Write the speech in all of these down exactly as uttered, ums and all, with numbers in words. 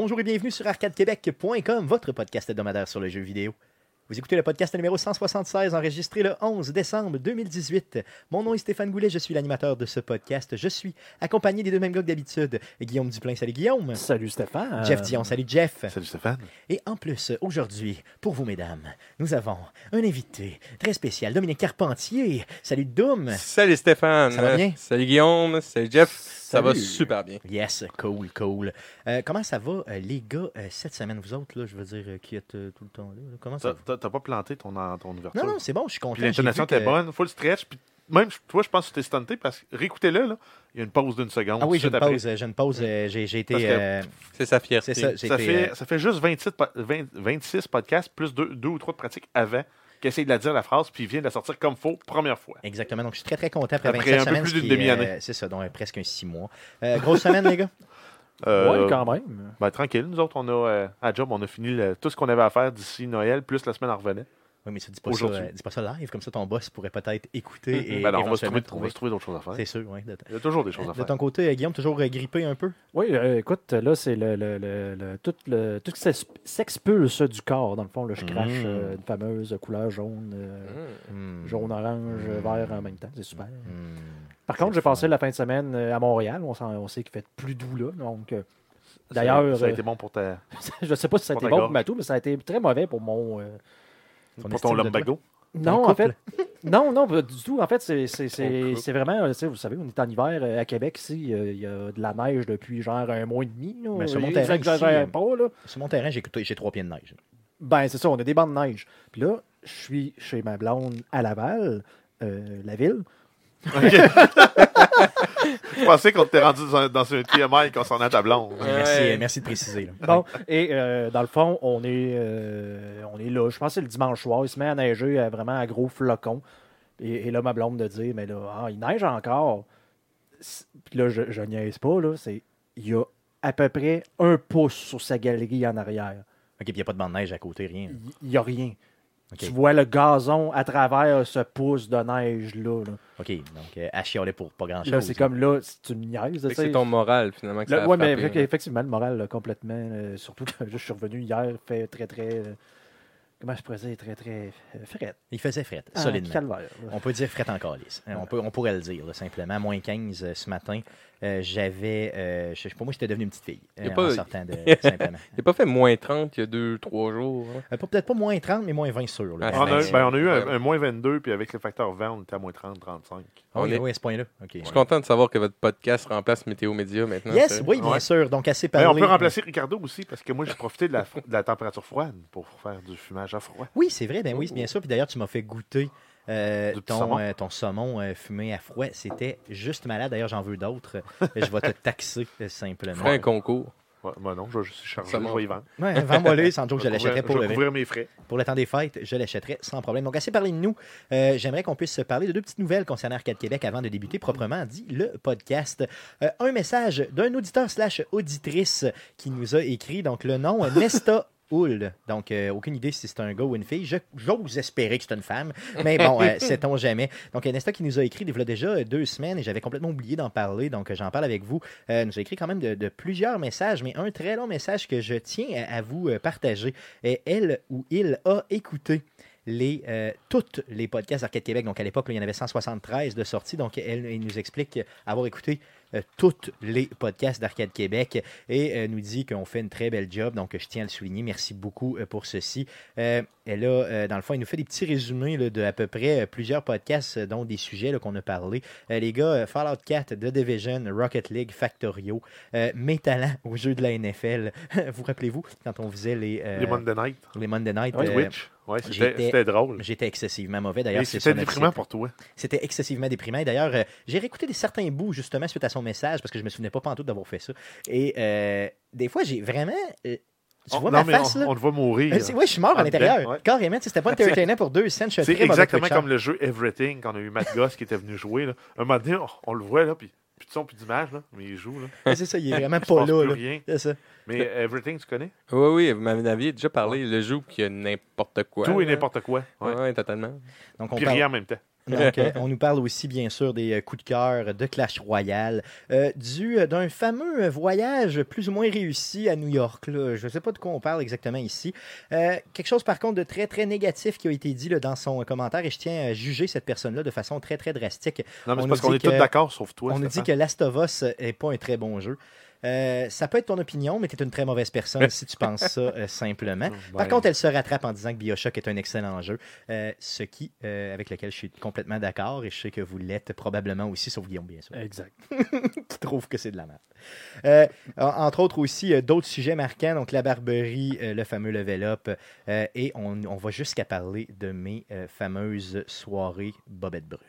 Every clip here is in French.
Bonjour et bienvenue sur arcade québec point com, votre podcast hebdomadaire sur le jeu vidéo. Vous écoutez le podcast numéro cent soixante-seize, enregistré le onze décembre deux mille dix-huit. Mon nom est Stéphane Goulet, je suis l'animateur de ce podcast. Je suis accompagné des deux mêmes gars que d'habitude. Guillaume Duplain, salut Guillaume. Salut Stéphane. Jeff Dion, salut Jeff. Salut Stéphane. Et en plus, aujourd'hui, pour vous mesdames, nous avons un invité très spécial, Dominique Carpentier. Salut Doom. Salut Stéphane. Ça va bien? Salut Guillaume, salut Jeff. Ça Salut. va super bien. Yes, cool, cool. Euh, comment ça va, euh, les gars, euh, cette semaine, vous autres, là, je veux dire, euh, qui êtes euh, tout le temps là? là? Comment ça T'as, va? t'as, t'as pas planté ton, ton ouverture? Non, non, c'est bon, je suis content. Puis l'intonation J'ai vu était que- bonne, full stretch. Puis même, toi, je pense que tu t'es stunté parce que réécoutez-le, là, il y a une pause d'une seconde. Ah oui, j'ai tout une de suite pause, euh, j'ai une pause, euh, j'ai, j'ai été... Parce que- euh, C'est sa fierté. c'est ça, j'ai Ça été... fait, euh, ça fait juste vingt-six, po- vingt, vingt-six podcasts plus deux, deux ou trois de pratiques avant qui essayent de la dire la phrase, puis il vient de la sortir comme faux, première fois. Exactement, donc je suis très très content après, Après vingt-sept un peu semaines. plus ce d'une qui est, demi-année. euh, c'est ça, donc euh, presque un six mois. Euh, grosse semaine, les gars? Euh, Ouais, quand même. ben, tranquille, nous autres, on a, euh, à job, on a fini le- tout ce qu'on avait à faire d'ici Noël, plus la semaine en revenait. Oui, mais ça, dis pas ça, Aujourd'hui. euh, dis pas ça live, comme ça ton boss pourrait peut-être écouter et Ben non, on va, se éventuellement trouver, on va se trouver d'autres choses à faire. C'est sûr, oui. De, Il y a toujours des choses à de faire. ton côté, euh, Guillaume, toujours euh, grippé un peu? Oui, euh, écoute, là, c'est le, le, le, le- tout, le, tout ce qui s'ex- s'expulse du corps. Dans le fond, là, je crache Mm. euh, une fameuse couleur jaune, euh, Hmm. jaune-orange, Mm. vert en même temps. C'est super. Hmm. Par contre, C'est j'ai passé fun. la fin de semaine euh, à Montréal. On, s'en- on sait qu'il fait plus doux là. Donc, euh, Ça- d'ailleurs, Ça a euh, été bon pour, ta, je ne sais pas si ça a Pour été ta bon gorge. pour Matou, mais ça a été très mauvais pour mon. euh, Ton pour ton estime de lumbago. Non, couple? en fait. Non, non, pas du tout. En fait, c'est, c'est, c'est, couple. c'est vraiment, euh, tu sais, vous savez, on est en hiver euh, à Québec ici. euh, Il y a de la neige depuis genre un mois et demi. Là. Mais sur mon Euh, terrain j'exagère ici, pas, là. Sur mon terrain, j'ai, j'ai trois pieds de neige. Ben, c'est ça, on a des bancs de neige. Puis là, je suis chez ma blonde à Laval, euh, la ville. Ok. Je pensais qu'on t'était rendu dans, dans un T M I concernant ta blonde. Ouais. Merci, euh, merci de préciser. là. Bon, et euh, dans le fond, on est, euh, on est là. Je pense que c'est le dimanche soir. Il se met à neiger euh, vraiment à gros flocons. Et, et là, ma blonde me dit, mais là, ah, il neige encore. C'est- Puis là, je, je niaise pas, là. C'est, il y a à peu près un pouce sur sa galerie en arrière. OK, puis il n'y a pas de bande de neige à côté, rien. Il n'y a rien. OK, Tu vois le gazon à travers ce pouce de neige-là. Là. OK, donc euh, à chialer pour pas grand-chose. Là, c'est comme là, si tu me niaises. Fait que tu sais. c'est ton moral finalement que Là, ça a ouais, mais frappé, fait- là. effectivement, le moral, là, complètement. euh, surtout que je suis revenu hier, fait très, très. euh, comment je pourrais dire, très, très euh, fret. Il faisait fret, Ah, solidement. calvaire, là. On peut dire fret en calice. Euh, On, peut, on pourrait le dire, là, simplement. Moins quinze euh, ce matin. Euh, j'avais. Euh, je sais pas, moi, j'étais devenu une petite fille. Y a euh, pas- en sortant de. Simplement. Il n'a pas fait moins trente il y a deux trois jours. hein? Euh, pas- peut-être pas moins trente, mais moins vingt sûr. Là. Ah, On a, ben, ben, on a eu un, ouais. un moins vingt-deux, puis avec le facteur vingt, on était à moins trente, trente-cinq. Ah oui, on est- oui, à ce point-là. OK. Je suis content de savoir que votre podcast remplace Météo Média maintenant. Yes, c'est- oui, bien Ouais. sûr. Donc, assez Ben, parlé. on peut remplacer Ricardo aussi, parce que moi, j'ai profité de la, fro- de la température froide pour faire du fumage à froid. Oui, c'est vrai, ben oui, c'est bien sûr. Puis d'ailleurs, tu m'as fait goûter euh, Du petit ton, saumon. euh, ton saumon euh, fumé à froid. C'était juste malade. D'ailleurs, j'en veux d'autres. Euh, je vais te taxer euh, Je simplement. ferai un concours. Ouais, ben non, je vais juste charger, Ça je monte. vais y vendre. Ouais, vends-moi le, sans doute que je vais l'achèterais couvrir- pour je vais le, couvrir mes frais. pour le temps des fêtes. Je l'achèterais sans problème. Donc, assez parlé de nous. Euh, J'aimerais qu'on puisse se parler de deux petites nouvelles concernant Arcade Québec avant de débuter proprement dit le podcast. Euh, un message d'un auditeur slash auditrice qui nous a écrit donc le nom euh, Nesta Hull. Donc, euh, aucune idée si c'est un gars ou une fille. Je- J'ose espérer que c'est une femme, mais bon, euh, sait-on jamais. Donc, euh, Nesta qui nous a écrit il y a déjà euh, deux semaines et j'avais complètement oublié d'en parler, donc euh, j'en parle avec vous. Euh, nous a écrit quand même de, de plusieurs messages, mais un très long message que je tiens à, à vous euh, partager. Et elle ou il a écouté les, euh, toutes les podcasts d'Arcade Québec. Donc, à l'époque, là, il y en avait cent soixante-treize de sortie. Donc, elle, elle nous explique avoir écouté euh, tous les podcasts d'Arcade Québec et euh, nous dit qu'on fait une très belle job. Donc, je tiens à le souligner. Merci beaucoup euh, pour ceci. Euh, elle a, euh, dans le fond, elle nous fait des petits résumés là, de à peu près euh, plusieurs podcasts, euh, dont des sujets là, qu'on a parlé. Euh, les gars, euh, Fallout quatre, The Division, Rocket League, Factorio, euh, mes talents au jeu de la N F L. vous rappelez-vous, quand on faisait les, euh, Les Monday Night, les Monday Night, ouais, euh, Twitch. Ouais, c'était j'étais- c'était drôle. j'étais excessivement mauvais. Et D'ailleurs, c'est c'était ça notre déprimant site. pour toi. C'était excessivement déprimant. Et D'ailleurs, euh, j'ai réécouté des certains bouts justement suite à son message parce que je me souvenais pas pantoute d'avoir fait ça. Et euh, des fois, j'ai vraiment. euh, tu On- vois non, ma mais face, on, là? on te voit mourir. Euh, c'est- ouais, je suis mort à en l'intérieur. dedans, ouais. Carrément, tu sais, c'était pas entertainant pour deux cents. Je suis un C'est très mauvais exactement coach-up. comme le jeu Everything, quand on a eu Matt Goss qui était venu jouer. Là. Un moment donné, on, on le voit, là, puis plus de son, plus d'image, là, mais il joue. Là. Ouais, c'est ça, il est vraiment Il se pas passe là. plus là. rien. C'est ça. Mais Everything, tu connais? Oui, oui, vous m'en aviez déjà parlé. Le jeu qui a n'importe quoi. Tout et là. n'importe quoi. Ouais. Ouais, totalement. Donc, on Puis parle- rien en même temps. Donc, euh, on nous parle aussi, bien sûr, des euh, coups de cœur de Clash Royale, euh, du, euh, d'un fameux voyage plus ou moins réussi à New York. Là. Je ne sais pas de quoi on parle exactement ici. Euh, quelque chose, par contre, de très, très négatif qui a été dit là, dans son commentaire, et je tiens à juger cette personne-là de façon très, très drastique. Non, mais On c'est parce nous qu'on dit est tous que- d'accord, sauf toi. On nous dit Stéphane. que Last of Us n'est pas un très bon jeu. Euh, ça peut être ton opinion, mais tu es une très mauvaise personne si tu penses ça euh, simplement. Par Ben, contre, elle se rattrape en disant que BioShock est un excellent jeu, euh, ce qui, euh, avec lequel je suis complètement d'accord, et je sais que vous l'êtes probablement aussi, sauf Guillaume, bien sûr, Exact. qui trouve que c'est de la merde. Euh, en- entre autres aussi, euh, d'autres sujets marquants, donc la Barberie, euh, le fameux level up, euh, et on, on va jusqu'à parler de mes euh, fameuses soirées Bobette Brune.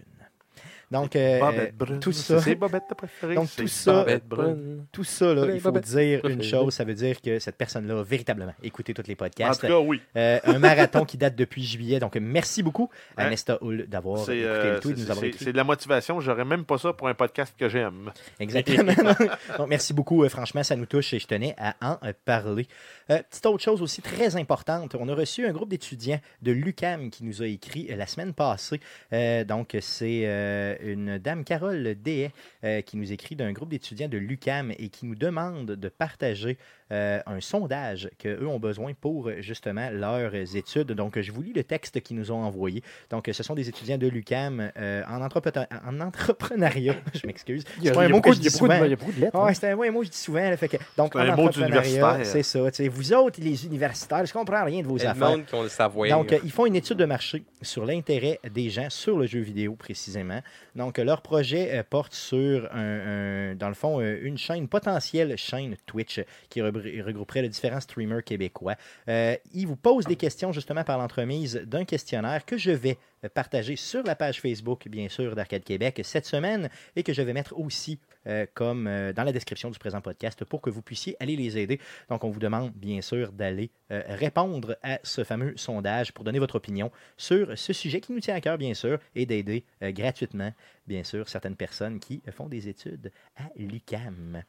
Donc, euh, Bobette Brune, tout ça, C'est Bobette ta préférée. Donc, c'est tout ça- Bobette Brune. tout ça, là, Les il faut bobettes dire une préférées. chose, ça veut dire que cette personne-là a véritablement écouté tous les En podcasts. tout cas, oui. Euh, un marathon qui date depuis juillet. Donc, merci beaucoup à Hein? Nesta Hull d'avoir C'est écouté euh, le tout et de c'est- nous avoir c'est- écrit. c'est de la motivation. J'aurais même pas ça pour un podcast que j'aime. Exactement. Donc, merci beaucoup. Euh, franchement, ça nous touche et je tenais à en euh, parler. Euh, petite autre chose aussi très importante. On a reçu un groupe d'étudiants de l'U Q A M qui nous a écrit euh, la semaine passée. Euh, donc, c'est euh, une dame, Carole Dehay, euh, qui nous écrit d'un groupe d'étudiants de l'U Q A M et qui nous demande de partager euh, un sondage qu'eux ont besoin pour euh, justement leurs études. Donc, je vous lis le texte qu'ils nous ont envoyé. Donc, ce sont des étudiants de l'U Q A M euh, en, entrepre- en entrepreneuriat. Je m'excuse. Il y a, C'est pas un il y a mot que beaucoup, je il y a dis beaucoup de- souvent. il y a beaucoup de lettres. Ah, hein. c'est un, ouais, un mot que je dis souvent. Là, fait que, donc, C'est en un mot entrepreneuriat, d'universitaire. c'est ça. tu sais, Vous autres, les universitaires, je comprends rien de vos Il y a affaires. le monde qui ont le savoir. Donc, euh, ils font une étude de marché sur l'intérêt des gens sur le jeu vidéo, précisément. Donc, euh, leur projet euh, porte sur, un, un- dans le fond, euh, une chaîne, une potentielle chaîne Twitch euh, qui re- regrouperait les différents streamers québécois. Euh, ils vous posent des questions, justement, par l'entremise d'un questionnaire que je vais euh, partager sur la page Facebook, bien sûr, d'Arcade Québec cette semaine et que je vais mettre aussi euh, comme euh, dans la description du présent podcast pour que vous puissiez aller les aider. Donc, on vous demande, bien sûr, d'aller euh, répondre à ce fameux sondage pour donner votre opinion sur ce sujet qui nous tient à cœur, bien sûr, et d'aider euh, gratuitement, bien sûr, certaines personnes qui euh, font des études à l'U Q A M.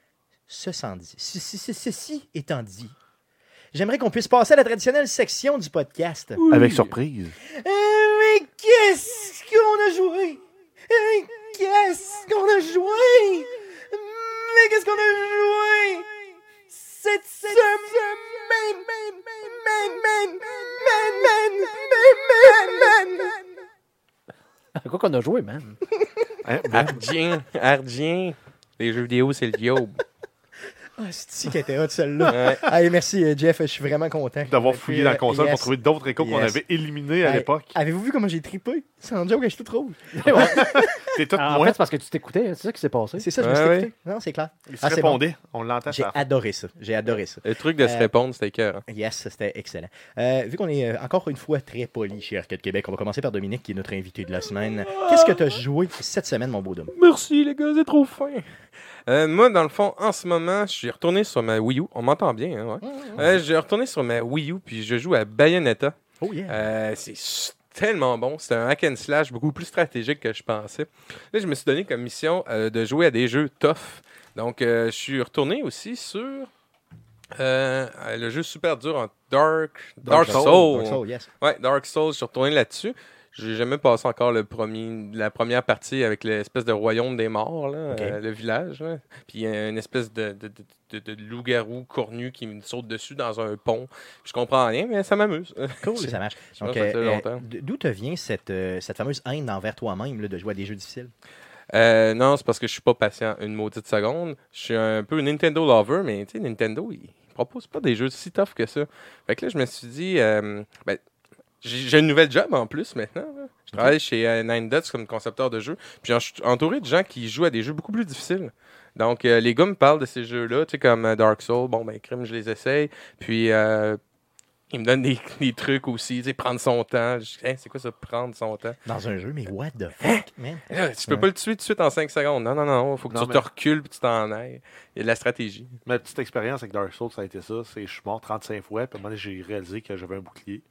Ceci dit, ceci, ceci- ceci étant dit, j'aimerais qu'on puisse passer à la traditionnelle section du podcast. Avec surprise. Euh, mais qu'est-ce qu'on a joué? Euh, Qu'est-ce qu'on a joué? Mais qu'est-ce qu'on a joué? Cette semaine, même, même, même, même, même, même, même, même. Quoi qu'on a joué, man. Hein, ben, Ardien, Ardien. Les jeux vidéo, c'est le diable. Ah, c'est qui était hot, celle-là. Ouais. Allez, merci, euh, Jeff. Je suis vraiment content. D'avoir Et puis, fouillé dans la euh, console yes. pour trouver d'autres échos qu'on Yes. avait éliminés à Hey, l'époque. Avez-vous vu comment j'ai trippé? C'est un joke, je suis tout rouge. T'es tout En moins. fait, c'est parce que tu t'écoutais, hein, c'est ça qui s'est passé. C'est ça, je me Ouais, suis ouais. écouté. Non, c'est clair. Il se Ah, c'est bon. répondait. On l'entend J'ai ça. adoré ça. J'ai adoré ça. Le truc de se Euh, répondre, c'était cœur. Yes, c'était excellent. Euh, vu qu'on est euh, encore une fois très poli chez Arcade Québec, on va commencer par Dominique, qui est notre invité de la semaine. Qu'est-ce que tu as joué cette semaine, mon beau Dom? Merci, les gars, c'est trop fin. Euh, moi, dans le fond, en ce moment, je suis retourné sur ma Wii U. On m'entend bien, hein, ouais. Euh, je suis retourné sur ma Wii U, puis je joue à Bayonetta. Oh yeah! Euh, c'est s- tellement bon. C'est un hack and slash beaucoup plus stratégique que je pensais. Là, je me suis donné comme mission euh, de jouer à des jeux tough. Donc, euh, je suis retourné aussi sur euh, le jeu super dur en Dark, Dark, Soul. Dark Soul, yes. Ouais, Dark Souls, je suis retourné là-dessus. J'ai jamais passé encore le premier, la première partie avec l'espèce de royaume des morts, là, Ok. euh, le village. Là. Puis il y a une espèce de, de, de, de, de loup-garou cornu qui me saute dessus dans un pont. Je comprends rien, mais ça m'amuse. Cool, ça marche. Je Donc, pense que ça fait euh, longtemps. euh, d'où te vient cette, euh, cette fameuse haine envers toi-même là, de jouer à des jeux difficiles? Euh, non, c'est parce que je suis pas patient une maudite seconde. Je suis un peu Nintendo lover, mais tu sais, Nintendo, il propose pas des jeux si tough que ça. Fait que là, je me suis dit, euh, ben, j'ai j'ai une nouvelle job en plus maintenant. là. Je travaille chez euh, Nine Dots comme concepteur de jeux. Puis je suis entouré de gens qui jouent à des jeux beaucoup plus difficiles. Donc, euh, les gars me parlent de ces jeux-là, tu sais, comme euh, Dark Souls. Bon, ben, crime, je les essaye. Puis, euh, ils me donnent des, des trucs aussi, tu sais, prendre son temps. Je dis, Hein, c'est quoi ça, prendre son temps? Dans un jeu, mais what the fuck, man? Là, tu peux Ouais. pas le tuer tout de suite en cinq secondes. Non, non, non. Faut que Non, tu mais- te recules puis tu t'en ailles. Il y a de la stratégie. Ma petite expérience avec Dark Souls, ça a été ça. C'est je suis mort trente-cinq fois, puis à un moment donné, j'ai réalisé que j'avais un bouclier.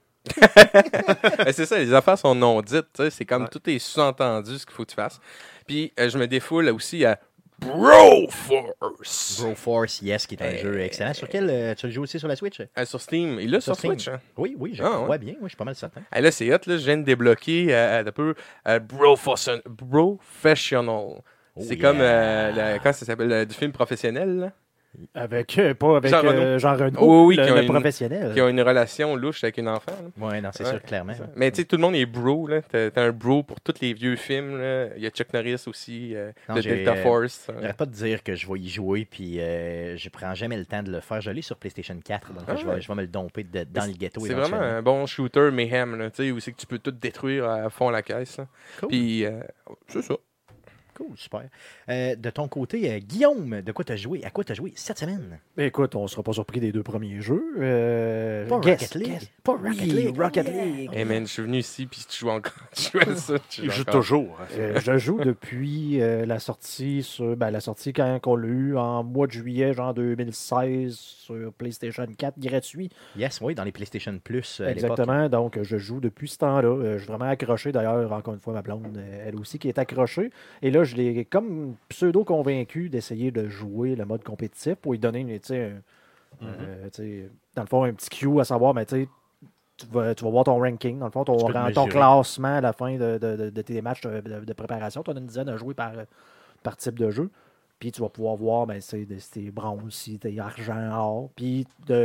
Ben, c'est ça, les affaires sont non dites. tu sais, C'est comme Ouais. tout est sous-entendu ce qu'il faut que tu fasses. Puis euh, je me défoule aussi à Broforce. Broforce, yes, qui est un Eh, jeu excellent. Sur quel euh, tu le joues aussi sur la Switch? Euh, sur Steam. Il est Sur sur Steam. Switch. Hein? Oui, oui, je Ah, crois ouais. bien. Oui, je suis pas mal certain. Ah, là, c'est hot. Là, je viens de débloquer euh, un peu euh, Broforce- Professional. Oh, c'est yeah. comme, euh, la- comment ça s'appelle, euh, du film professionnel, là, Avec, euh, pas avec Jean euh, Reno. Jean Reno, Oui, oui, le, qui ont le une- professionnel. qui ont une relation louche avec une enfant. là. Oui, non, c'est Ouais, sûr, clairement. c'est ça. ouais. Mais tu sais, tout le monde est bro. Là. T'as, t'as un bro pour tous les vieux films. Là. Il y a Chuck Norris aussi, euh, Non, de j'ai, Delta euh, Force. euh. J'arrête pas de dire que je vais y jouer, puis euh, je prends jamais le temps de le faire. Je l'ai sur PlayStation quatre, donc Ah je, ouais. vais, je vais me le domper de- dans le ghetto. C'est vraiment éventuellement. un bon shooter mayhem, là, tu sais, où c'est que tu peux tout détruire à fond la caisse. Là. Cool. Puis, euh, c'est ça. Cool, super. Euh, de ton côté, euh, Guillaume, de quoi tu as joué? À quoi tu as joué cette semaine? Mais écoute, on ne sera pas surpris des deux premiers jeux. Euh, Pas guess, Rocket League. guess. Pas Rocket Oui, League. Rocket Oh, yeah. League. Hey man, je suis venu ici, puis tu joues encore. Tu joues à ça. tu Il joues joue encore. toujours. Euh, je joue depuis euh, la sortie sur ben, la sortie quand on l'a eu en mois de juillet, genre deux mille seize, sur PlayStation quatre gratuit. Yes, oui, dans les PlayStation Plus euh, à l'époque. Exactement. Donc, euh, je joue depuis ce temps-là. Euh, je suis vraiment accroché. D'ailleurs, encore une fois, ma blonde, euh, elle aussi, qui est accrochée. Et là, je l'ai comme pseudo-convaincu d'essayer de jouer le mode compétitif pour lui donner, tu sais, un- euh, tu sais, dans le fond, un petit cue à savoir, mais tu sais, tu vas, tu vas voir ton ranking, dans le fond, ton, Tu peux te ran- ton mesurer. classement à la fin de, de- de- de tes matchs de, de- de préparation. Tu en as une dizaine à jouer par, par type de jeu. Puis tu vas pouvoir voir ben, c'est de- si t'es bronze, si t'es argent, or. Puis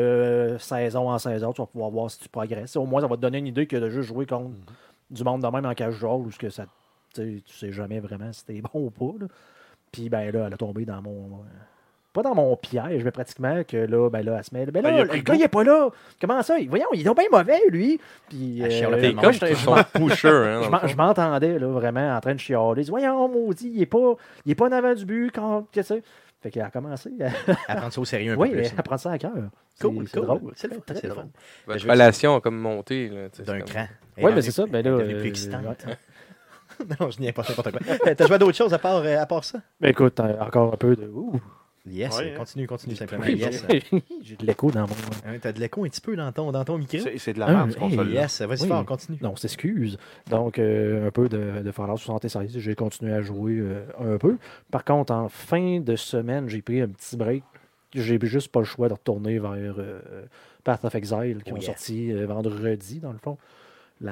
de saison en saison, tu vas pouvoir voir si tu progresses. Au moins, ça va te donner une idée que de juste jouer contre du monde de même en casual ou ce que ça. Tu sais tu sais jamais vraiment si t'es bon ou pas. Là. Puis ben là, elle a tombé dans mon. euh, Pas dans mon piège, mais pratiquement que là, ben là, elle se met. Ben là, Ah, il a le pris gars, goût. il est pas là. Comment ça? Voyons, il est donc bien mauvais, lui. Puis. Elle chiale euh, tellement. T'es Moi, comme je j'étais- son pusher. Hein, je dans m'en- le je fond. m'entendais là, vraiment en train de chialer. Je dis, voyons, maudit, il est pas, il est pas en avant du but. Quand, tu sais. Fait qu'elle a commencé. À prendre ça au sérieux un oui, peu plus. elle prend ça à cœur. Cool, C'est cool. drôle. C'est le fun, Très c'est le drôle. fun. Votre Je veux relation a comme monté. Là, tu sais, D'un c'est comme- cran. Oui, mais c'est ça. Ben là, Elle est devenue plus euh, excitante. ouais. Non, je n'y ai pas n'importe quoi. Euh, T'as joué à d'autres choses à part, euh, à part ça? Ben écoute, euh, encore un peu de. Ouh. Yes, Ouais, hein. continue, continue simplement. Oui, Yes. J'ai de l'écho dans mon. Hein, T'as de l'écho un petit peu dans ton, dans ton micro? C'est c'est de la Ah, merde, ce hey, console-là. Yes, vas-y Oui. fort, continue. Non, on s'excuse. Donc, euh, un peu de, de Fallout soixante-seize. J'ai continué à jouer euh, un peu. Par contre, en fin de semaine, j'ai pris un petit break. J'ai juste pas le choix de retourner vers euh, Path of Exile, qui Oh ont yeah. sorti euh, vendredi, dans le fond. La,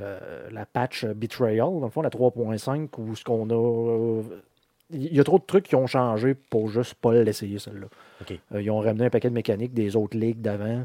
la patch Betrayal, dans le fond, la trois point cinq, où ce qu'on a. euh, Il y a trop de trucs qui ont changé pour juste pas l'essayer, celle-là. OK. Euh, ils ont ramené un paquet de mécaniques des autres ligues d'avant.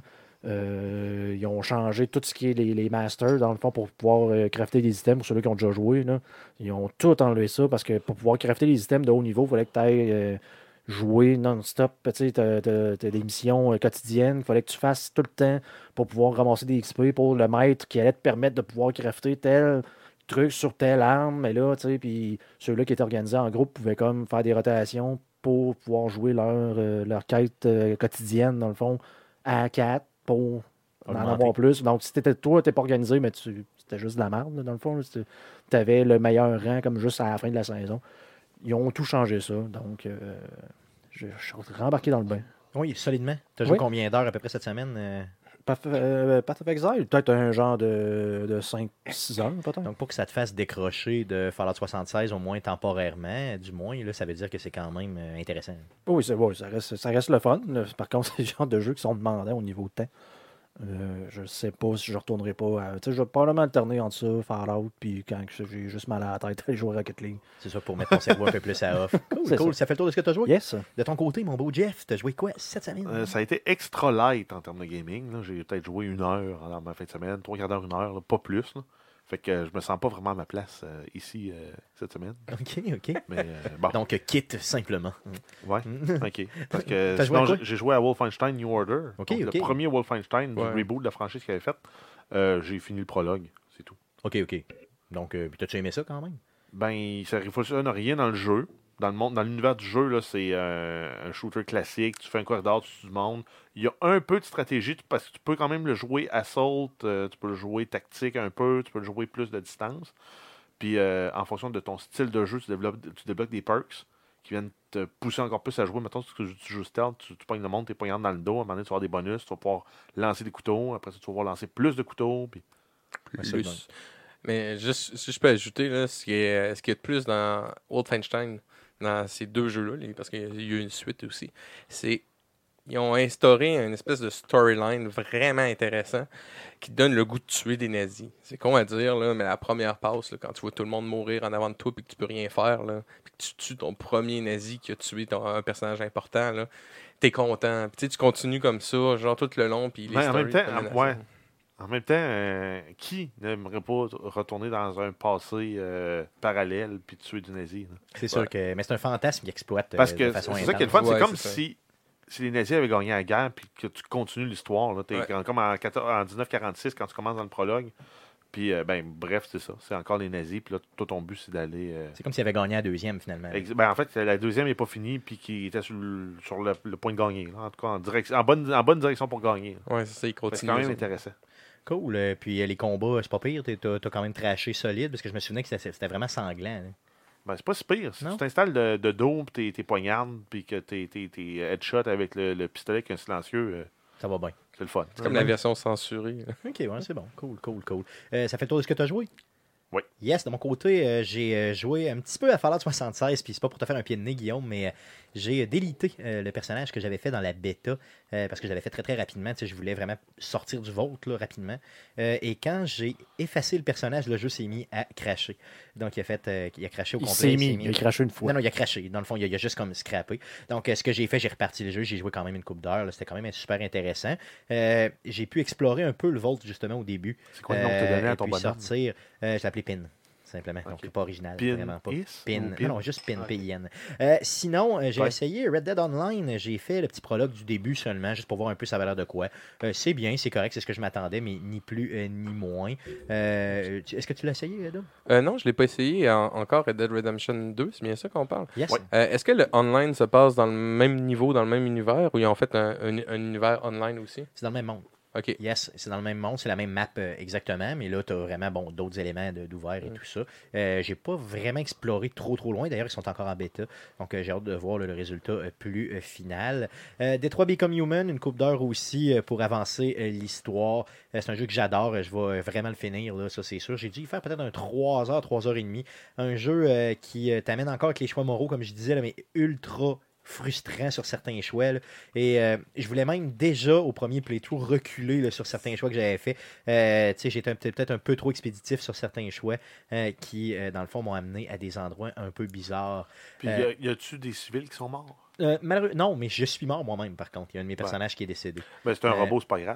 Euh, ils ont changé tout ce qui est les, les masters, dans le fond, pour pouvoir euh, crafter des items pour ceux qui ont déjà joué. Là. Ils ont tout enlevé ça parce que pour pouvoir crafter des items de haut niveau, il fallait que tu ailles jouer non-stop. Tu as, des missions euh, quotidiennes qu'il fallait que tu fasses tout le temps pour pouvoir ramasser des X P pour le maître qui allait te permettre de pouvoir crafter tel truc sur telle arme. Mais là, tu sais, puis ceux-là qui étaient organisés en groupe pouvaient comme faire des rotations pour pouvoir jouer leur, euh, leur quête euh, quotidienne, dans le fond, à quatre pour en Augmenter. avoir plus. Donc, si t'étais, toi, t'es pas organisé, mais tu, c'était juste de la merde, là, dans le fond. Tu avais le meilleur rang comme juste à la fin de la saison. Ils ont tout changé ça. Donc, euh, je, je suis rembarqué dans le bain. Oui, solidement. T'as joué Oui. combien d'heures à peu près cette semaine? euh? Path euh, Path of Exile, peut-être un genre de, de cinq six heures, peut-être. Donc, pour que ça te fasse décrocher de Fallout soixante-seize, au moins temporairement, du moins, là, ça veut dire que c'est quand même euh, intéressant. Oui, c'est, oui ça, reste, ça reste le fun. Par contre, c'est le genre de jeux qui sont demandants au niveau de temps. Euh, je sais pas si je retournerai pas à. Tu sais, je vais probablement alterner entre ça, Fallout, puis quand j'ai juste mal à la tête, aller jouer à Rocket League. C'est ça, pour mettre ton cerveau un peu plus à off. Cool, C'est cool. ça. Ça. fait le tour de ce que t'as joué? Yes. De ton côté, mon beau Jeff, t'as joué quoi cette semaine? Euh, ça a été extra light en termes de gaming. là. J'ai peut-être joué une heure dans ma fin de semaine, trois quarts d'heure, une heure, là, pas plus. là. Fait que euh, je me sens pas vraiment à ma place euh, ici euh, cette semaine. OK, OK. Mais euh, bon, Donc, euh, quitte simplement. ouais, ok. Parce que T'as joué à sinon, quoi? j'ai j'ai joué à Wolfenstein New Order. Ok, Donc, ok. Le premier Wolfenstein Ouais. du reboot de la franchise qu'il avait fait. Euh, j'ai fini le prologue, c'est tout. OK, OK. Donc, euh, puis t'as-tu aimé ça quand même? Ben, ça révolutionne rien dans le jeu. Dans le monde, dans l'univers du jeu, là, c'est euh, un shooter classique. Tu fais un corridor dessus du monde. Il y a un peu de stratégie parce que tu peux quand même le jouer assault, euh, tu peux le jouer tactique un peu, tu peux le jouer plus de distance. Puis euh, en fonction de ton style de jeu, tu, développes, tu débloques des perks qui viennent te pousser encore plus à jouer. Mettons, si tu, tu joues stealth, tu, tu pognes le monde, t'es poignant dans le dos. À un moment donné, tu vas avoir des bonus, tu vas pouvoir lancer des couteaux. Après ça, tu vas pouvoir lancer plus de couteaux. Puis... Ouais, ça, Plus. donc. Mais juste, si je peux ajouter, là, ce qui est, ce qui est de plus dans Wolfenstein, dans ces deux jeux-là, les- parce qu'il y a eu une suite aussi, c'est ils ont instauré une espèce de storyline vraiment intéressant qui te donne le goût de tuer des nazis. C'est con à dire, là, mais la première passe, là, quand tu vois tout le monde mourir en avant de toi et que tu peux rien faire, là, puis que tu tues ton premier nazi qui a tué ton, un personnage important, là, t'es content. Puis tu sais, tu continues comme ça, genre tout le long, puis les Ben, en même stories temps, te mènent à ouais. ça. En même temps, euh, qui n'aimerait pas t- retourner dans un passé euh, parallèle puis tuer du nazi? Là? C'est sûr Ouais. que. Mais c'est un fantasme qui exploite euh, Parce de que façon c'est ça qui est le fun, intense. c'est Ouais, comme c'est ça. si, si les nazis avaient gagné la guerre puis que tu continues l'histoire. Là, t'es Ouais. comme en, quatorze en dix-neuf quarante-six quand tu commences dans le prologue. Puis, euh, ben, bref, c'est ça. C'est encore les nazis. Puis là, toi, ton but, c'est d'aller. euh, C'est comme s'il avait gagné la deuxième, finalement. ex- ben, en fait, la deuxième n'est pas finie puis qu'il était sur, le, sur le, le point de gagner. Là. En tout cas, en, direct, en, bonne, en bonne direction pour gagner. là. Ouais, c'est ça, ils Fait que C'est continuent. quand même eux autres. intéressant. Cool. Euh, Puis euh, les combats, c'est pas pire. T'es- T'as t'as quand même trashé solide parce que je me souvenais que c'était c'était vraiment sanglant. là. Ben, c'est pas si pire. Si Non? tu t'installes de, de dos, puis t'es, t'es poignardes, puis que t'es, t'es, t'es headshot avec le, le pistolet avec un silencieux, euh, Ça va bien. c'est le fun. C'est comme la version censurée. là. Ok, ouais, c'est bon. Cool, cool, cool. Euh, ça fait le tour de ce que tu as joué? Oui. Yes, de mon côté, euh, j'ai euh, joué un petit peu à Fallout soixante-seize, puis c'est pas pour te faire un pied de nez, Guillaume, mais euh, j'ai délité euh, le personnage que j'avais fait dans la bêta, euh, parce que j'avais fait très très rapidement, tu sais, je voulais vraiment sortir du vôtre là, rapidement. Euh, et quand j'ai effacé le personnage, le jeu s'est mis à cracher. Donc il a fait, euh, il a craché au Il complet. s'est mis, il a craché une fois. Non, non, il a craché. Dans le fond, il a, il a juste comme scrappé. Donc, euh, ce que j'ai fait, j'ai reparti le jeu. J'ai joué quand même une coupe d'heures. là. C'était quand même super intéressant. Euh, j'ai pu explorer un peu le Vault, justement, au début. C'est quoi le nom que tu as donné Euh, à et ton puis bonhomme? sortir. Euh, je l'appelais Pin, simplement. Donc, Ok. pas original. Pin Vraiment pas. is Pin. ou Non, Pin? non, juste Pin, Ok. P I N. Euh, sinon, euh, j'ai Ouais. essayé Red Dead Online. J'ai fait le petit prologue du début seulement, juste pour voir un peu ça avait l'air de quoi. Euh, c'est bien, c'est correct, c'est ce que je m'attendais, mais ni plus euh, ni moins. Euh, tu- Est-ce que tu l'as essayé, Adam? Euh, non, je l'ai pas essayé en- encore Red Dead Redemption deux, c'est bien ça qu'on parle. Yes. Ouais. Euh, Est-ce que le online se passe dans le même niveau, dans le même univers, ou ils ont fait un, un- un univers online aussi? C'est dans le même monde. Ok. Yes, c'est dans le même monde, c'est la même map euh, exactement, mais là, tu as vraiment bon, d'autres éléments de- d'ouvert et Mm. tout ça. Euh, j'ai pas vraiment exploré trop trop loin, d'ailleurs, ils sont encore en bêta, donc euh, j'ai hâte de voir là, le résultat euh, plus euh, final. Euh, Detroit Become Human, une coupe d'heure aussi euh, pour avancer euh, l'histoire. Euh, c'est un jeu que j'adore, euh, je vais euh, vraiment le finir, là, ça c'est sûr. J'ai dû y faire peut-être un trois heures, trois heures et demie. Un jeu euh, qui euh, t'amène encore avec les choix moraux, comme je disais, là, mais ultra frustrant sur certains choix. là. Et euh, je voulais même déjà, au premier playthrough, reculer là, sur certains choix que j'avais fait. Euh, tu sais, j'étais un- peut-être un peu trop expéditif sur certains choix euh, qui, euh, dans le fond, m'ont amené à des endroits un peu bizarres. Puis, y Euh, a- y a-tu des civils qui sont morts? Euh, malheureux- non, mais je suis mort moi-même, par contre. Il y a un de mes personnages qui est décédé. Ben, c'est un Euh, robot, c'est pas grave.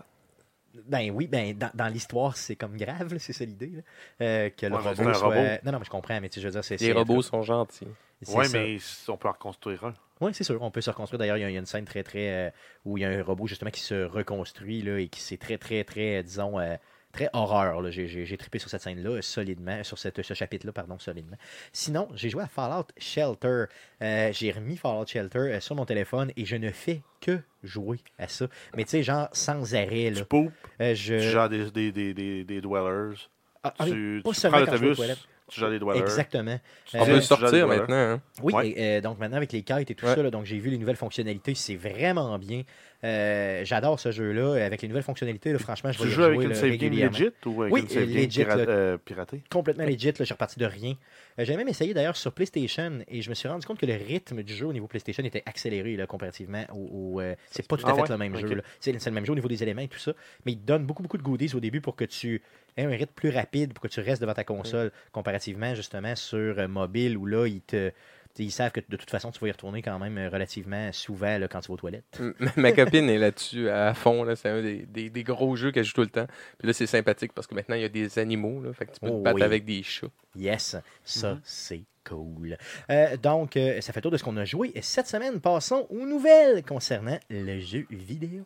Ben oui, ben dans, dans l'histoire, c'est comme grave, là, c'est ça l'idée. là. Euh, que le Ouais, mais robot c'est un soit... robot. Non, non, mais je comprends, mais tu sais, je veux dire, c'est... Les c'est- robots sont gentils. c'est Ouais, ça. mais on peut en reconstruire un. Oui, c'est sûr, on peut se reconstruire. D'ailleurs, il y a- il y, a une scène très, très. euh, où il y a un robot, justement, qui se reconstruit, là, et qui c'est très, très, très, euh, disons, euh, très horreur. là. J'ai, j'ai, j'ai trippé sur cette scène-là, euh, solidement, sur cette, ce chapitre-là, pardon, solidement. Sinon, j'ai joué à Fallout Shelter. Euh, j'ai remis Fallout Shelter euh, sur mon téléphone et je ne fais que jouer à ça. Mais tu sais, genre, sans arrêt, là. Tu poupes, Euh, je... tu gères des, des, des, des, des dwellers. Ah, ah oui, tu pas tu seulement prends quand je vais aux l'autobus, toilettes. tu gères des dwellers. Exactement. Tu Euh, On dis, peut tu gères des sortir dwellers. maintenant. Hein? Oui, Ouais. et, euh, donc maintenant avec les kites et tout Ouais. ça, là, donc j'ai vu les nouvelles fonctionnalités, c'est vraiment bien. Euh, j'adore ce jeu-là. Avec les nouvelles fonctionnalités, là, franchement, je vais Tu y joues avec rejouer, une là, save game régulièrement. legit ou avec Oui, une save euh, game legit, pira- là. euh, piratée? Complètement legit, là, je suis reparti de rien. Euh, J'ai même essayé d'ailleurs sur PlayStation et je me suis rendu compte que le rythme du jeu au niveau PlayStation était accéléré là, comparativement au. au, euh, c'est pas tout à Ah fait ouais? le même Ok. jeu. là. C'est c'est le même jeu au niveau des éléments et tout ça, mais il te donne beaucoup, beaucoup de goodies au début pour que tu aies un rythme plus rapide, pour que tu restes devant ta console, comparativement justement sur euh, mobile où là, ils te. Ils savent que de toute façon, tu vas y retourner quand même euh, relativement souvent là, quand tu vas aux toilettes. M- Ma copine est là-dessus à fond. Là. C'est un des, des- des gros jeux qu'elle joue tout le temps. Puis là, c'est sympathique parce que maintenant, il y a des animaux. Là, fait que tu peux Oh te battre oui. avec des chats. Yes, ça, Mhm. c'est cool. Euh, donc, euh, ça fait tour de ce qu'on a joué. Et cette semaine, passons aux nouvelles concernant le jeu vidéo.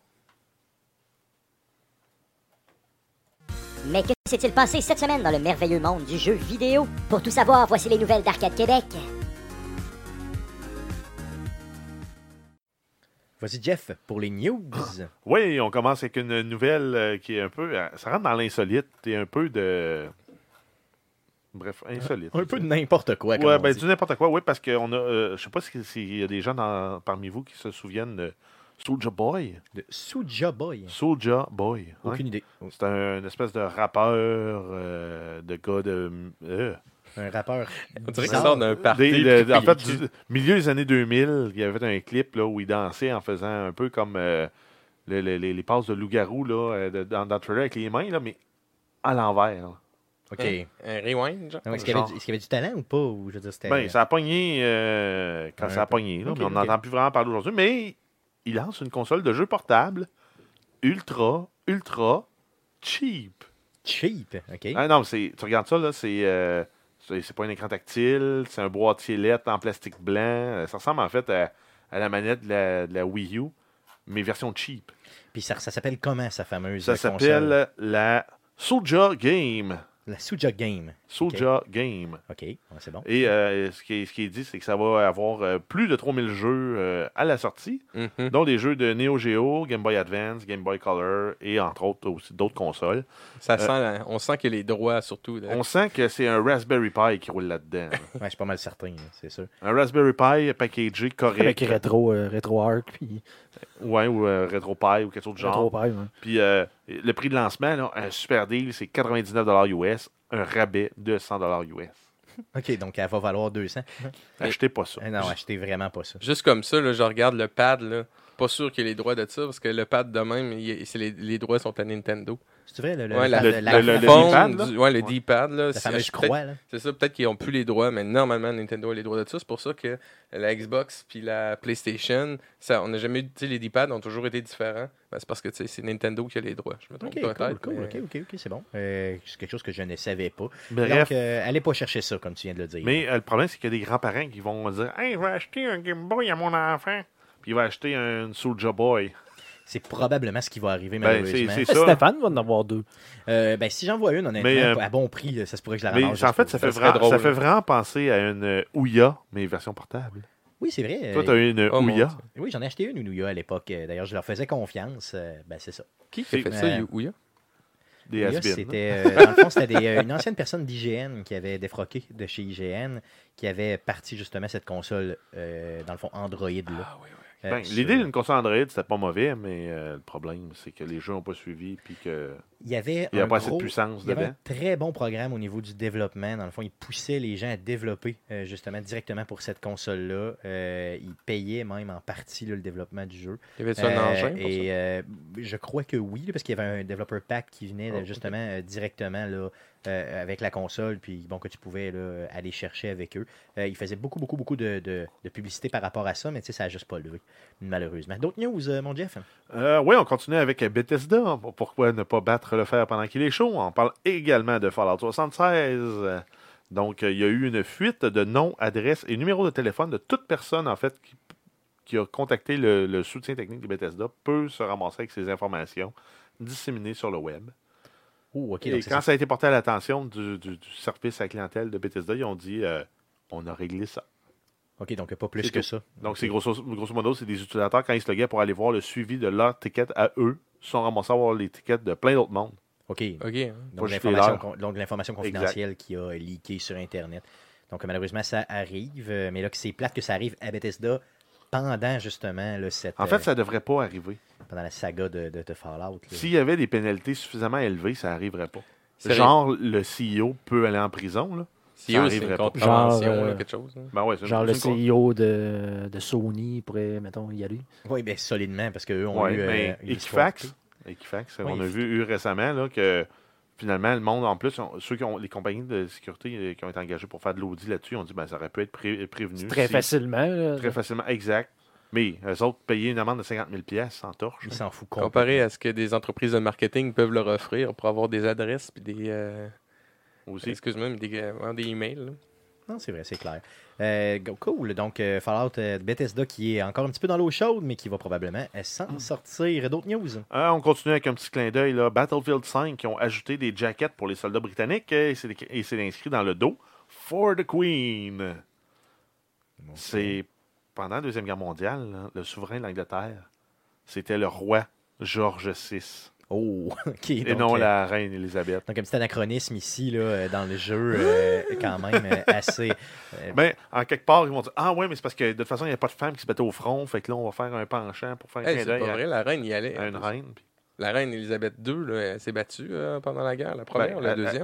Mais que s'est-il passé cette semaine dans le merveilleux monde du jeu vidéo? Pour tout savoir, voici les nouvelles d'Arcade Québec. Vas-y, Jeff, pour les news. Oui, on commence avec une nouvelle euh, qui est un peu. euh, ça rentre dans l'insolite et un peu de. Bref, insolite. Un peu de n'importe quoi, comme Ouais, on ben dit. du n'importe quoi, oui, parce qu'on a. euh, je sais pas si- s'il y a des gens dans- parmi vous qui se souviennent de Soulja Boy. De Soulja Boy. Soulja Boy. hein. Aucune idée. C'est un une espèce de rappeur, euh, de gars de. euh, Un rappeur. On dirait qu'il bizarre. sort d'un party. Des- le- puis en il fait, écrit- du milieu des années deux mille, il y avait un clip là, où il dansait en faisant un peu comme euh, le- le- les, les passes de loup-garou là, euh, de- dans, dans le trailer avec les mains, là, mais à l'envers. là. OK. Un, un rewind, genre. Donc, Est-ce qu'il y, avait genre. du- est-ce qu'il y avait du talent ou pas? Ou, je veux dire, c'était... Ben, ça a pogné euh, quand Un ça a peu. pogné, là, Ok, mais on ok. n'entend plus vraiment parler aujourd'hui. Mais il lance une console de jeu portable ultra, ultra cheap. Cheap. OK. Ah non, c'est, tu regardes ça, là, c'est, euh, c'est, c'est pas un écran tactile, c'est un boîtier L E D en plastique blanc. Euh, Ça ressemble en fait à, à la manette de la, de la Wii U, mais version cheap. Puis ça, ça s'appelle comment, sa fameuse Ça console? s'appelle la Soulja Game. La Suja Game. Soulja Game. OK. Ouais, c'est bon. Et euh, ce, qui est, ce qui est dit, c'est que ça va avoir euh, plus de trois mille jeux euh, à la sortie, Mhm. dont des jeux de Neo Geo, Game Boy Advance, Game Boy Color et entre autres aussi d'autres consoles. Ça sent, la- on sent que les droits, surtout. là. On sent que c'est un Raspberry Pi qui roule là-dedans. là. Ouais, je suis pas mal certain, là, c'est sûr. Un Raspberry Pi packagé correct. Avec rétro, euh, rétro arc, puis Ouais, ou euh, RetroPie ou quelque chose de genre. rétro paille. Puis euh, le prix de lancement, là, un super deal, c'est quatre-vingt-dix-neuf dollars U S, un rabais de cent dollars U S. OK, donc elle va valoir deux cents. Achetez pas ça. Eh non, achetez vraiment pas ça. Juste comme ça, là, je regarde le pad. Là. Pas sûr qu'il y ait les droits de ça, parce que le pad de même, il- c'est les, les droits sont à Nintendo. C'est vrai, le, le, Ouais, la, le- la- la le- le forme D-pad, là? du- ouais, le Ouais. D-pad. Là, la c'est- fameuse peut-être- croix, là. C'est ça, peut-être qu'ils n'ont plus les droits, mais normalement, Nintendo a les droits de ça. C'est pour ça que la Xbox puis la PlayStation, ça, on n'a jamais eu, tu sais, les D-pads ont toujours été différents. Ben, c'est parce que tu sais, c'est Nintendo qui a les droits. Je me trompe OK, cool, peut-être. cool, mais- OK, OK, OK, c'est bon. Euh, c'est quelque chose que je ne savais pas. Bref. Donc, euh, allez pas chercher ça, comme tu viens de le dire. Mais euh, le problème, c'est qu'il y a des grands-parents qui vont dire Hey, je vais acheter un Game Boy à mon enfant. Puis il va acheter un Soulja Boy. C'est probablement ce qui va arriver, Ben, malheureusement. c'est- c'est ça. Stéphane va en avoir deux. Euh, ben, si j'en vois une, honnêtement, Mais, euh, à bon prix, ça se pourrait que je la Mais ramasse. en juste fait, pour- ça, ça fait, serait vraiment, drôle, ça fait là. vraiment penser à une euh, Ouya, mais version portable. Oui, c'est vrai. Toi, euh, tu as une Oh, mon Ouya. Dieu. Oui, j'en ai acheté une, une Ouya à l'époque. Euh, D'ailleurs, je leur faisais confiance. Euh, ben, c'est ça. Qui qui a fait Euh, ça, Ouya? Des Ouya, has-beens. c'était, euh, dans le fond, c'était des, euh, une ancienne personne d'I G N qui avait défroqué de chez I G N, qui avait parti justement cette console, euh, dans le fond, Android. Là. Ah oui, oui. Euh, Ben, sur- l'idée d'une console Android, c'était pas mauvais, mais euh, le problème, c'est que les jeux n'ont pas suivi puis que Il y avait il n'y a un pas assez de gros- puissance Il y avait dedans. un très bon programme au niveau du développement. Dans le fond, ils poussaient les gens à développer euh, justement directement pour cette console-là. Euh, ils payaient même en partie là, le développement du jeu. Y avait-tu un Euh, engin pour et ça? euh, je crois que oui, là, parce qu'il y avait un developer pack qui venait là, Oh, justement euh, directement là, euh, avec la console, puis bon, que tu pouvais là, aller chercher avec eux. Euh, ils faisaient beaucoup, beaucoup, beaucoup de, de- de publicité par rapport à ça, mais tu sais, ça n'a juste pas levé, malheureusement. D'autres news, euh, mon Jeff? Euh, oui, on continue avec Bethesda. Pourquoi ne pas battre le fer pendant qu'il est chaud? On parle également de Fallout soixante-seize. Donc, euh, il y a eu une fuite de noms, adresses et numéros de téléphone de toute personne, en fait, qui, qui a contacté le, le soutien technique de Bethesda peut se ramasser avec ces informations disséminées sur le web. Oh, OK. Et donc c'est quand ça. ça a été porté à l'attention du, du- du service à la clientèle de Bethesda, ils ont dit euh, on a réglé ça. OK, donc pas plus C'est que tout. ça. Donc, OK. c'est grosso, grosso modo, c'est des utilisateurs, quand ils se loguaient pour aller voir le suivi de leur ticket à eux, se sont ramassés à voir les tickets de plein d'autres mondes. OK. OK. hein. Pas Donc, juste l'information, les con- donc, l'information confidentielle qui a leaké sur Internet. Donc, malheureusement, ça arrive. euh, Mais là, que c'est plate que ça arrive à Bethesda pendant, justement, là, cette, En fait, euh, ça devrait pas arriver. pendant la saga de, de, de Fallout. là. S'il y avait des pénalités suffisamment élevées, ça n'arriverait pas. C'est Genre, le C E O peut aller en prison, là. C E O, ça c'est arriverait une pas. contravention, Genre, là, euh, quelque chose. hein. Ben ouais, c'est une- Genre le c'est une C E O de, de Sony pourrait, mettons, y aller. Oui, bien, solidement, parce qu'eux ont Ouais, eu... euh, mais une histoire de Equifax, Equifax Oui, on a Equifax. vu eu récemment là, que finalement, le monde, en plus, on- ceux qui ont les compagnies de sécurité euh, qui ont été engagées pour faire de l'audit là-dessus, ont dit ben ça aurait pu être pré- prévenu. Très si- facilement. là. Très facilement, exact. Mais eux autres payaient une amende de cinquante mille pièces en torche. Ils là. s'en foutent Comparé complètement. à ce que des entreprises de marketing peuvent leur offrir pour avoir des adresses puis des. euh, Aussi. Excuse-moi, mais des, euh, ouais, des emails. là. Non, c'est vrai, c'est clair. Euh, go- cool. Donc, euh, Fallout euh, Bethesda qui est encore un petit peu dans l'eau chaude, mais qui va probablement euh, s'en sortir. D'autres news? Euh, on continue avec un petit clin d'œil. là. Battlefield cinq qui ont ajouté des jackets pour les soldats britanniques euh, et c'est et c'est inscrit dans le dos For the Queen. C'est pendant la Deuxième Guerre mondiale, là, le souverain de l'Angleterre, c'était le roi George six Oh, OK. et donc, non euh, la reine Élisabeth. Donc, un petit anachronisme ici, là, euh, dans le jeu, euh, quand même euh, assez... euh, Mais en quelque part, ils vont dire Ah ouais, mais c'est parce que de toute façon, il n'y a pas de femme qui se battait au front, fait que là, on va faire un penchant pour faire un Hey, clin c'est d'œil pas à, vrai, la reine y allait. à une reine. Puis La reine Elisabeth deux, là, elle s'est battue euh, pendant la guerre, la première Ben, ou la elle- deuxième.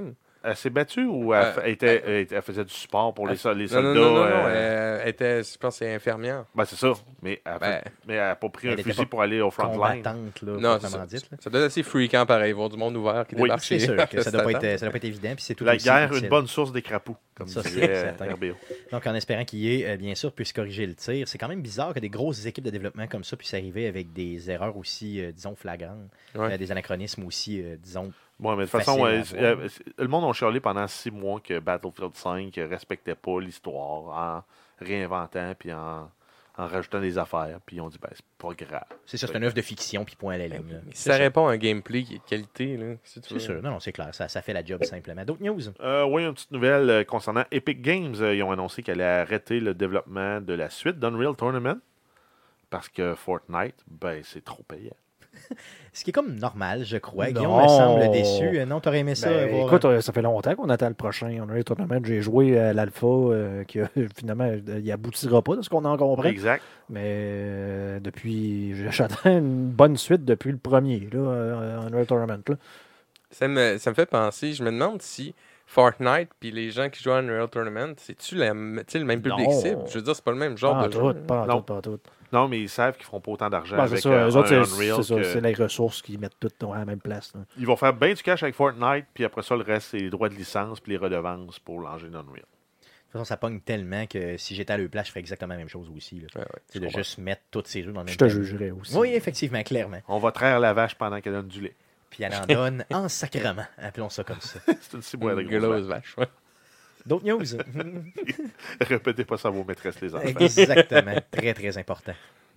elle s'est battue ou elle, Euh, elle était, elle, était- elle faisait du support pour les, sol- les Non, soldats? non, non, non, non, euh, elle, elle était, je pense, que c'est infirmière. Ben, c'est ça. Mais elle Ben, n'a pas pris elle un était fusil pas pour aller au front line. Combattante, là, Non, c'est proprement ça. dite, là. Ça doit être assez freakant, pareil, voir du monde ouvert qui Oui, débarque C'est chez- sûr que ça doit, pas Satan. être, ça doit pas être évident. Puis c'est tout La aussi guerre, utile. une bonne source des crapauds, comme Ça, c'est disait euh, certain. R B O. Donc, en espérant qu'il y ait, euh, bien sûr, puisse corriger le tir. C'est quand même bizarre que des grosses équipes de développement comme ça puissent arriver avec des erreurs aussi, euh, disons, flagrantes, Ouais. euh, des anachronismes aussi, euh, disons. Bon, mais de toute Facile façon, à euh, avoir. euh, le monde a chialé pendant six mois que Battlefield cinq ne respectait pas l'histoire en réinventant puis en, en rajoutant des affaires. Puis on dit, ben, c'est pas grave. C'est ça, c'est une œuvre de fiction, puis point à la ligne. là. Mais si C'est ça ça. répond à un gameplay qui est de qualité, là, si tu C'est veux. sûr, non, non, c'est clair, ça, ça fait la job simplement. D'autres news? Euh, oui, une petite nouvelle euh, concernant Epic Games. Euh, ils ont annoncé qu'elle allait arrêter le développement de la suite d'Unreal Tournament parce que Fortnite, ben, c'est trop payant. Ce qui est comme normal, je crois. Non. Guillaume me semble déçu. Euh, Non, t'aurais aimé ça? Ben, voir- écoute, euh, ça fait longtemps qu'on attend le prochain Unreal Tournament. J'ai joué à l'alpha euh, qui a- finalement euh, il aboutira pas de ce qu'on en comprend. Exact. Mais euh, depuis j'attends une bonne suite depuis le premier là, euh, Unreal Tournament. Là. Ça me, ça me fait penser, je me demande si Fortnite puis les gens qui jouent à Unreal Tournament, c'est-tu la- tu sais, le même public Non. cible? Je veux dire, c'est pas le même genre Pas en de jeu. tout, pas en Non. tout, pas en tout. Non, mais ils savent qu'ils feront pas autant d'argent Ben, c'est avec ça, euh, eux autres, un c'est- Unreal. c'est ça, que- c'est les ressources qu'ils mettent toutes à la même place. là. Ils vont faire bien du cash avec Fortnite, puis après ça, le reste, c'est les droits de licence puis les redevances pour l'engin d'Unreal. De toute façon, ça pogne tellement que si j'étais à leur place, je ferais exactement la même chose aussi. là. Ouais, ouais, C'est je de comprends. juste mettre tous ces jeux dans le même Je te panier. jugerais aussi. Oui, effectivement, clairement. On va traire la vache pendant qu'elle donne du lait. Puis elle en donne en sacrement. Appelons ça comme ça. C'est une ciboire de Une grosse grosse vache. vache, ouais. D'autres news? Répétez pas ça à vos maîtresses, les enfants. Exactement. Très, très important.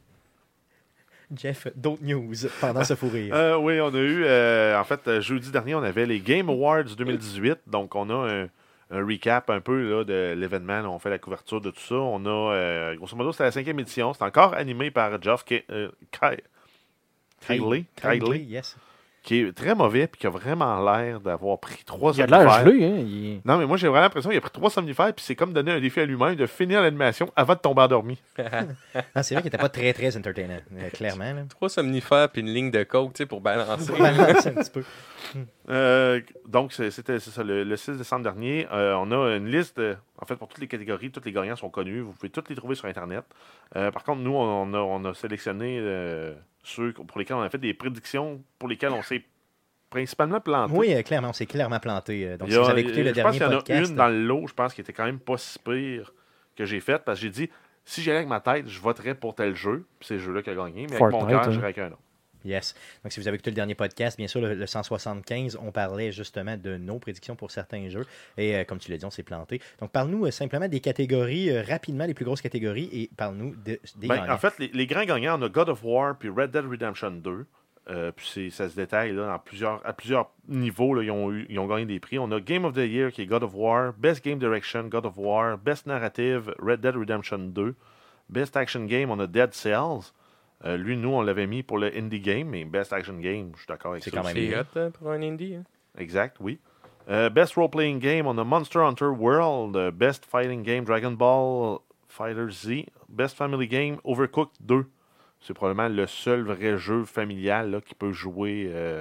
Jeff, d'autres news pendant ce fou rire. Euh, oui, on a eu, euh, en fait, euh, jeudi dernier, on avait les Game Awards deux mille dix-huit. Donc, on a un, un recap un peu là, de l'événement. Là, on fait la couverture de tout ça. On a, euh, grosso modo, c'était la cinquième édition. C'est encore animé par Geoff Ke- euh, Ke- Keighley, Keighley, yes. qui est très mauvais et qui a vraiment l'air d'avoir pris trois Il a de l'air somnifères. gelé. Hein? Il... Non, mais moi, j'ai vraiment l'impression qu'il a pris trois somnifères puis c'est comme donner un défi à lui-même de finir l'animation avant de tomber endormi. Ah, c'est vrai qu'il n'était pas très, très entertainant, euh, clairement. Là. Trois somnifères puis une ligne de coke, tu sais, pour balancer. Pour balancer un petit peu. Euh, donc, c'est- c'était c'est ça, le, le six décembre dernier. Euh, on a une liste, de- en fait, pour toutes les catégories. Tous les gagnants sont connus. Vous pouvez toutes les trouver sur Internet. Euh, par contre, nous, on a, on a sélectionné euh, ceux pour lesquels on a fait des prédictions, pour lesquels on s'est principalement planté. Oui, euh, clairement, on s'est clairement planté. euh, Donc, Il y si a- vous avez écouté le je pense dernier qu'il y en a podcast. une dans le lot, je pense, qui était quand même pas si pire que j'ai faite, parce que j'ai dit, si j'allais avec ma tête, je voterais pour tel jeu, puis c'est le jeu-là qui a gagné, mais avec mon Fortnite, cœur, hein. j'irais avec un autre. Yes. Donc, si vous avez écouté le dernier podcast, bien sûr, le, le cent soixante-quinze, on parlait justement de nos prédictions pour certains jeux. Et euh, comme tu l'as dit, on s'est planté. Donc, parle-nous euh, simplement des catégories, euh, rapidement, les plus grosses catégories, et parle-nous de, des Ben, gagnants. en fait, les, les grands gagnants, on a God of War puis Red Dead Redemption deux. Euh, puis c'est- ça se détaille là, dans plusieurs, à plusieurs niveaux. Là, ils, ont eu, ils ont gagné des prix. On a Game of the Year qui est God of War, Best Game Direction, God of War, Best Narrative, Red Dead Redemption deux, Best Action Game, on a Dead Cells. Euh, lui, nous, on l'avait mis pour le Indie Game, mais Best Action Game, je suis d'accord avec C'est ça. quand même aussi. C'est hot hein, pour un indie. Hein. Exact, oui. Euh, Best Role-Playing Game, on a Monster Hunter World. Euh, Best Fighting Game, Dragon Ball Fighter Z. Best Family Game, Overcooked deux. C'est probablement le seul vrai jeu familial là, qui peut jouer euh,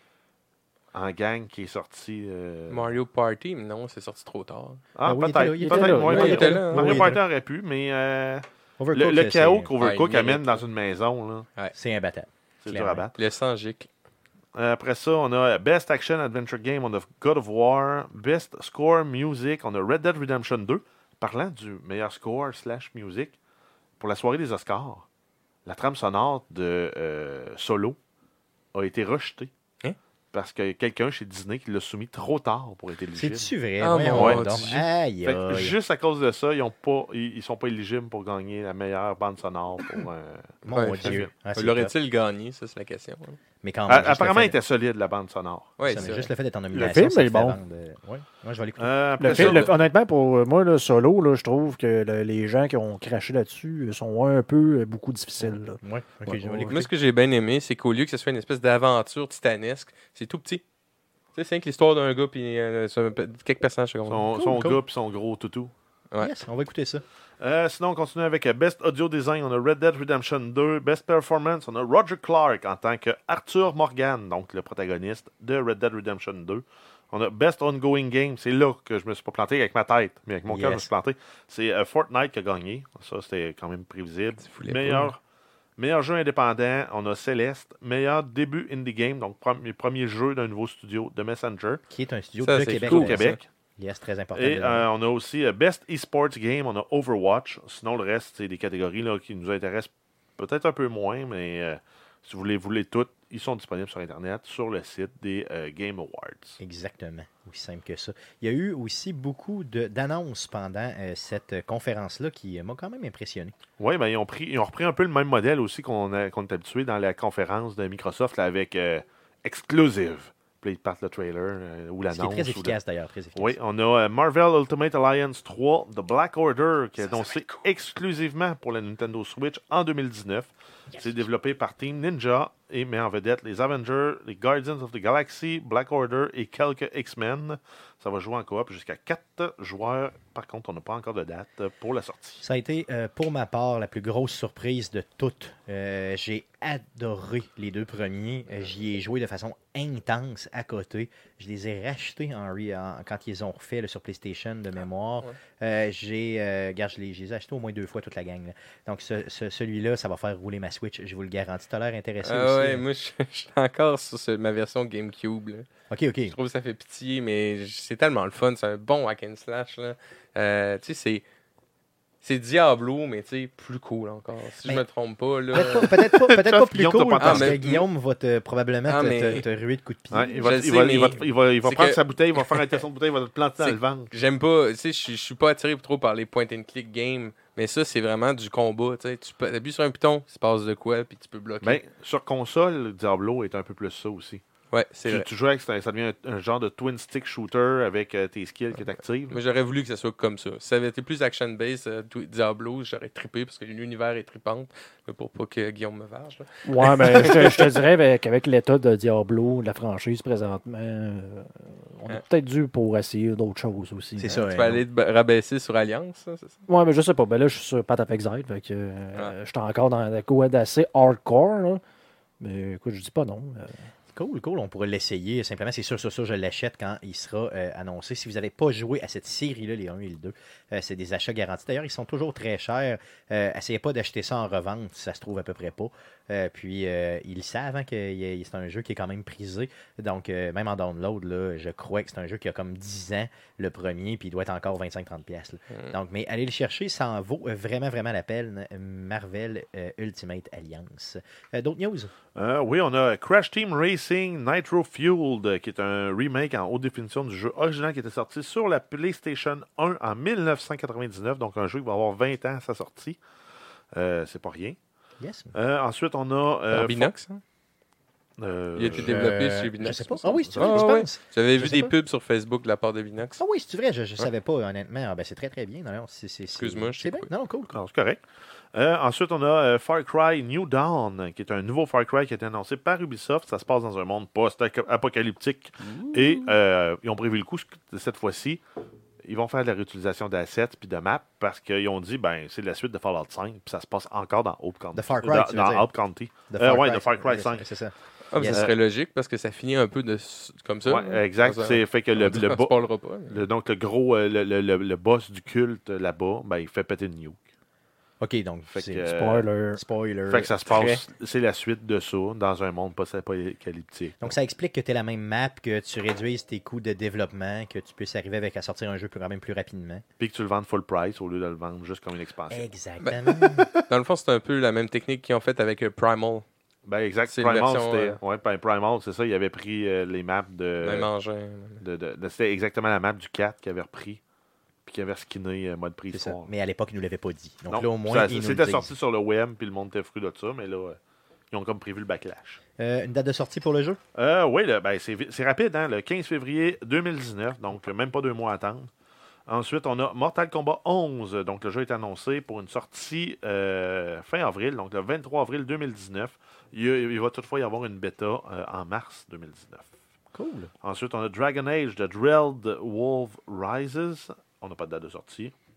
en gang qui est sorti. euh, Mario Party, mais non, c'est sorti trop tard. Ah, Ah oui, il était peut-être. là, il était peut-être, là. ouais, Oui, ouais, il était là. Mario Oui, il Party était aurait pu, mais euh, le, Overcooked, le c'est- chaos c'est- qu'Overcook Ouais, il amène mérite. dans une maison, là, c'est imbattable. c'est dur à Clairement. battre. Le sang-gic. Euh, Après ça, on a Best Action Adventure Game, on a God of War, Best Score Music, on a Red Dead Redemption deux. Parlant du meilleur score slash music, pour la soirée des Oscars, la trame sonore de euh, Solo a été rejetée. Hein? Parce que quelqu'un chez Disney qui l'a soumis trop tard pour être éligible. C'est-tu vrai? Ah, Voyons mon donc. Dieu. Aïe, Fait que aïe. juste à cause de ça, ils ont pas, ils, ils sont pas éligibles pour gagner la meilleure bande sonore pour un. Mon Ouais, Dieu. Ah, c'est top. L'aurait-il gagné, ça, c'est la question. hein. Mais quand même, Ah, juste le apparemment, il fait- était solide la bande sonore. Ouais, ça, mais c'est juste vrai. le fait d'être en nomination. film ça est te fait bon. vendre, euh, ouais. Ouais, je vais l'écouter. Euh, après Le ça, film, le- honnêtement, pour euh, moi, là, Solo, là, je trouve que le- les gens qui ont craché là-dessus euh, sont un peu euh, beaucoup difficiles. là. Ouais, ok, Ouais, je vais ouais. l'écouter. Moi, ce que j'ai bien aimé, c'est qu'au lieu que ce soit une espèce d'aventure titanesque, c'est tout petit. Tu sais, c'est rien que l'histoire d'un gars puis euh, sur- quelques personnages secondaires. son, Cool, son cool. gars et son gros toutou. Ouais. Yes, on va écouter ça. Euh, sinon, on continue avec euh, Best Audio Design. On a Red Dead Redemption deux. Best Performance, on a Roger Clark en tant que Arthur Morgan, donc le protagoniste de Red Dead Redemption deux. On a Best Ongoing Game. C'est là que je me suis pas planté avec ma tête, mais avec mon cœur, Yes. je me suis planté. C'est euh, Fortnite qui a gagné. Ça, c'était quand même prévisible. Tu voulais Meilleur, pas. meilleur jeu indépendant, on a Celeste. Meilleur début indie game, donc premier, premier jeu d'un nouveau studio de Messenger Qui est un studio Ça, de c'est Québec. au cool, d'ailleurs. Québec. Yes, très important. Et de- euh, on a aussi euh, Best Esports Game, on a Overwatch. Sinon, le reste, c'est des catégories là, qui nous intéressent peut-être un peu moins, mais euh, si vous voulez, vous les toutes, ils sont disponibles sur Internet, sur le site des euh, Game Awards. Exactement. Aussi simple que ça. Il y a eu aussi beaucoup de- d'annonces pendant euh, cette euh, conférence-là qui euh, m'a quand même impressionné. Oui, ben, ils, ont pris, ils ont repris un peu le même modèle aussi qu'on a- qu'on est habitué dans la conférence de Microsoft là, avec euh, Exclusive. Puis là, ils partent le trailer euh, ou Ce qui est l'annonce. très ou le- efficace d'ailleurs. Très efficace. Oui, on a euh, Marvel Ultimate Alliance trois, The Black Order, qui est annoncé exclusivement pour la Nintendo Switch en deux mille dix-neuf. C'est développé par Team Ninja et met en vedette les Avengers, les Guardians of the Galaxy, Black Order et quelques X-Men. Ça va jouer en coop jusqu'à quatre joueurs. Par contre, on n'a pas encore de date pour la sortie. Ça a été, euh, pour ma part, la plus grosse surprise de toutes. Euh, j'ai adoré les deux premiers. Euh, J'y ai joué de façon intense à côté. Je les ai rachetés en, re- en- quand ils ont refait là, sur PlayStation de mémoire. ouais. Euh, j'ai, euh, regarde, je, les, je les ai achetés au moins deux fois toute la gang. là. Donc ce- ce- celui-là, ça va faire rouler ma Switch. Je vous le garantis. Tu as l'air intéressé Ah aussi. ouais, hein? moi, je je suis encore sur ce- ma version GameCube. Là. Ok, ok. Je trouve que ça fait pitié, mais c'est tellement le fun. C'est un bon hack and slash. Là. Euh, tu sais, c'est. C'est Diablo, mais tu sais, plus cool encore. Si Mais- je me trompe pas, là. Peut-être pas, peut-être pas, peut-être pas Sauf plus Guillaume, t'as cool pas parce entendu. que Ah, mais- Guillaume va te, probablement Ah, te, mais- te- te ruer de coups de pied. Ouais, il va, Je il sais, va, mais- il va, il va, il va c'est prendre que- sa bouteille, il va faire une testation de bouteille, il va te planter dans C'est- le ventre. J'aime pas, tu sais, je je suis pas attiré trop par les point and click games, mais ça, c'est vraiment du combat, tu sais. Tu peux- appuies sur un piton, il se passe de quoi, puis tu peux bloquer. Ben, sur console, Diablo est un peu plus ça aussi. ouais, c'est Tu, vrai. tu joues avec, ça ça devient un, un genre de twin stick shooter avec euh, tes skills qui t'activent. Moi, j'aurais voulu que ça soit comme ça. Si ça avait été plus action-based, euh, Twi- Diablo, j'aurais trippé parce que l'univers est trippante, mais pour pas que Guillaume me vache. là. Ouais, mais je te, je te dirais ben, qu'avec l'état de Diablo, de la franchise présentement, euh, on est Hein? peut-être dû pour essayer d'autres choses aussi. C'est hein. ça. Tu hein, peux aller te ba- rabaisser sur Alliance, ça, c'est ça? Ouais, mais je sais pas. Ben là, je suis sur Path of Exile. Fait que, euh, je suis encore dans la couette assez hardcore. Là. Mais écoute, je dis pas non. Euh, Cool, cool. On pourrait l'essayer. Simplement, c'est sûr, sûr, sûr, je l'achète quand il sera euh, annoncé. Si vous n'avez pas joué à cette série-là, les un et les deux, euh, c'est des achats garantis. D'ailleurs, ils sont toujours très chers. Euh, essayez pas d'acheter ça en revente, ça se trouve à peu près pas. Euh, puis, euh, ils savent hein, que y a- c'est un jeu qui est quand même prisé. Donc, euh, même en download, là, je crois que c'est un jeu qui a comme dix ans, le premier, puis il doit être encore vingt-cinq à trente piastres. là. Mm. Donc, mais allez le chercher, ça en vaut euh, vraiment, vraiment la peine. Marvel euh, Ultimate Alliance. Euh, D'autres news? Euh, oui, on a Crash Team Racing Nitro Fueled, euh, qui est un remake en haute définition du jeu original qui était sorti sur la PlayStation un en dix-neuf cent quatre-vingt-dix-neuf, donc un jeu qui va avoir vingt ans à sa sortie. Euh, c'est pas rien. Yes. Euh, ensuite, on a... euh, Par Binox, hein? euh, Il a été je- développé Euh, chez Binox. Je sais pas. Ah oui, c'est Ah, vrai, je ouais. pense. J'avais Je vu sais des pas. pubs sur Facebook de la part de Binox. Ah oui, c'est vrai, je ne savais pas, honnêtement. Ah, ben, c'est très, très bien. Non, non, c'est, c'est, c'est- Excuse-moi, je C'est t'ai bien. coupé. Non, cool. cool. Non, c'est correct. Euh, ensuite, on a euh, Far Cry New Dawn, qui est un nouveau Far Cry qui a été annoncé par Ubisoft. Ça se passe dans un monde post-apocalyptique. Et euh, ils ont prévu le coup de cette fois-ci. Ils vont faire de la réutilisation d'assets puis de maps parce qu'ils ont dit ben c'est la suite de Fallout cinq puis ça se passe encore dans Hope County. De Far Cry, Dans, tu veux dans dire. Hope County. De Euh, ouais, de Far Cry c'est- cinq. C'est ça. Ah, mais Yes. ça serait logique parce que ça finit un peu de comme ça. Ouais, là. exact. Ça- C'est fait que le, on le, ne bo- spoilera pas. mais- le- donc le gros euh, le, le, le, le boss du culte euh, là-bas, ben il fait péter une nuke. OK, donc, Fait c'est que, euh, spoiler. spoiler. Fait que ça se passe, c'est la suite de ça dans un monde post-apocalyptique. Donc, ça explique que tu es la même map, que tu réduises tes coûts de développement, que tu puisses arriver avec à sortir un jeu plus, quand même plus rapidement. Puis que tu le vendes full price au lieu de le vendre juste comme une expansion. Exactement. Dans le fond, c'est un peu la même technique qu'ils ont faite avec euh, Primal. Ben exact. C'est une Primal, version, c'était. euh, Ouais, ben, Primal, c'est ça. Il avait pris euh, les maps de. Même engin. de, de- de- c'était exactement la map du quatre qu'il avait repris. Puis qu'il avait skinné euh, mode c'est ça. préhistoire. Mais à l'époque, ils ne nous l'avaient pas dit. Donc Non, là, au moins, ça- ils nous le c'était disent. sorti sur le web, puis le monde était fru de ça, mais là, euh, ils ont comme prévu le backlash. Euh, une date de sortie pour le jeu? Euh, oui, là, ben, c'est, vi- c'est rapide, hein, le quinze février deux mille dix-neuf, donc euh, même pas deux mois à attendre. Ensuite, on a Mortal Kombat onze, donc le jeu est annoncé pour une sortie euh, fin avril, donc le vingt-trois avril deux mille dix-neuf. Il, y a- il va toutefois y avoir une bêta euh, en mars deux mille dix-neuf. Cool. Ensuite, on a Dragon Age, The Drilled Wolf Rises. On n'a pas de date de sortie.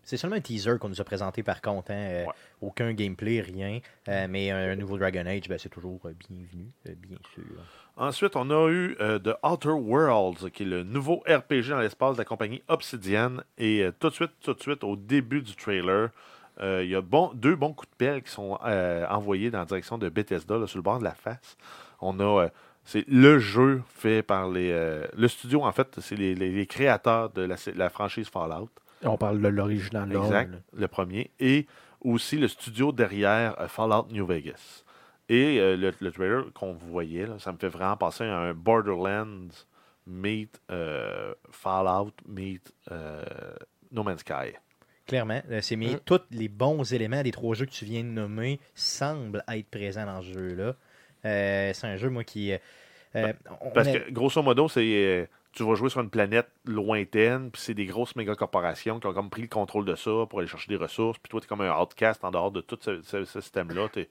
C'est seulement un teaser qu'on nous a présenté par contre. Hein, euh, Ouais. Aucun gameplay, rien. Euh, mais un nouveau Dragon Age, ben, c'est toujours euh, bienvenu, euh, bien sûr. Ensuite, on a eu euh, The Outer Worlds, qui est le nouveau R P G dans l'espace de la compagnie Obsidian. Et euh, tout de suite, tout de suite, au début du trailer, euh, il y a bon, deux bons coups de pelle qui sont euh, envoyés dans la direction de Bethesda, là, sur le bord de la face. On a... Euh, c'est le jeu fait par les... Euh, le studio, en fait, c'est les, les, les créateurs de la, la franchise Fallout. On parle de l'original. Exact, là. le premier. Et aussi le studio derrière euh, Fallout New Vegas. Et euh, le, le trailer qu'on voyait, là, ça me fait vraiment penser à un Borderlands meet euh, Fallout meet euh, No Man's Sky. Clairement, euh, c'est mis Mm. tous les bons éléments des trois jeux que tu viens de nommer semblent être présents dans ce jeu-là. Euh, c'est un jeu, moi, qui... euh, euh, on Parce a- que, grosso modo, c'est euh, tu vas jouer sur une planète lointaine, puis c'est des grosses méga corporations qui ont comme pris le contrôle de ça pour aller chercher des ressources, puis toi, tu es comme un outcast en dehors de tout ce, ce- ce système-là. T'es-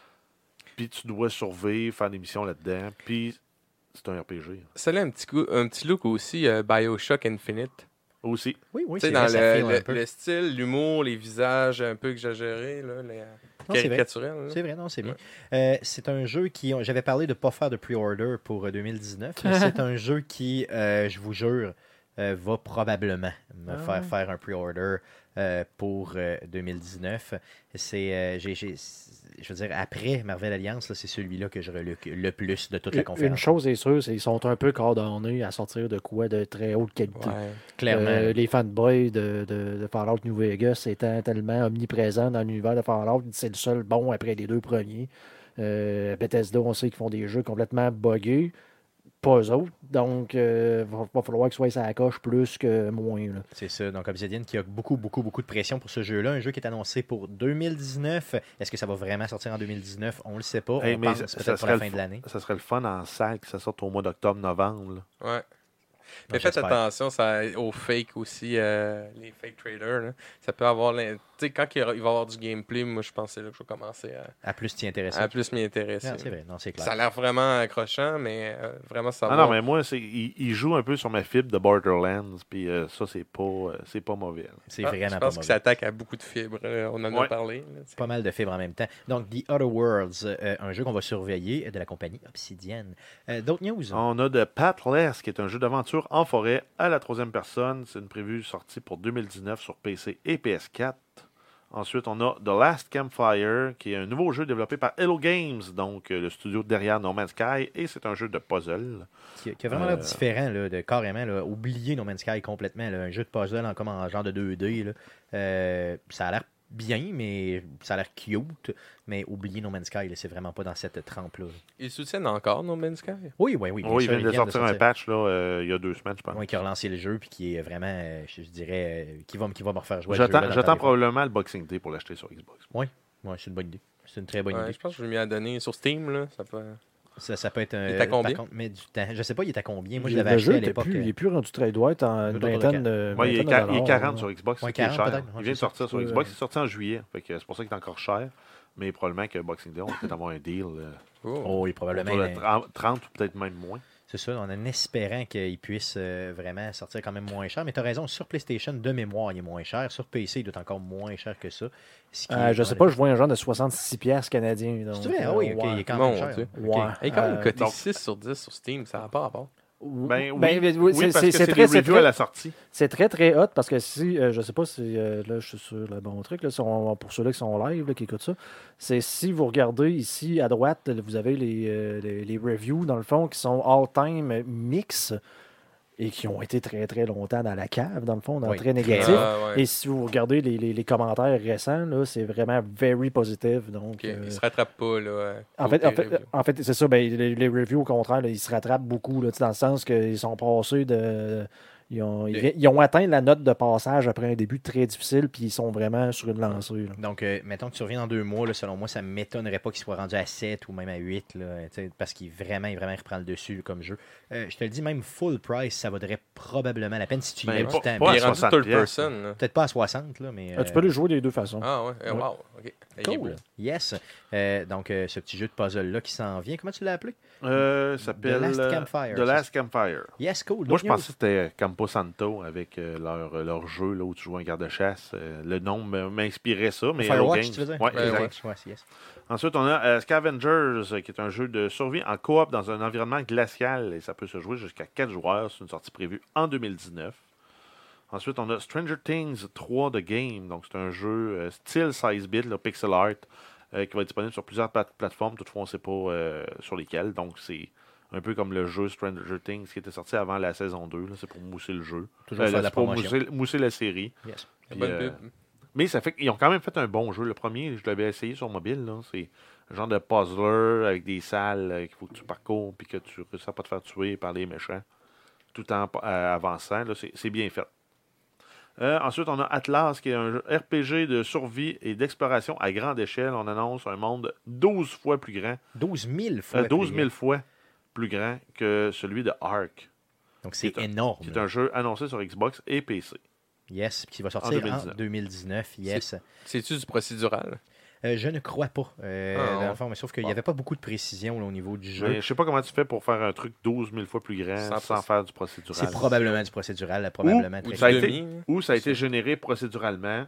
Puis tu dois survivre, faire des missions là-dedans, puis c'est un R P G. Ça a un petit, coup, un petit look aussi, euh, Bioshock Infinite. Aussi. Oui, oui, Tu sais, c'est dans vrai, ça file le, un le- peu. le style, l'humour, les visages un peu exagérés, là, les, Non, c'est vrai. caricaturels. là. C'est vrai, non, c'est bien. Euh, c'est un jeu qui... J'avais parlé de ne pas faire de pre-order pour euh, deux mille dix-neuf. mais c'est un jeu qui, euh, je vous jure, euh, va probablement me Ah faire ouais. faire un pre-order euh, pour euh, deux mille dix-neuf. C'est, euh, j'ai, j'ai- je veux dire, après Marvel Alliance, là, c'est celui-là que je reluque le plus de toute la Une conférence. chose est sûre, c'est qu'ils sont un peu coordonnés à sortir de quoi de très haute qualité. Ouais. Clairement. Euh, les fanboys de, de, de Fallout New Vegas étant tellement omniprésents dans l'univers de Fallout, c'est le seul bon après les deux premiers. Euh, Bethesda, on sait qu'ils font des jeux complètement buggés. Pas eux autres. Donc, il va, va falloir qu'ils soient sur la coche plus que moins. Là. C'est ça. Donc, Obsidian qui a beaucoup, beaucoup, beaucoup de pression pour ce jeu-là. Un jeu qui est annoncé pour deux mille dix-neuf. Est-ce que ça va vraiment sortir en deux mille dix-neuf? On ne le sait pas. Hey, On mais pense ça- peut-être ça pour serait la le fin fu- de l'année. Ça serait le fun en salle que ça sorte au mois d'octobre-novembre. Ouais. Mais Non, faites j'espère. attention ça, aux fakes aussi, euh, les fake traders. Là. Ça peut avoir. l'in- Tu sais, quand il, y aura- il va y avoir du gameplay, moi je pensais là, que je vais commencer à, À plus t'y intéresser. à plus m'y intéresser. Non, c'est vrai. Non, c'est clair. Ça a l'air vraiment accrochant, mais euh, vraiment ça Ah non, mais moi, c'est, il, il joue un peu sur ma fibre de Borderlands, puis euh, ça, c'est pas, euh, c'est pas mauvais. là. C'est Ah, vraiment je pas pense mauvais. qu'il s'attaque à beaucoup de fibres. euh, On en a Ouais. parlé. là, tu sais. Pas mal de fibres en même temps. Donc, The Other Worlds, euh, un jeu qu'on va surveiller euh, de la compagnie Obsidian. Euh, D'autres news? On a de Pathless, qui est un jeu d'aventure en forêt à la troisième personne. C'est une prévue sortie pour deux mille dix-neuf sur P C et P S quatre. Ensuite, on a The Last Campfire, qui est un nouveau jeu développé par Hello Games, donc euh, le studio derrière No Man's Sky, et c'est un jeu de puzzle. Qui, qui a vraiment l'air Euh, différent, là, de carrément là, oublier No Man's Sky complètement. Là, un jeu de puzzle en, comme en genre de deux D. Là. Euh, ça a l'air bien, mais ça a l'air cute. Mais oublier No Man's Sky, là, c'est vraiment pas dans cette trempe-là. Ils soutiennent encore No Man's Sky. Oui, oui, oui. bien Oui, il sûr, vient de sortir un patch là, euh, il y a deux semaines, je pense. Oui, qui a relancé le jeu, puis qui est vraiment, euh, je, je dirais, euh, qui, va, qui va me refaire jouer à ce J'attends, jeu-là dans le j'attends téléphone. probablement le Boxing Day pour l'acheter sur Xbox. Oui, c'est une bonne idée. C'est une très bonne Ouais, idée. je pense que je vais m'y à donner sur Steam. Là, ça peut... Ça, ça peut être un. Il est à combien? Par contre, mais du temps. Je sais pas, il est à combien. Moi, je Le l'avais jeu acheté à était l'époque. plus, il euh, est plus rendu très droit, en une Autour de vingtaine de. Ouais, il, est, vingtaine de quar- il est dollars, quarante là. sur Xbox, Ouais, c'est qui est quarante cher. peut-être, ouais, Il vient de c'est ça. sortir sur Ouais. Xbox, il est sorti en juillet. Fait que c'est pour ça qu'il est encore cher. Mais probablement que Boxing Day, on va peut-être avoir un deal euh, Oh. Oh, il est probablement. autour de euh, trente trente ou peut-être même moins. C'est ça, en espérant qu'il puisse euh, vraiment sortir quand même moins cher. Mais tu as raison, sur PlayStation, de mémoire, il est moins cher. Sur P C, il doit être encore moins cher que ça. Ce qui Euh, est je sais quand pas, je vois un genre de soixante-six piastres canadiens. donc, C'est vrai, euh, ah oui, ok, ouais. il est quand Mon même cher. Dieu. Ok. Ouais. Et quand même, Euh, côté donc- six sur dix sur Steam, ça n'a pas rapport. Ben oui, Ben, mais oui, oui, c'est- parce c'est- que c'est c'est très- des c'est reviews très- à la sortie. C'est très très hot parce que si, euh, je sais pas si euh, là je suis sur le bon truc, là, si on- pour ceux-là qui sont live, là, qui écoutent ça, c'est si vous regardez ici à droite, vous avez les, euh, les, les reviews dans le fond qui sont all-time mix et qui ont été très très longtemps dans la cave, dans le fond, dans Oui, très très négatif. Ah, ouais. Et si vous regardez les, les- les commentaires récents, là, c'est vraiment very positive. Donc, Ok, euh, Il se rattrape pas. Là, euh, en fait, côté en fait, review. en fait, c'est ça. Ben, les, les reviews, au contraire, là, ils se rattrapent beaucoup, là, tu sais, dans le sens qu'ils sont passés de. Ils ont, ils, Et- ils ont atteint la note de passage après un début très difficile, puis ils sont vraiment sur une lancée. là. Donc, euh, mettons que tu reviens dans deux mois, là, selon moi, ça ne m'étonnerait pas qu'il soit rendu à sept ou même à huit, là, tu sais, parce qu'il vraiment, il vraiment reprend le dessus comme jeu. Euh, je te le dis, même full price, ça vaudrait probablement la peine si tu y Ben, mets pas- du temps. pas à Il est rendu soixante third piastres, person. là. Peut-être pas à soixante, là, mais. Euh, tu peux euh, les jouer des deux façons. Ah ouais, eh, Ouais. wow. ok. Eh, il est Cool. beau. Yes. Euh, donc, euh, ce petit jeu de puzzle-là qui s'en vient, comment tu l'as appelé? Euh, ça s'appelle The Last euh, Campfire, The ça, Last Campfire. Yes, cool. Moi, D'autres je pensais que c'était news? Santo avec euh, leur, leur jeu là, où tu joues un garde-chasse. Euh, le nom m'inspirait ça. Mais Firewatch, tu veux dire? Ouais, Ouais, exact. Ouais, yes. Ensuite, on a euh, Scavengers, euh, qui est un jeu de survie en coop dans un environnement glacial. Et ça peut se jouer jusqu'à quatre joueurs. C'est une sortie prévue en deux mille dix-neuf. Ensuite, on a Stranger Things trois The Game. Donc, c'est un jeu euh, style size bit, là, pixel art, euh, qui va être disponible sur plusieurs plat- plateformes. Toutefois, on ne sait pas euh, sur lesquelles. Donc, c'est un peu comme le jeu Stranger Things qui était sorti avant la saison deux. Là. C'est pour mousser le jeu. Toujours Euh, faire là, la c'est pour promotion. mousser, mousser la série. Yes. Puis, Bonne euh, pub. mais ça fait qu'ils ont quand même fait un bon jeu. Le premier, je l'avais essayé sur mobile. Là. C'est un genre de puzzler avec des salles euh, qu'il faut que tu parcours puis que tu ne réussis à pas te faire tuer par les méchants tout en euh, avançant. Là. C'est, c'est bien fait. Euh, ensuite, on a Atlas, qui est un jeu R P G de survie et d'exploration à grande échelle. On annonce un monde douze fois plus grand, douze mille fois. euh, douze plus mille fois plus grand que celui de Ark, grand. Donc, c'est qui est un- énorme. qui est un jeu annoncé sur Xbox et P C. Yes, qui va En sortir deux mille en dix-neuf. deux mille dix-neuf. Yes. C'est-tu du procédural? Euh, je ne crois pas. Euh, Ah, dans non. le fond, mais sauf qu'il n'y Bon. avait pas beaucoup de précision là, au niveau du jeu. Mais je sais pas comment tu fais pour faire un truc douze mille fois plus grand Sans sans, procé- faire du procédural. C'est probablement du procédural, là, probablement. Ou très ça a du été- demi, hein? Ou ça a été généré procéduralement,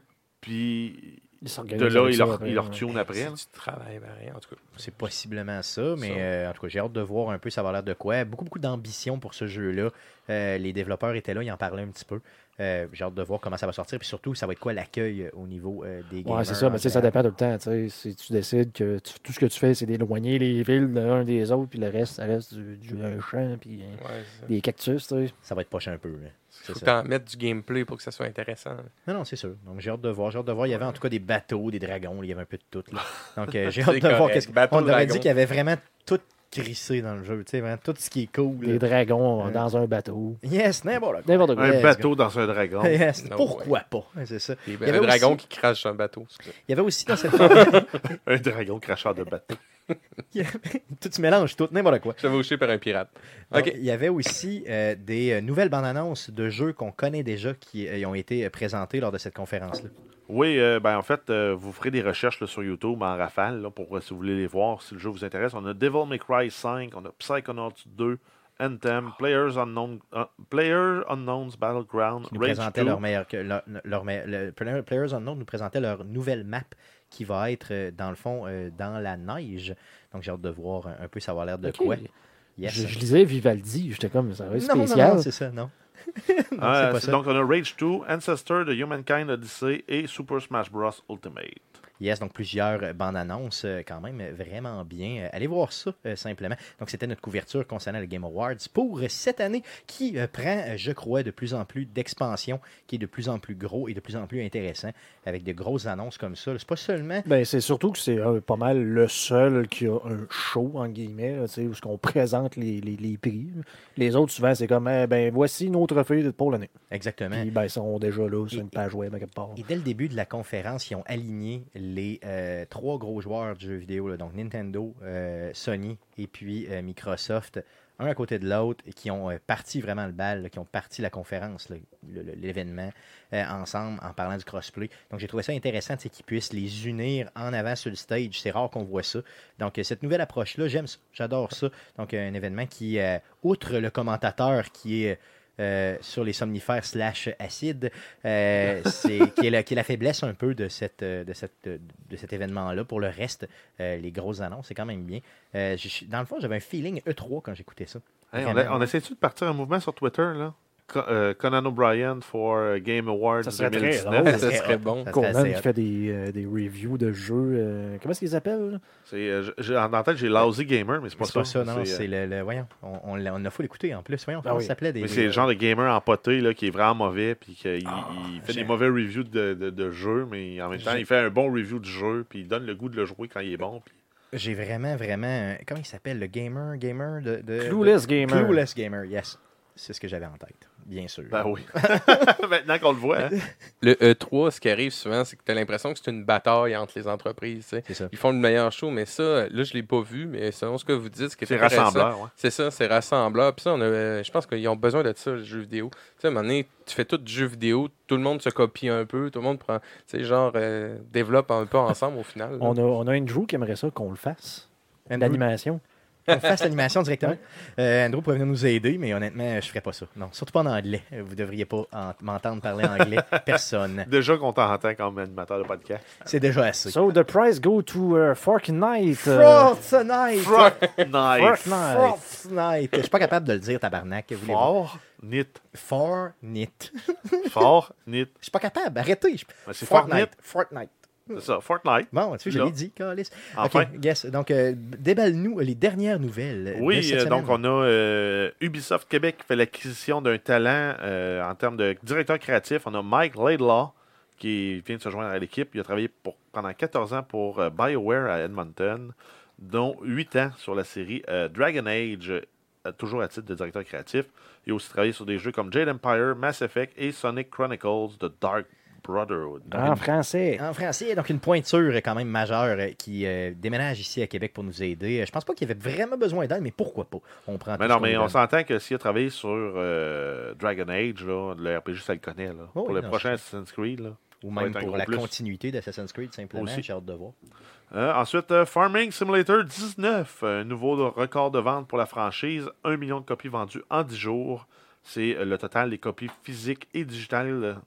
puis Ils de s'organisent là, avec ils ça leur, après, ils leur ouais. tune après. C'est là. du travail, pareil, en tout cas. C'est possiblement ça, mais Ça. euh, en tout cas, j'ai hâte de voir un peu ça va l'air de quoi. Beaucoup, beaucoup d'ambition pour ce jeu-là. Euh, les développeurs étaient là, ils en parlaient un petit peu. Euh, j'ai hâte de voir comment ça va sortir, puis surtout, ça va être quoi l'accueil euh, au niveau euh, des gamers. Ouais, c'est ça, en mais tu sais, ça général. dépend tout le temps. tu sais. Si tu décides que tu- tout ce que tu fais, c'est d'éloigner les villes l'un des autres, puis le reste, ça reste du, du un champ, puis euh, Ouais, c'est ça. des cactus, tu sais. Ça va être prochain un peu. là. C'est Faut ça. t'en mettre du gameplay pour que ça soit intéressant. Non, non, c'est sûr. Donc, j'ai hâte de voir. J'ai hâte de voir. Il y avait en tout cas des bateaux, des dragons. Il y avait un peu de tout. Là. Donc, euh, j'ai hâte C'est de voir correct. qu'est-ce que. Bateau, On aurait dragon. dit qu'il y avait vraiment tout crissé dans le jeu. Tu sais, vraiment tout ce qui est cool. Des là. dragons Euh, dans un bateau. Yes, n'importe quoi. N'importe quoi. Un Let's bateau dans un dragon. go. Yes, No pourquoi pas? Ouais, c'est ça. Il y y avait un avait dragon aussi- qui crache sur un bateau. excusez. Il y avait aussi dans cette. Un dragon cracheur de bateau. tout se mélange, tout, n'importe quoi. Chevauché par un pirate. Donc, Ok. il y avait aussi euh, des euh, nouvelles bandes annonces de jeux qu'on connaît déjà qui euh, ont été euh, présentées lors de cette conférence-là. Oui, euh, ben en fait, euh, vous ferez des recherches là, sur YouTube en rafale là, pour euh, si vous voulez les voir, si le jeu vous intéresse. On a Devil May Cry cinq, on a Psychonauts deux, Anthem, Players Unknown, uh, Player Unknown's Battleground, Qui nous Rage présentaient deux. leur meilleur. que leur, leur me- le Player- Players Unknown nous présentait leur nouvelle map qui va être, euh, dans le fond, euh, dans la neige. Donc, j'ai hâte de voir un, un peu ça va l'air de Ok. quoi. Yes. Je, je lisais Vivaldi, j'étais comme, ça va être non, non, spécial. non, c'est ça, non. Non, Ah, c'est pas c'est ça. donc on a Rage deux, Ancestor de Humankind Odyssey et Super Smash Bros. Ultimate. Yes, donc plusieurs euh, bandes annonces euh, quand même euh, vraiment bien. Euh, allez voir ça euh, simplement. Donc c'était notre couverture concernant le Game Awards pour euh, cette année qui euh, prend, euh, je crois, de plus en plus d'expansion, qui est de plus en plus gros et de plus en plus intéressant avec de grosses annonces comme ça. C'est pas seulement Ben, c'est surtout que c'est euh, pas mal le seul qui a un show, en guillemets, là, tu sais, où on présente les, les, les prix. Les autres, souvent, c'est comme, eh ben, voici nos trophées pour l'année. exactement. Puis, ben, ils sont déjà là sur Et- une page web à quelque part. Et dès le début de la conférence, ils ont aligné les euh, trois gros joueurs du jeu vidéo, là, donc Nintendo, euh, Sony et puis euh, Microsoft, un à côté de l'autre, et qui ont euh, parti vraiment le bal, là, qui ont parti la conférence, là, le- le- l'événement, euh, ensemble en parlant du crossplay. Donc j'ai trouvé ça intéressant tu sais, qu'ils puissent les unir en avant sur le stage. C'est rare qu'on voit ça. Donc euh, cette nouvelle approche-là, j'aime ça, j'adore ça. Donc euh, un événement qui, euh, outre le commentateur qui est euh, sur les somnifères slash acide, euh, c'est, qui, est la, qui est la faiblesse un peu de, cette, euh, de, cette, euh, de cet événement-là. Pour le reste, euh, les grosses annonces, c'est quand même bien. Euh, j'ai- dans le fond, j'avais un feeling E trois quand j'écoutais ça. Hey, on, Vraiment. a- on essaie-tu de partir un mouvement sur Twitter, là? Co- euh, Conan O'Brien for euh, Game Awards Ça serait très deux mille dix-neuf. drôle. Ça serait serait hot. bon. Ça serait Conan assez qui hot. fait des, euh, des reviews de jeux. euh, comment est-ce qu'ils appellent? là? C'est, euh, j'ai- en tête, j'ai Lousy Gamer, mais c'est pas C'est ça. pas ça, non, C'est, euh, c'est le, le- Voyons, on, on, l'a- on a fou l'écouter en plus. Voyons, Ah comment oui. ça s'appelait des, mais des- c'est le genre de gamer empoté là, qui est vraiment mauvais, puis qu'il Ah, il fait j'ai- des mauvais reviews de, de, de jeux, mais en même temps, J'ai- il fait un bon review du jeu, puis il donne le goût de le jouer quand il est bon. Puis... J'ai vraiment, vraiment. euh, Comment il s'appelle le gamer Gamer de. de Clueless de- Gamer. Clueless Gamer, yes. C'est ce que j'avais en tête, bien sûr. Ben oui. Maintenant qu'on le voit, hein? Le E trois, ce qui arrive souvent, c'est que tu as l'impression que c'est une bataille entre les entreprises. tu sais. C'est ça. Ils font le meilleur show, mais ça, là, je l'ai pas vu, mais selon ce que vous dites, ce qui est C'est intéressant, rassembleur, ouais. c'est ça, c'est rassembleur. Puis ça, on a, euh, je pense qu'ils ont besoin de ça, le jeu vidéo. Tu sais, à un moment donné, tu fais tout du jeu vidéo, tout le monde se copie un peu, tout le monde prend, tu sais, genre, euh, développe un peu ensemble au final. là. On a, on a Andrew qui aimerait ça qu'on le fasse. Andrew- L'animation. qu'on fasse l'animation directement. Euh, Andrew pourrait venir nous aider, mais honnêtement, je ne ferais pas ça. Non, surtout pas en anglais. Vous ne devriez pas en- m'entendre parler anglais. Personne. Déjà qu'on t'entend comme animateur de podcast. C'est déjà assez. So the prize go to uh, Fortnite. uh, Fortnite! Fortnite. Fortnite. Fortnite! Je suis pas capable de le dire, tabarnak. Voulez-vous? Fortnite. Fortnite. Fortnite. Je suis pas capable. Arrêtez. Je- Ben, c'est Fortnite. Fortnite. C'est ça, Fortnite. Bon, tu sais, je Là. l'ai dit, Carlis. Enfin. OK, guess. Donc, euh, déballe-nous les dernières nouvelles. de Oui, cette euh, donc semaine. on a euh, Ubisoft Québec qui fait l'acquisition d'un talent euh, en termes de directeur créatif. On a Mike Laidlaw qui vient de se joindre à l'équipe. Il a travaillé pour, pendant quatorze ans pour euh, BioWare à Edmonton, dont huit ans sur la série euh, Dragon Age, euh, toujours à titre de directeur créatif. Il a aussi travaillé sur des jeux comme Jade Empire, Mass Effect et Sonic Chronicles de Dark Brotherhood. Donc, En français. En français, donc une pointure quand même majeure euh, qui euh, déménage ici à Québec pour nous aider. Euh, Je pense pas qu'il y avait vraiment besoin d'aide, mais pourquoi pas? On prend Mais tout non, ce qu'on mais lui on donne. s'entend que s'il a travaillé sur euh, Dragon Age, là, le R P G, ça le connaît. Là. Oh, pour oui, le non, prochain c'est- Assassin's Creed, là, Ou ça va même être un pour gros la plus. continuité d'Assassin's Creed, simplement. Aussi. J'ai hâte de voir. Euh, ensuite, euh, Farming Simulator dix-neuf, un nouveau record de vente pour la franchise, un million de copies vendues en dix jours. C'est euh, le total des copies physiques et digitales.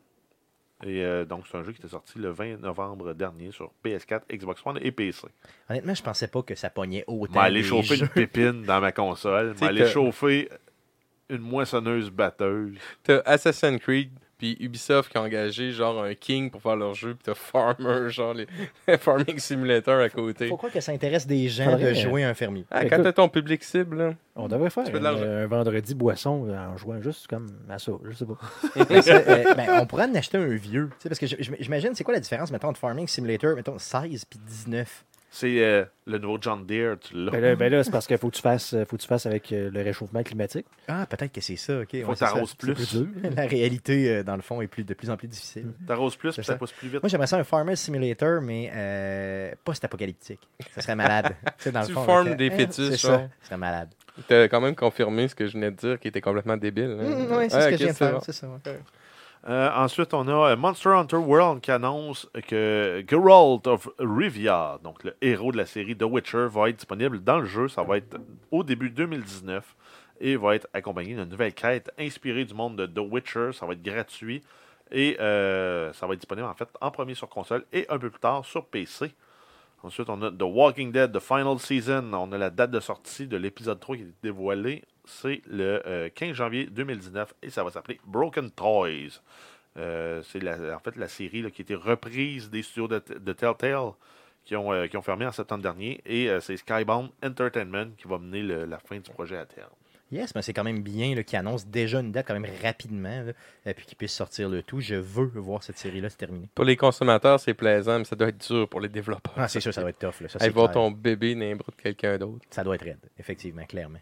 Et euh, donc, c'est un jeu qui était sorti le vingt novembre dernier sur P S quatre, Xbox One et P C. Honnêtement, je pensais pas que ça pognait Je autant. vais aller des chauffer jeux. une pépine dans ma console. Je Tu vais sais aller que- chauffer une moissonneuse batteuse. T'as Assassin's Creed, puis Ubisoft qui a engagé genre un King pour faire leur jeu, puis t'as Farmer, genre les Farming Simulator à côté. Faut croire que ça intéresse des gens Faudrait- de jouer un fermier. Ah, Écoute- quand t'as ton public cible, là. On devrait faire Tu fais de un, l'argent. un vendredi boisson euh, en jouant juste comme à ça. Je sais pas. Mais ça, euh, ben, on pourrait en acheter un vieux. Tu sais, parce que je- je- j'imagine, c'est quoi la différence, mettons, entre Farming Simulator, mettons, seize puis dix-neuf? C'est euh, le nouveau John Deere, tu l'as. Ben là, ben là, c'est parce qu'il faut que tu fasses, faut que tu fasses avec euh, le réchauffement climatique. Ah, peut-être que c'est ça, OK. Faut ouais, que c'est ça. t'arroses plus. C'est dur. La réalité, euh, dans le fond, est plus, de plus en plus difficile. T'arroses plus, C'est puis ça ça. pousse plus vite. Moi, j'aimerais ça un Farmer Simulator, mais euh, post-apocalyptique. Ça serait malade. Tu sais, dans Tu le fond, formes avec, des euh, fœtus, C'est genre. ça. Ça serait malade. T'as quand même confirmé ce que je venais de dire, qui était complètement débile. hein. Mmh, oui, c'est Ah, ce que ok, je viens de c'est faire. bon. C'est ça. ouais. Euh, ensuite, on a euh, Monster Hunter World qui annonce que Geralt of Rivia, donc le héros de la série The Witcher, va être disponible dans le jeu. Ça va être au début deux mille dix-neuf et va être accompagné d'une nouvelle quête inspirée du monde de The Witcher. Ça va être gratuit et euh, ça va être disponible en fait en premier sur console et un peu plus tard sur P C. Ensuite, on a The Walking Dead, The Final Season. On a la date de sortie de l'épisode trois qui est dévoilée. C'est le euh, quinze janvier deux mille dix-neuf et ça va s'appeler Broken Toys. Euh, c'est la- en fait la série là, qui a été reprise des studios de, de Telltale qui ont, euh, qui ont fermé en septembre dernier. Et euh, c'est Skybound Entertainment qui va mener le- la fin du projet à terme. Yes, mais c'est quand même bien là, qu'ils annoncent déjà une date quand même rapidement, là, et puis qu'ils puissent sortir le tout. Je veux voir cette série-là se terminer. Pour les consommateurs, c'est plaisant, mais ça doit être dur pour les développeurs. Ah, c'est sûr, ça doit être tough. Là. Ça, Aller c'est voir clair. ton bébé dans les bras de quelqu'un d'autre. Ça doit être raide, effectivement, clairement.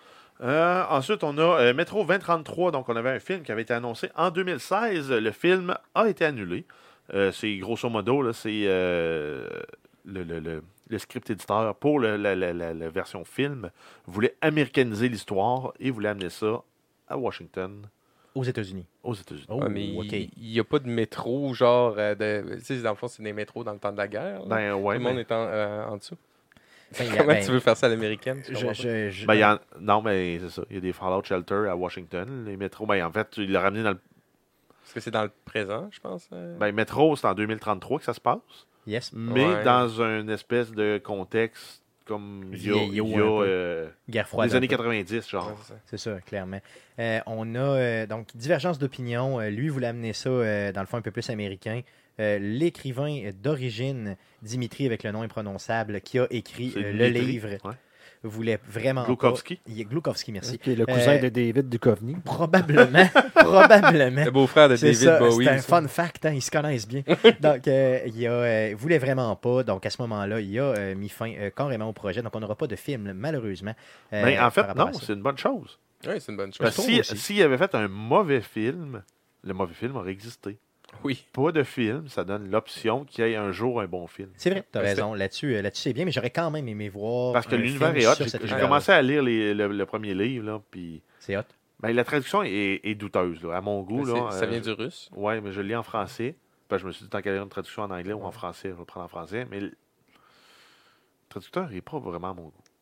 Euh, ensuite, on a euh, Metro vingt trente-trois. Donc, on avait un film qui avait été annoncé en deux mille seize. Le film a été annulé. Euh, c'est grosso modo, là, c'est euh, le, le, le, le script éditeur pour le- la, la, la, la version film voulait américaniser l'histoire et voulait amener ça à Washington, Aux États-Unis. aux États-Unis. Oh, Ah, mais OK. il n'y a pas de métro, genre, euh, de... tu sais, dans le fond, c'est des métros dans le temps de la guerre. là. Ben, ouais, Tout le monde mais- est en, euh, en dessous. Ben, il y a- Comment ben, tu veux faire ça à l'américaine? tu je- comprends pas? je- je- Ben, il y en- non, mais c'est ça. Il y a des Fallout Shelter à Washington. Les métros, ben, en fait, il l'a ramené dans le. Parce que c'est dans le présent, je pense. euh. Ben, métro, c'est en deux mille trente-trois que ça se passe. Yes. Mais Ouais. dans une espèce de contexte comme il y a, Vieillot il y a, un peu. euh, Guerre froide. les un années peu. quatre-vingt-dix, genre. Ouais, c'est ça. C'est ça, clairement. Euh, on a euh, donc divergence d'opinion. Euh, lui voulait amener ça euh, dans le fond un peu plus américain. Euh, L'écrivain d'origine, Dimitri avec le nom imprononçable, qui a écrit C'est euh, le Dmitri, livre, ouais. voulait vraiment. Glukowski. pas- Il est Glukowski, merci. Qui est le cousin Euh, de David Duchovny. Probablement. probablement. Le beau-frère de C'est David ça, Bowie. c'est un ça. fun fact, hein, ils se connaissent bien. Donc, euh, il a, euh, voulait vraiment pas. Donc, à ce moment-là, il a euh, mis fin euh, carrément au projet. Donc, on n'aura pas de film, malheureusement. euh, Mais en par fait, rapport non, à ça. c'est une bonne chose. Oui, c'est une bonne chose. Parce que trouve si- aussi. s'il avait fait un mauvais film, le mauvais film aurait existé. Oui. Pas de film, ça donne l'option qu'il y ait un jour un bon film. C'est vrai, tu as Parce que- raison. Là-dessus, euh, là-dessus c'est bien, mais j'aurais quand même aimé voir. Parce que un l'univers film est hot. sur J'ai cet j'ai univers-là. commencé à lire les- le, le premier livre, là, puis C'est hot. ben, la traduction est, est douteuse, là, à mon goût. C'est- Là, ça euh, vient du russe. Ouais, mais je le lis en français. Puis je me suis dit, tant qu'il y a une traduction en anglais ou en français, je vais le prendre en français. Mais le traducteur n'est pas vraiment à mon goût.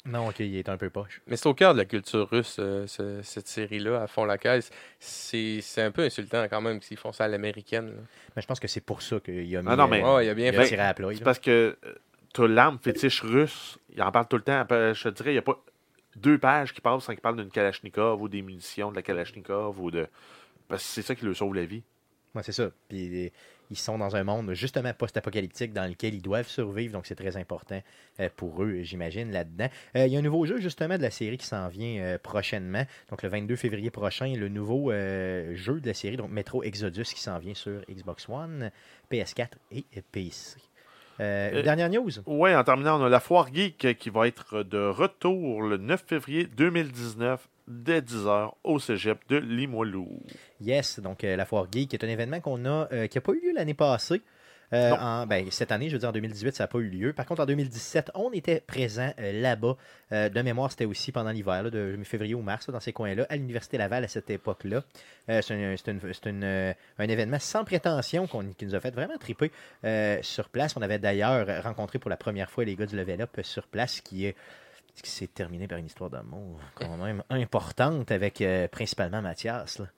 Non, OK, il est un peu poche. Mais c'est au cœur de la culture russe, euh, ce- cette série-là, à fond la caisse. C'est c'est un peu insultant quand même s'ils font ça à l'américaine. là. Mais je pense que c'est pour ça qu'il a mis... Ah non, mais- euh, Ouais, il a bien il a fait. tiré à plat. C'est là. parce que euh, t'as l'âme fétiche russe, il en parle tout le temps. Je te dirais, il n'y a pas deux pages qui passent sans qu'il parle d'une Kalachnikov ou des munitions de la Kalachnikov ou de. Parce que c'est ça qui leur sauve la vie. Ouais, c'est ça. Puis euh, ils sont dans un monde justement post-apocalyptique dans lequel ils doivent survivre, donc c'est très important euh, pour eux, j'imagine, là-dedans. Euh, Il y a un nouveau jeu justement de la série qui s'en vient euh, prochainement. Donc le vingt-deux février prochain, le nouveau euh, jeu de la série, donc Metro Exodus, qui s'en vient sur Xbox One, P S quatre et P C. Euh, une Euh, dernière news? Ouais, en terminant, on a la Foire Geek qui va être de retour le neuf février deux mille dix-neuf dès dix heures au cégep de Limoilou. Yes, donc euh, la Foire Geek est un événement qu'on a euh, qui n'a pas eu lieu l'année passée. Euh, Non. en- ben, cette année, je veux dire en deux mille dix-huit, ça n'a pas eu lieu. Par contre, en deux mille dix-sept, on était présent euh, là-bas. Euh, de mémoire, c'était aussi pendant l'hiver, là, de février ou mars, là, dans ces coins-là, à l'Université Laval à cette époque-là. Euh, c'est un, c'est une- c'est une, euh, un événement sans prétention qu'on- qui nous a fait vraiment triper euh, sur place. On avait d'ailleurs rencontré pour la première fois les gars du Level Up euh, sur place, qui est ce qui s'est terminé par une histoire d'amour quand même importante avec euh, principalement Mathias. Là.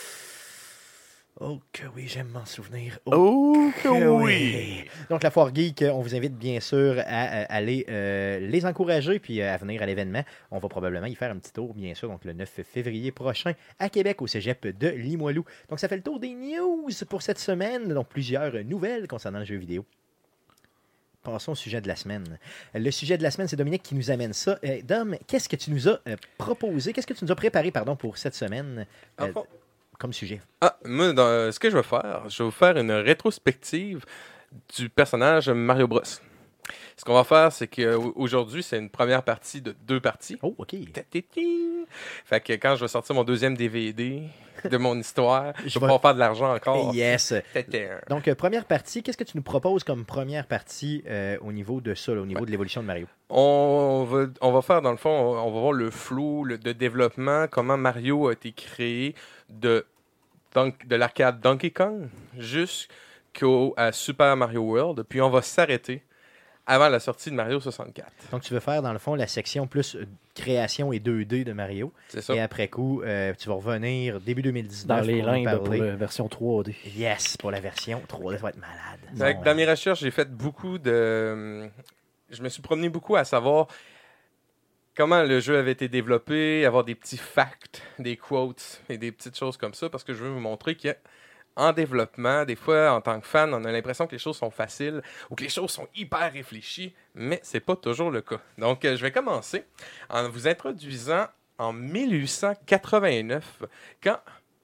Oh que oui, j'aime m'en souvenir. Oh que oui! Donc, la Foire Geek, on vous invite bien sûr à, à aller euh, les encourager puis euh, à venir à l'événement. On va probablement y faire un petit tour, bien sûr, donc le neuf février prochain à Québec, au cégep de Limoilou. Donc, ça fait le tour des news pour cette semaine. Donc, plusieurs nouvelles concernant le jeu vidéo. Passons au sujet de la semaine. Le sujet de la semaine, c'est Dominique qui nous amène ça. Euh, Dom, qu'est-ce que tu nous as euh, proposé, qu'est-ce que tu nous as préparé pardon, pour cette semaine euh, En fond- comme sujet? Ah, moi, dans- ce que je vais faire, je vais vous faire une rétrospective du personnage Mario Bros. Ce qu'on va faire, c'est qu'aujourd'hui, c'est une première partie de deux parties. Oh, OK. Ta-ti-ti. Fait que quand je vais sortir mon deuxième D V D de mon histoire, je Je vais vais- pouvoir faire de l'argent encore. Yes. Ta-ta. Donc, euh, première partie, qu'est-ce que tu nous proposes comme première partie euh, au niveau de ça, là, au niveau de l'évolution de Mario? On va, on va faire, dans le fond, on, on va voir le flow le, de développement, comment Mario a été créé de, Donk- de l'arcade Donkey Kong jusqu'au à Super Mario World. Puis on va s'arrêter avant la sortie de Mario soixante-quatre. Donc, tu veux faire, dans le fond, la section plus euh, création et deux D de Mario. C'est ça. Et après coup, euh, tu vas revenir début deux mille dix-neuf Dans les pour nous limbes pour parler. la version trois D. Yes, pour la version trois D, ça va être malade. Fait que Bon, dans euh, mes recherches, j'ai fait beaucoup de. Je me suis promené beaucoup à savoir comment le jeu avait été développé, avoir des petits facts, des quotes et des petites choses comme ça, parce que je veux vous montrer qu'en développement, des fois, en tant que fan, on a l'impression que les choses sont faciles ou que les choses sont hyper réfléchies, mais c'est pas toujours le cas. Donc, euh, je vais commencer en vous introduisant en mille huit cent quatre-vingt-neuf, quand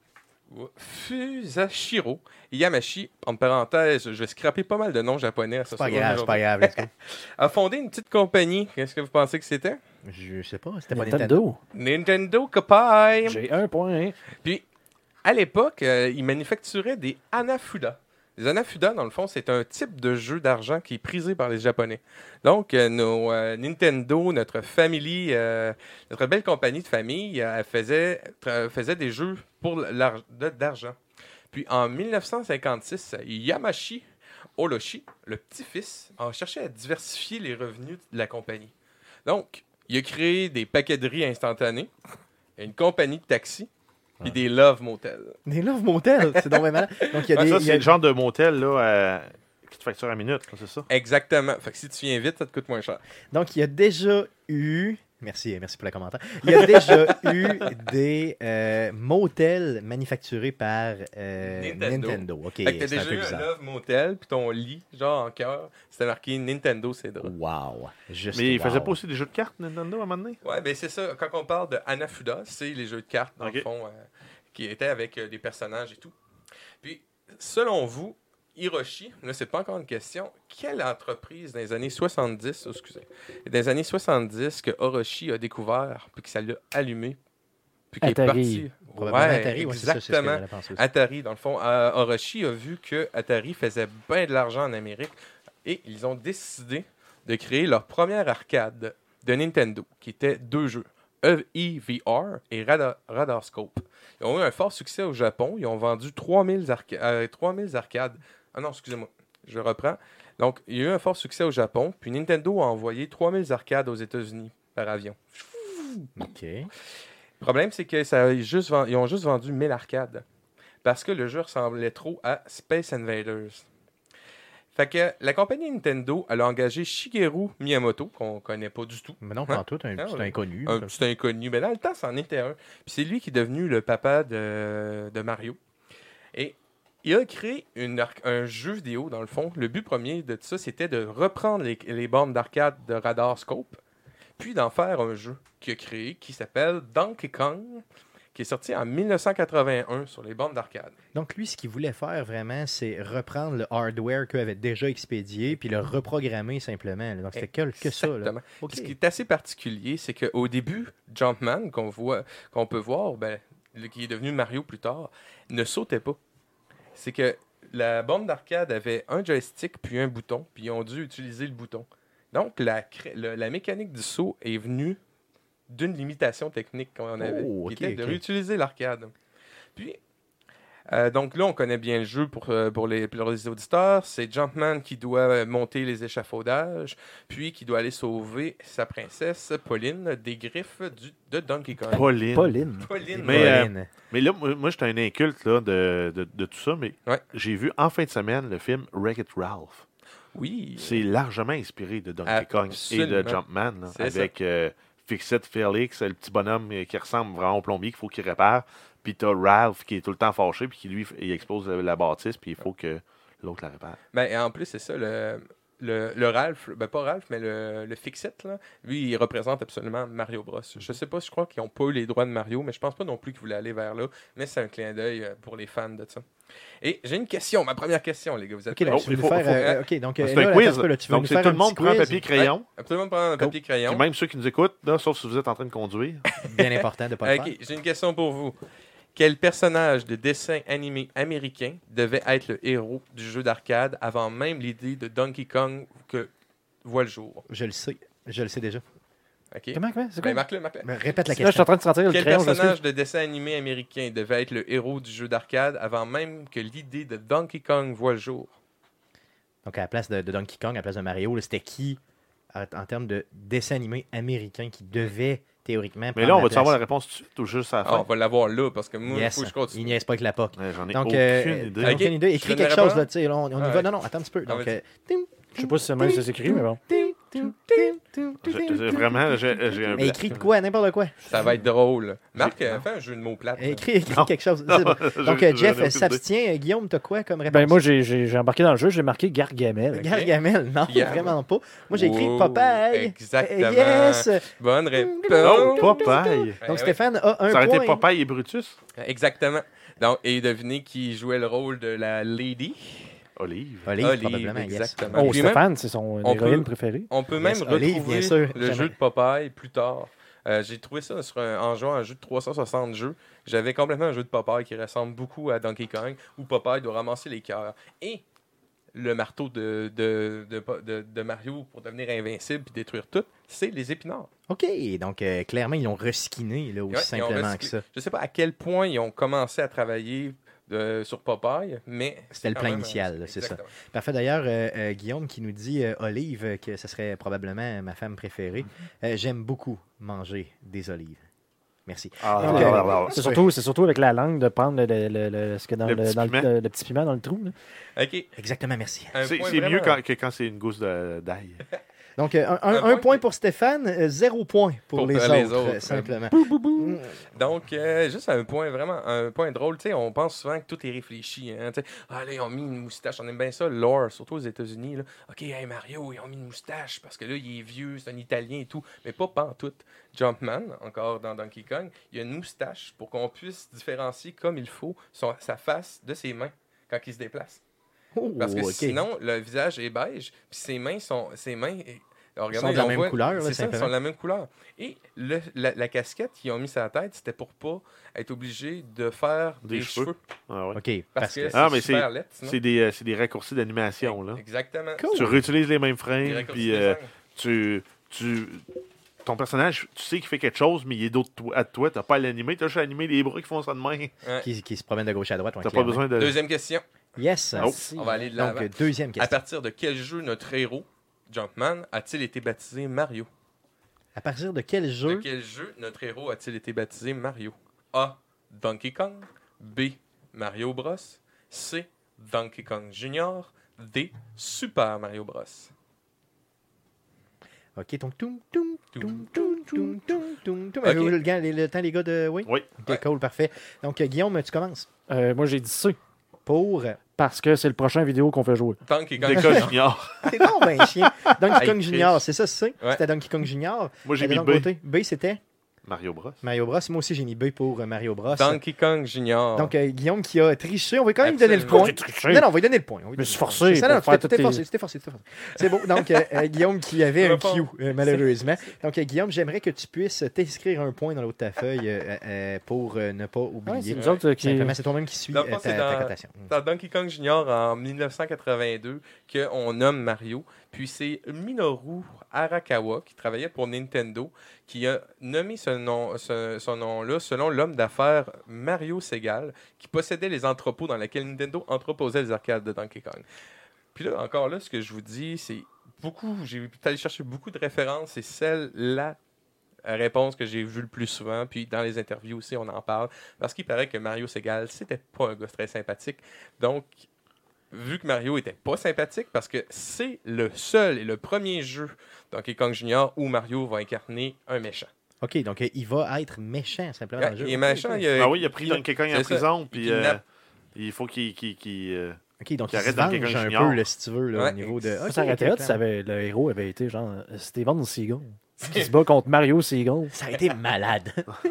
Fusashiro Yamashi, en parenthèse, je vais scraper pas mal de noms japonais à ce C'est pas soir grave, c'est pas aujourd'hui, grave. let's go. a fondé une petite compagnie. Qu'est-ce que vous pensez que c'était? Je sais pas, c'était pas Nintendo. Nintendo. Nintendo Kopai. J'ai un point. Puis, à l'époque, euh, ils manufacturaient des Hanafuda. Les Hanafuda, dans le fond, c'est un type de jeu d'argent qui est prisé par les Japonais. Donc, euh, nos euh, Nintendo, notre famille, euh, notre belle compagnie de famille, euh, elle faisait, tra- faisait des jeux pour l'ar- de- d'argent. Puis, en mille neuf cent cinquante-six, Yamashi Orochi, le petit-fils, a cherché à diversifier les revenus de la compagnie. Donc, il a créé des paqueteries instantanées, une compagnie de taxi, puis des Love Motels. Des Love Motel, c'est donc bien malade. Donc, il y a Ah, des. ça, il y c'est a- le genre de motel là, euh, qui te facture à minute, c'est ça? Exactement. Fait que si tu viens vite, ça te coûte moins cher. Donc, il y a déjà eu. Merci, merci pour le commentaire. Il y a déjà eu des euh, motels manufacturés par euh, Nintendo. Nintendo. OK, Fait que t'as c'est un déjà peu eu un bizarre. Love Motel, puis ton lit, genre en cœur, c'était marqué Nintendo, c'est drôle. Wow. Juste Mais il wow. faisait pas aussi des jeux de cartes, Nintendo, à un moment donné? Ouais, ben c'est ça. Quand on parle de Hanafuda, c'est les jeux de cartes, dans Ok. le fond, euh, qui étaient avec euh, des personnages et tout. Puis, selon vous, Hiroshi, là, c'est pas encore une question, quelle entreprise dans les années soixante-dix, oh, excusez, dans les années soixante-dix que Orochi a découvert, puis que ça l'a allumé, puis qu'il est Atari. parti. Probablement Ouais, Atari, ouais, c'est ça, c'est ce que exactement. j'allais penser aussi. Atari, dans le fond, euh, Orochi a vu que Atari faisait bien de l'argent en Amérique et ils ont décidé de créer leur première arcade de Nintendo, qui était deux jeux, E V R et Radar, Radarscope. Ils ont eu un fort succès au Japon. Ils ont vendu trois mille, arca- euh, trois mille arcades. Ah non, excusez-moi, je reprends. Donc, il y a eu un fort succès au Japon, puis Nintendo a envoyé trois mille arcades aux États-Unis par avion. OK. Le problème, c'est que ça a juste vend- ils ont juste vendu mille arcades. Parce que le jeu ressemblait trop à Space Invaders. Fait que la compagnie Nintendo, elle a engagé Shigeru Miyamoto, qu'on connaît pas du tout. Mais non, pas en tout, un Ah, petit ouais. inconnu. Un petit inconnu. Mais dans le temps, c'en était un. Puis c'est lui qui est devenu le papa de, de Mario. Et il a créé une arc- un jeu vidéo, dans le fond. Le but premier de tout ça, c'était de reprendre les, les bornes d'arcade de Radar Scope, puis d'en faire un jeu qu'il a créé qui s'appelle Donkey Kong, qui est sorti en mille neuf cent quatre-vingt-un sur les bornes d'arcade. Donc, lui, ce qu'il voulait faire vraiment, c'est reprendre le hardware qu'il avait déjà expédié puis le reprogrammer simplement. là. Donc, c'était que, que ça. Là. Exactement. OK. Puis ce qui est assez particulier, c'est qu'au début, Jumpman, qu'on voit, qu'on peut voir, ben, le- qui est devenu Mario plus tard, ne sautait pas. C'est que la borne d'arcade avait un joystick puis un bouton, puis ils ont dû utiliser le bouton. Donc, la, cré- le- la mécanique du saut est venue d'une limitation technique qu'on avait, Oh, qui ok, était de ok. réutiliser l'arcade. Puis, euh, donc là, on connaît bien le jeu pour, euh, pour, les, pour les auditeurs. C'est Jumpman qui doit euh, monter les échafaudages, puis qui doit aller sauver sa princesse, Pauline, des griffes du, de Donkey Kong. Pauline. Pauline. Pauline. Mais, euh, Pauline. Mais là, moi, moi, j'étais un inculte là, de, de, de tout ça, mais Ouais. j'ai vu en fin de semaine le film Wreck-It Ralph. Oui. C'est largement inspiré de Donkey Kong et de Absolument. Jumpman, là, C'est avec euh, Fix-It Felix, le petit bonhomme euh, qui ressemble vraiment au plombier qu'il faut qu'il répare. Puis t'as Ralph qui est tout le temps fâché, puis qui lui, il explose la, la bâtisse, puis il faut que l'autre la répare. Ben, et en plus, c'est ça, le, le, le Ralph, ben pas Ralph, mais le, le Fix-It, là, lui, il représente absolument Mario Bros. Je sais pas, je crois qu'ils n'ont pas eu les droits de Mario, mais je pense pas non plus qu'ils voulaient aller vers là. Mais c'est un clin d'œil euh, pour les fans de ça. Et j'ai une question, ma première question, les gars. Vous êtes OK, donc, Oh, tu veux il nous faut- faire... faut- euh, OK, donc... euh, C'est là, un là, quiz. attends un peu, là, tu veux Donc, nous c'est faire tout le un monde petit prend un quiz? papier crayon. absolument prendre un papier crayon. Puis même ceux qui nous écoutent, là, sauf si vous êtes en train de conduire. Bien important de ne pas le Ok, faire. j'ai une question pour vous. Quel personnage de dessin animé américain devait être le héros du jeu d'arcade avant même l'idée de Donkey Kong que voit le jour? Je le sais. Je le sais déjà. Ok. Comment, comment? C'est quoi? Ben, marque-le, marque-le. Mais répète la Là, je suis question. en train de sentir le Quel crayon. je personnage m'excuse. de dessin animé américain devait être le héros du jeu d'arcade avant même que l'idée de Donkey Kong voit le jour? Donc, à la place de, de Donkey Kong, à la place de Mario, là, c'était qui, en, en termes de dessin animé américain, qui devait théoriquement Mais prendre là, on la va place? savoir la réponse tout de suite ou juste à la Ah, on fin? va l'avoir là parce que moi, il Yes. faut que je Il continue. niaise pas avec la P O C. Ouais, J'en ai Donc, aucune euh, idée. euh, Ok. aucune idée. Je Écris donne quelque la chose, réponse? là, tu sais. là, On, on y Ah, va. ouais. Non, non, attends un petit peu. Ah, Donc, vas-y. euh, tim, Je sais pas si c'est même si c'est écrit, mais bon. tim, tim, tim, tim, tim, J'ai- j'ai- Vraiment, j'ai j'ai un Mais blanc. écris de quoi, n'importe quoi. Ça va être drôle. Marc, euh, fais un jeu de mots plates. là. Écris, écris Non. quelque chose. Non, C'est bon. je- Donc, je- euh, j'en ai Jeff aucune s'abstient. Euh, Guillaume, t'as quoi comme réponse? Ben, moi, j'ai j'ai- j'ai embarqué dans le jeu, j'ai marqué Gargamel. Gargamel, non, Gargamel. vraiment pas. Moi, j'ai écrit Wow, Popeye. exactement. Yes! Bonne réponse. Oh, Popeye! Eh Donc, oui. Stéphane a un Ça aurait point. été Popeye et Brutus? Exactement. Donc, et devinez qui jouait le rôle de la Lady? Olive. Olive, Olive, probablement, yes. exactement. Oh, Puis même- Stéphane, c'est son on héroïne peut- préférée. On peut Yes, même Olive, retrouver bien sûr, le jamais. jeu de Popeye plus tard. Euh, j'ai trouvé ça sur un- en jouant à un jeu de trois cent soixante jeux. J'avais complètement un jeu de Popeye qui ressemble beaucoup à Donkey Kong, où Popeye doit ramasser les cœurs. Et le marteau de, de, de, de- de Mario pour devenir invincible et détruire tout, c'est les épinards. OK, donc euh, clairement, ils l'ont reskiné, là, aussi Ouais, ils ont simplement recyclé. que ça. Je ne sais pas à quel point ils ont commencé à travailler de- sur Popeye, mais... C'était le quand plan même, initial, euh, là, c'est ça. exactement. Parfait. D'ailleurs, euh, euh, Guillaume qui nous dit, euh, Olive, euh, que ce serait probablement ma femme préférée. Euh, J'aime beaucoup manger des olives. Merci. Ah, Donc, ah, euh, ah, ah, C'est surtout, c'est surtout avec la langue de prendre le, le, le, le- ce que dans Le le, petit dans le, piment. le- le petit piment dans le trou. là. OK. Exactement, merci. Un C'est point c'est mieux vraiment- quand- que quand c'est une gousse de- d'ail. Donc, euh, un, un- Un un point point qui- pour Stéphane, euh, zéro point pour, Pour les, les autres, autres. euh, simplement. Mm. Donc, euh, juste un point vraiment, un point drôle, tu sais, on pense souvent que tout est réfléchi, hein, tu sais, ah là, ils ont mis une moustache, on aime bien ça, lore, surtout aux États-Unis, là. OK, hey, Mario, ils ont mis une moustache, parce que là, il est vieux, c'est un Italien et tout, mais pas pantoute. Jumpman, encore dans Donkey Kong, il y a une moustache pour qu'on puisse différencier comme il faut son- sa face de ses mains quand il se déplace. Oh, Parce que OK. sinon, le visage est beige, puis ses mains sont. Ses mains. Alors, Ils sont de la on même voit- couleur, là, C'est ça, ils simplement. sont de la même couleur. Et le- la, la casquette qu'ils ont mis sur la tête, c'était pour pas être obligé de faire des, Des cheveux. cheveux. Ah, ouais. OK, Parce, parce que que... c'est Ah, mais super c'est- laid, sinon. C'est des, euh, c'est des raccourcis d'animation. là. Exactement. Cool. Tu réutilises les mêmes Des frames, raccourcis puis euh, design. tu, tu, ton personnage, tu sais qu'il fait quelque chose, mais il est d'autre to- à toi. Tu n'as pas à l'animer. Tu as juste à animer les bras qui font ça de main. Ouais. Qui, qui se promène de gauche à droite. ouais, Tu n'as pas clairement. besoin de. Deuxième question. Yes. Oh. On va aller de Donc, l'avant. euh, deuxième À question. partir de quel jeu notre héros, Jumpman, a-t-il été baptisé Mario? À partir de quel De jeu? quel jeu notre héros a-t-il été baptisé Mario? A. Donkey Kong. B. Mario Bros. C. Donkey Kong Junior. D. Super Mario Bros. OK, donc toum, toum, toum, Toum, toum, toum, toum, toum, toum. OK. Avez-vous le, gars- le temps, les gars, de... Oui? Oui. OK, Ouais. cool, parfait. Donc, euh, Guillaume, tu commences. Euh, moi, j'ai dit C. Pour... Parce que c'est le prochain vidéo qu'on fait jouer. Des Donkey Kong cas Junior. junior. C'est non, ben chien. Donkey Hey, Kong Chris. Junior, c'est ça, c'est Ouais. C'était Donkey Kong Junior. Moi, j'ai Et de mis l'autre B. côté, B, c'était Mario Bros. Mario Bros. Moi aussi, j'ai mis B pour euh, Mario Bros. Donkey Kong Junior. Donc, euh, Guillaume qui a triché, on va quand même lui donner le Absolument. point. J'ai triché. Non, non, on va lui donner le point. On va lui Je me suis donner le forcé point. Ça, pour non, faire c'était toutes c'était tes- forcé, c'était forcé, c'était forcé. C'est beau. Donc, euh, euh, Guillaume qui avait un Réponds. Q, euh, malheureusement. Donc, euh, Guillaume, j'aimerais que tu puisses t'inscrire un point dans l'autre de ta feuille euh, euh, pour euh, ne pas Ouais, c'est oublier. nous autres euh, qui. Simplement, c'est toi-même qui suis Dans euh, le ta, fond, c'est ta dans- cotation. Dans Donkey Kong Junior en dix-neuf cent quatre-vingt-deux qu'on nomme Mario. Puis c'est Minoru Arakawa qui travaillait pour Nintendo qui a nommé ce nom, ce, son nom-là selon l'homme d'affaires Mario Segal qui possédait les entrepôts dans lesquels Nintendo entreposait les arcades de Donkey Kong. Puis là, encore là, ce que je vous dis, c'est beaucoup, j'ai pu aller chercher beaucoup de références, c'est celle-là réponse que j'ai vue le plus souvent, puis dans les interviews aussi, on en parle, parce qu'il paraît que Mario Segal, c'était pas un gars très sympathique. Donc, vu que Mario était pas sympathique, parce que c'est le seul et le premier jeu Donkey Kong Junior où Mario va incarner un méchant. OK, donc euh, il va être méchant, simplement, dans le jeu. Il est OK, méchant, OK. il, a- Ah oui, il a pris il- Donkey Kong en c'est ça. prison, Il puis euh, kidnappe. il faut qu'il... qu'il- qu'il, euh, OK, donc Qui il se arrête Donkey venge Kong un Junior. peu, là, si tu veux, là, au Ouais, niveau de... Ça, OK, ça aurait été OK, hot si ça avait- le héros avait été genre euh, Steven Seagal. Qui se bat contre Mario Seagal. Ça aurait été malade.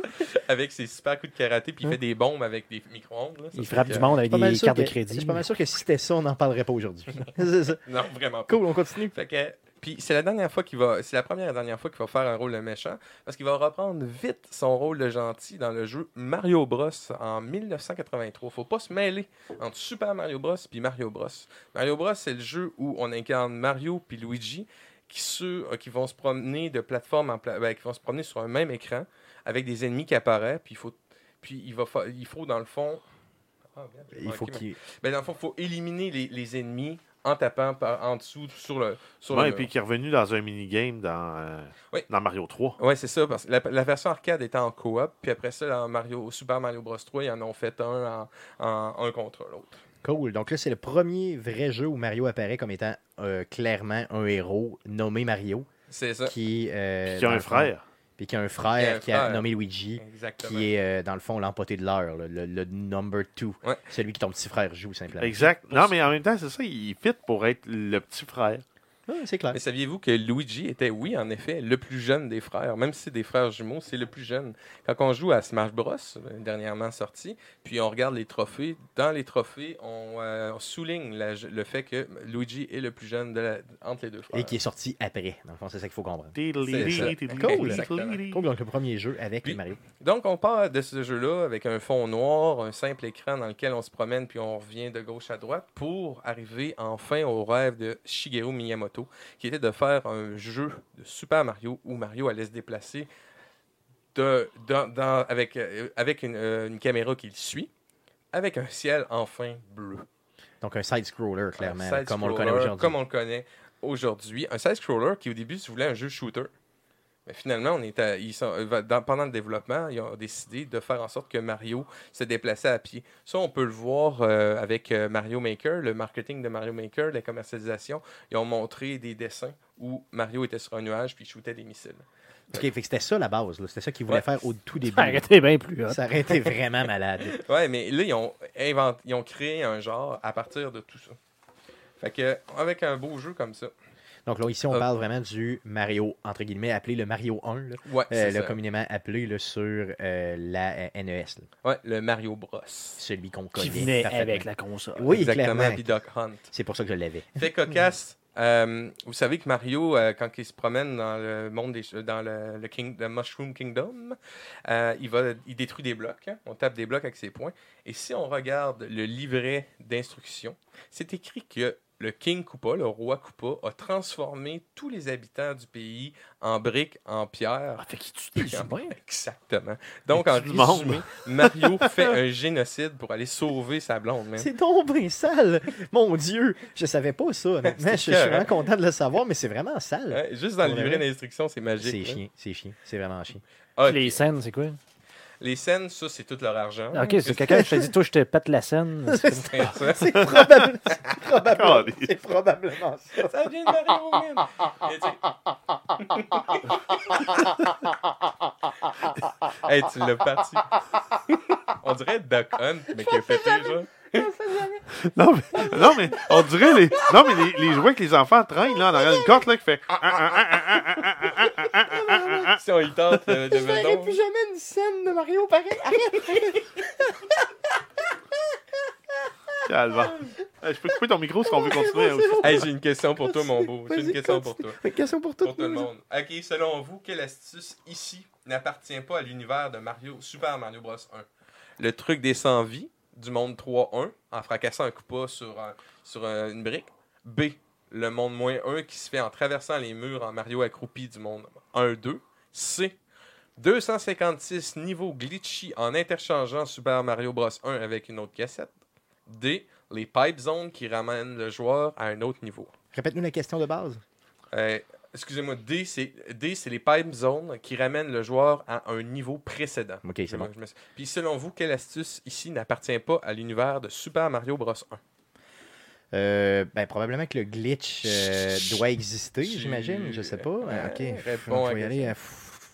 Avec ses super coups de karaté, puis il fait des bombes avec des micro-ondes. là. Ça Il fait frappe que- du monde avec Pas mal des sûr cartes de que- Je crédit. suis pas mal sûr que si c'était ça, on n'en parlerait pas aujourd'hui. C'est ça. Non, vraiment pas. Cool, on continue. Fait que, puis c'est la dernière fois qu'il va, c'est la première et dernière fois qu'il va faire un rôle de méchant, parce qu'il va reprendre vite son rôle de gentil dans le jeu Mario Bros en dix-neuf cent quatre-vingt-trois. Faut pas se mêler entre Super Mario Bros puis Mario Bros. Mario Bros c'est le jeu où on incarne Mario puis Luigi qui, se, qui vont se promener de plateforme en pla- ben, qui vont se promener sur un même écran avec des ennemis qui apparaissent, puis il faut, puis il va, fa- il faut dans le fond, ah, merde, j'ai Il faut manqué, qu'il... ben, dans le fond, il faut éliminer les, les ennemis en tapant par, en dessous sur le sur Ouais, le et mur. puis qui est revenu dans un minigame dans, euh, Oui. dans Mario trois. Ouais, c'est ça. Parce que la, la version arcade était en coop, puis après ça, dans Mario, Super Mario Bros trois, ils en ont fait un en, en un contre l'autre. Cool. Donc là, c'est le premier vrai jeu où Mario apparaît comme étant euh, clairement un héros nommé Mario. C'est ça. Qui, euh, Qui a dans un le fond- frère. Puis qui a un frère Qui a qui un a frère. nommé Luigi. Exactement. Qui est, euh, dans le fond, l'empoté de l'heure, là, le, le number two. Ouais. Celui que ton petit frère joue, simplement. Exact. Non, mais en même temps, c'est ça, il fit pour être le petit frère. Ah, c'est clair. Mais saviez-vous que Luigi était, oui, en effet, le plus jeune des frères. Même si c'est des frères jumeaux, c'est le plus jeune. Quand on joue à Smash Bros, euh, dernièrement sorti, puis on regarde les trophées, dans les trophées, on, euh, on souligne la- le fait que Luigi est le plus jeune de la- entre les deux frères. Et qui est sorti après. Dans le fond, c'est ça qu'il faut comprendre. Cool. Cool, donc le premier jeu avec Puis- Mario. Donc, on part de ce jeu-là avec un fond noir, un simple écran dans lequel on se promène puis on revient de gauche à droite pour arriver enfin au rêve de Shigeru Miyamoto, qui était de faire un jeu de Super Mario où Mario allait se déplacer de, dans- dans- avec, euh, avec une, euh, une caméra qui le suit, avec un ciel enfin bleu. Donc un side-scroller, clairement, Un comme on le side-scroller, connaît aujourd'hui. Comme on le connaît aujourd'hui. Un side-scroller qui, au début, se voulait un jeu shooter. Mais finalement, on est à- ils sont, euh, dans- pendant le développement, ils ont décidé de faire en sorte que Mario se déplaçait à pied. Ça, on peut le voir euh, avec euh, Mario Maker, le marketing de Mario Maker, la commercialisation. Ils ont montré des dessins où Mario était sur un nuage puis il shootait des missiles. OK, fait que c'était ça la base. là. C'était ça qu'ils voulaient Ouais. faire au tout début. Ça aurait été bien plus hot. Ça aurait été vraiment malade. Ouais, mais là, ils ont, inventé, ils ont créé un genre à partir de tout ça. Fait que, avec un beau jeu comme ça. Donc là, ici, on Euh. parle vraiment du Mario, entre guillemets, appelé le Mario un, là. Ouais, Euh, c'est le ça. communément appelé là, sur euh, la euh, N E S. là. Ouais, le Mario Bros. Celui qu'on connaît. Qui venait parfaitement. avec la console. Oui, Exactement, clairement. puis Duck Hunt. C'est pour ça que je l'avais. Fait cocasse. euh, vous savez que Mario, euh, quand il se promène dans le monde des, dans le, le, King, le Mushroom Kingdom, euh, il, va, il détruit des blocs. Hein. On tape des blocs avec ses poings. Et si on regarde le livret d'instructions, c'est écrit que le King Koopa, le roi Koopa, a transformé tous les habitants du pays en briques, en pierre. Ah, fait qu'il tue des humains. Exactement. Donc, en tue du monde. résumé, Mario fait un génocide pour aller sauver sa blonde. man. C'est donc bien sale. Mon Dieu, je savais pas ça. honnêtement. Je, je suis écœurant. vraiment content de le savoir, mais c'est vraiment sale. Ouais, juste dans le Pour le livret vrai. d'instructions, c'est magique. C'est là. chiant, c'est chiant. C'est vraiment chiant. Ah, ok. Les scènes, c'est quoi? Les scènes, ça, c'est tout leur argent. Ok, c'est quelqu'un qui t'a dit, toi, je te pète la scène. C'est ça. C'est probable- c'est probablement, Caliste. c'est probablement ça. Ça vient de Mario, man. Et tu- Hey, tu l'as parti. On dirait Duck Hunt, mais qui a pété, genre. Non, mais, non, mais on dirait les, non, mais les, les jouets que les enfants traînent là, en arrière d'une corde là, qui fait. Si on y tente euh, de Venom. jamais une scène de Mario pareil. Arrête. Calvaire. Hey, je peux couper ton micro si on veut continuer bon, aussi. c'est bon. Hey, j'ai une question pour toi, mon beau. J'ai une Vas-y, question pour continue. toi. Fait, question pour tout, Pour tout le monde. Ok, selon vous, quelle astuce ici n'appartient pas à l'univers de Mario, Super Mario Bros. un? Le truc des cent vies du monde trois un en fracassant un Koopa sur, un- sur un- une brique. B. Le monde moins un qui se fait en traversant les murs en Mario accroupi du monde un deux. C. deux cent cinquante-six niveaux glitchy en interchangeant Super Mario Bros. un avec une autre cassette. D. Les pipe zones qui ramènent le joueur à un autre niveau. Répète-nous la question de base. Euh, excusez-moi, D, c'est D, c'est les pipe zones qui ramènent le joueur à un niveau précédent. Ok, c'est Je bon. me- je me- Puis selon vous, quelle astuce ici n'appartient pas à l'univers de Super Mario Bros. un? Euh, ben, probablement que le glitch euh, doit exister, Tu- j'imagine. Je sais pas. Ouais, Ah, ok. réponds Je à vais y la aller. à-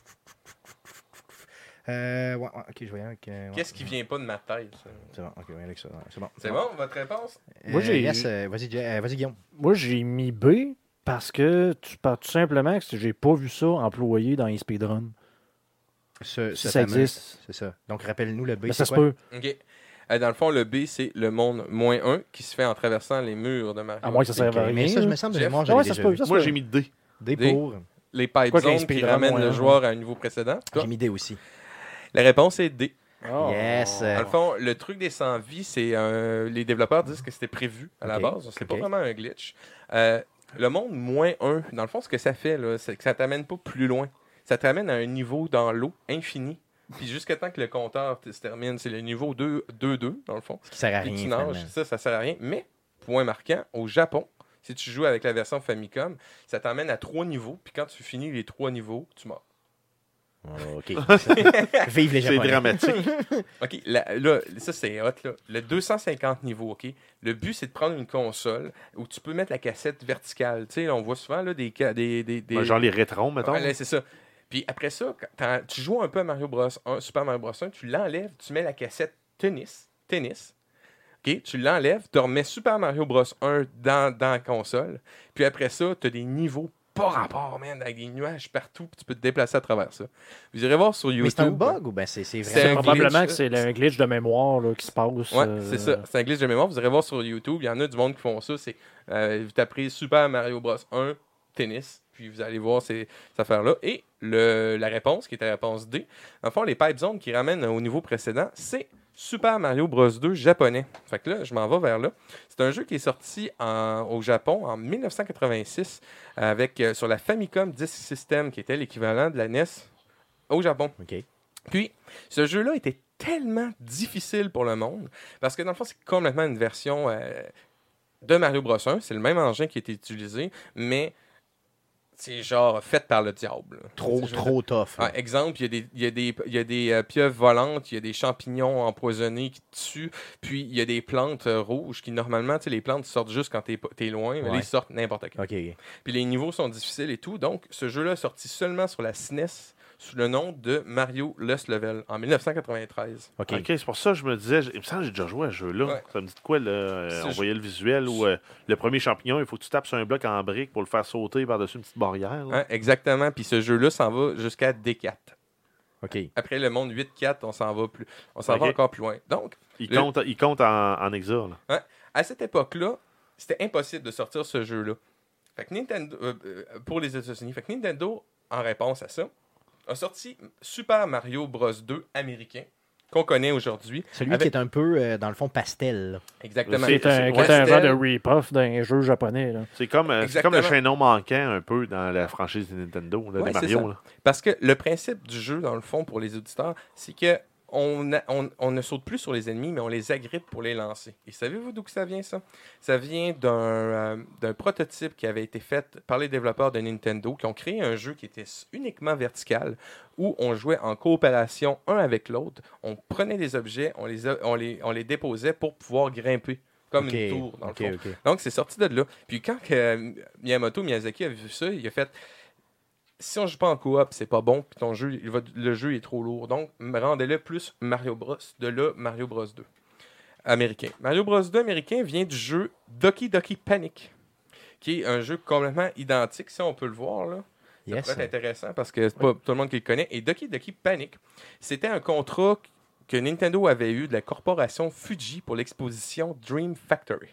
Euh, ouais, ouais, ok, je vais y aller avec. euh, ouais. Qu'est-ce qui vient pas de ma tête? ça? C'est bon, ok, je vais y aller avec ça. Ouais, c'est bon. C'est bon, votre réponse? Euh, Moi, j'ai- yes, euh, vas-y, Jay- euh, vas-y, Guillaume. Moi, j'ai mis B parce que tu par- tout simplement que j'ai pas vu ça employé dans les speedruns. Ce, Si ce ça fameux- existe. C'est ça. Donc, rappelle-nous le B. Mais c'est ça se quoi? peut. OK. Euh, dans le fond, le B, c'est le monde moins un qui se fait en traversant les murs de Mario. À moins que ça serve à Ok, rien. mais ça, je là. me semble de Jeff? mémoire, Ah j'avais ouais, ça déjà se peut. vu. Ça se Moi, peut. j'ai mis D. D D. pour. Les pipe Quoi qu'un zones qui speedrun ramènent moins le un, joueur à un niveau précédent. Toi? J'ai mis D aussi. La réponse est D. Oh. Yes. Dans le fond, le truc des cent vies, c'est euh, les développeurs disent que c'était prévu à la Ok, base. C'est pas ok. vraiment un glitch. Euh, le monde moins un, dans le fond, ce que ça fait, là, c'est que ça t'amène pas plus loin. Ça t'amène à un niveau dans l'eau infini. Puis jusqu'à temps que le compteur t- se termine, c'est le niveau deux deux, dans le fond. Ce qui sert à Puis rien. tu nages, finalement. ça, ça sert à rien. Mais, point marquant, au Japon, si tu joues avec la version Famicom, ça t'emmène à trois niveaux. Puis quand tu finis les trois niveaux, tu meurs. Oh, ok. Vive les C'est Japonais. dramatique. OK, la- là, ça c'est hot, là. Le deux cent cinquante niveaux, OK? Le but, c'est de prendre une console où tu peux mettre la cassette verticale. Tu sais, là, on voit souvent là, des, ca- des, des, des- Ben, genre les rétrons, mettons. Ouais, là, c'est ça. Puis après ça, quand t'en- tu joues un peu à Mario Bros un, Super Mario Bros un, tu l'enlèves, tu mets la cassette tennis, tennis. OK, tu l'enlèves, tu remets Super Mario Bros un dans, dans la console. Puis après ça, tu as des niveaux pas rapport, man, avec des nuages partout, puis tu peux te déplacer à travers ça. Vous irez voir sur YouTube. Mais c'est un bug ou ben c'est c'est C'est C'est vraiment. un probablement glitch, que c'est un glitch de mémoire là, qui se passe. Ouais, euh, c'est ça. C'est un glitch de mémoire. Vous irez voir sur YouTube. Il y en a du monde qui font ça. C'est euh, vous taperez Super Mario Bros un tennis. Puis vous allez voir ces, ces affaires-là. Et le, la réponse, qui était la réponse D, dans le fond, les pipe zones qui ramènent au niveau précédent, c'est Super Mario Bros deux japonais. Fait que là, je m'en vais vers là. C'est un jeu qui est sorti en- au Japon en mille neuf cent quatre-vingt-six avec, euh, sur la Famicom Disk System, qui était l'équivalent de la N E S au Japon. Ok. Puis, ce jeu-là était tellement difficile pour le monde, parce que dans le fond, c'est complètement une version euh, de Mario Bros un. C'est le même engin qui a été utilisé, mais c'est genre fait par le diable. là. Trop, Je veux trop tough. là. Ah, exemple, il y a des, il y a des, il y a des euh, pieuvres volantes, il y a des champignons empoisonnés qui te tuent, puis il y a des plantes euh, rouges qui, normalement, tu sais, les plantes sortent juste quand t'es, pas- t'es loin, mais là, Ouais. ils sortent n'importe quand. Ok, ok. Puis les niveaux sont difficiles et tout, donc ce jeu-là est sorti seulement sur la S N E S sous le nom de Mario Lost Level en mille neuf cent quatre-vingt-treize. Ok. Ok, c'est pour ça que je me disais, il me semble que j'ai déjà joué à ce jeu-là. Ouais. Ça me dit de quoi, là? euh, Ce on jeu- voyait le visuel où euh, le premier champignon, il faut que tu tapes sur un bloc en brique pour le faire sauter par-dessus une petite barrière. là. Hein, exactement, puis ce jeu-là s'en va jusqu'à D quatre. Ok. Après le monde huit quatre, on s'en va plus, on s'en va Ok. encore plus loin. Donc, Il, Le- compte, il compte en, en exil. là. à cette époque-là, c'était impossible de sortir ce jeu-là. Fait que Nintendo, euh, euh, pour les États-Unis, fait que Nintendo, en réponse à ça, a sorti Super Mario Bros deux américain qu'on connaît aujourd'hui. Celui avec... qui est un peu, euh, dans le fond, pastel. Là. Exactement. C'est un, qui est un genre de rip-off d'un jeu japonais. Là. C'est comme, euh, c'est comme le chaînon manquant un peu dans la franchise de Nintendo, là, ouais, de Mario. Là. Parce que le principe du jeu, dans le fond, pour les auditeurs, c'est que On, a, on, on ne saute plus sur les ennemis, mais on les agrippe pour les lancer. Et savez-vous d'où que ça vient, ça? Ça vient d'un, euh, d'un prototype qui avait été fait par les développeurs de Nintendo, qui ont créé un jeu qui était uniquement vertical, où on jouait en coopération un avec l'autre. On prenait des objets, on les, on les, on les déposait pour pouvoir grimper, comme okay. une tour, dans okay, le fond. Okay. Donc, c'est sorti de là. Puis quand euh, Miyamoto Miyazaki a vu ça, il a fait... Si on joue pas en coop, c'est pas bon, puis ton jeu, il va, le jeu est trop lourd. Donc, rendez-le plus Mario Bros. De là, Mario Bros deux. Américain. Mario Bros deux américain vient du jeu Doki Doki Panic, qui est un jeu complètement identique, si on peut le voir, là. Yes. Ça pourrait être intéressant, parce que c'est pas tout le monde qui le connaît. Et Doki Doki Panic, c'était un contrat que Nintendo avait eu de la corporation Fuji pour l'exposition Dream Factory.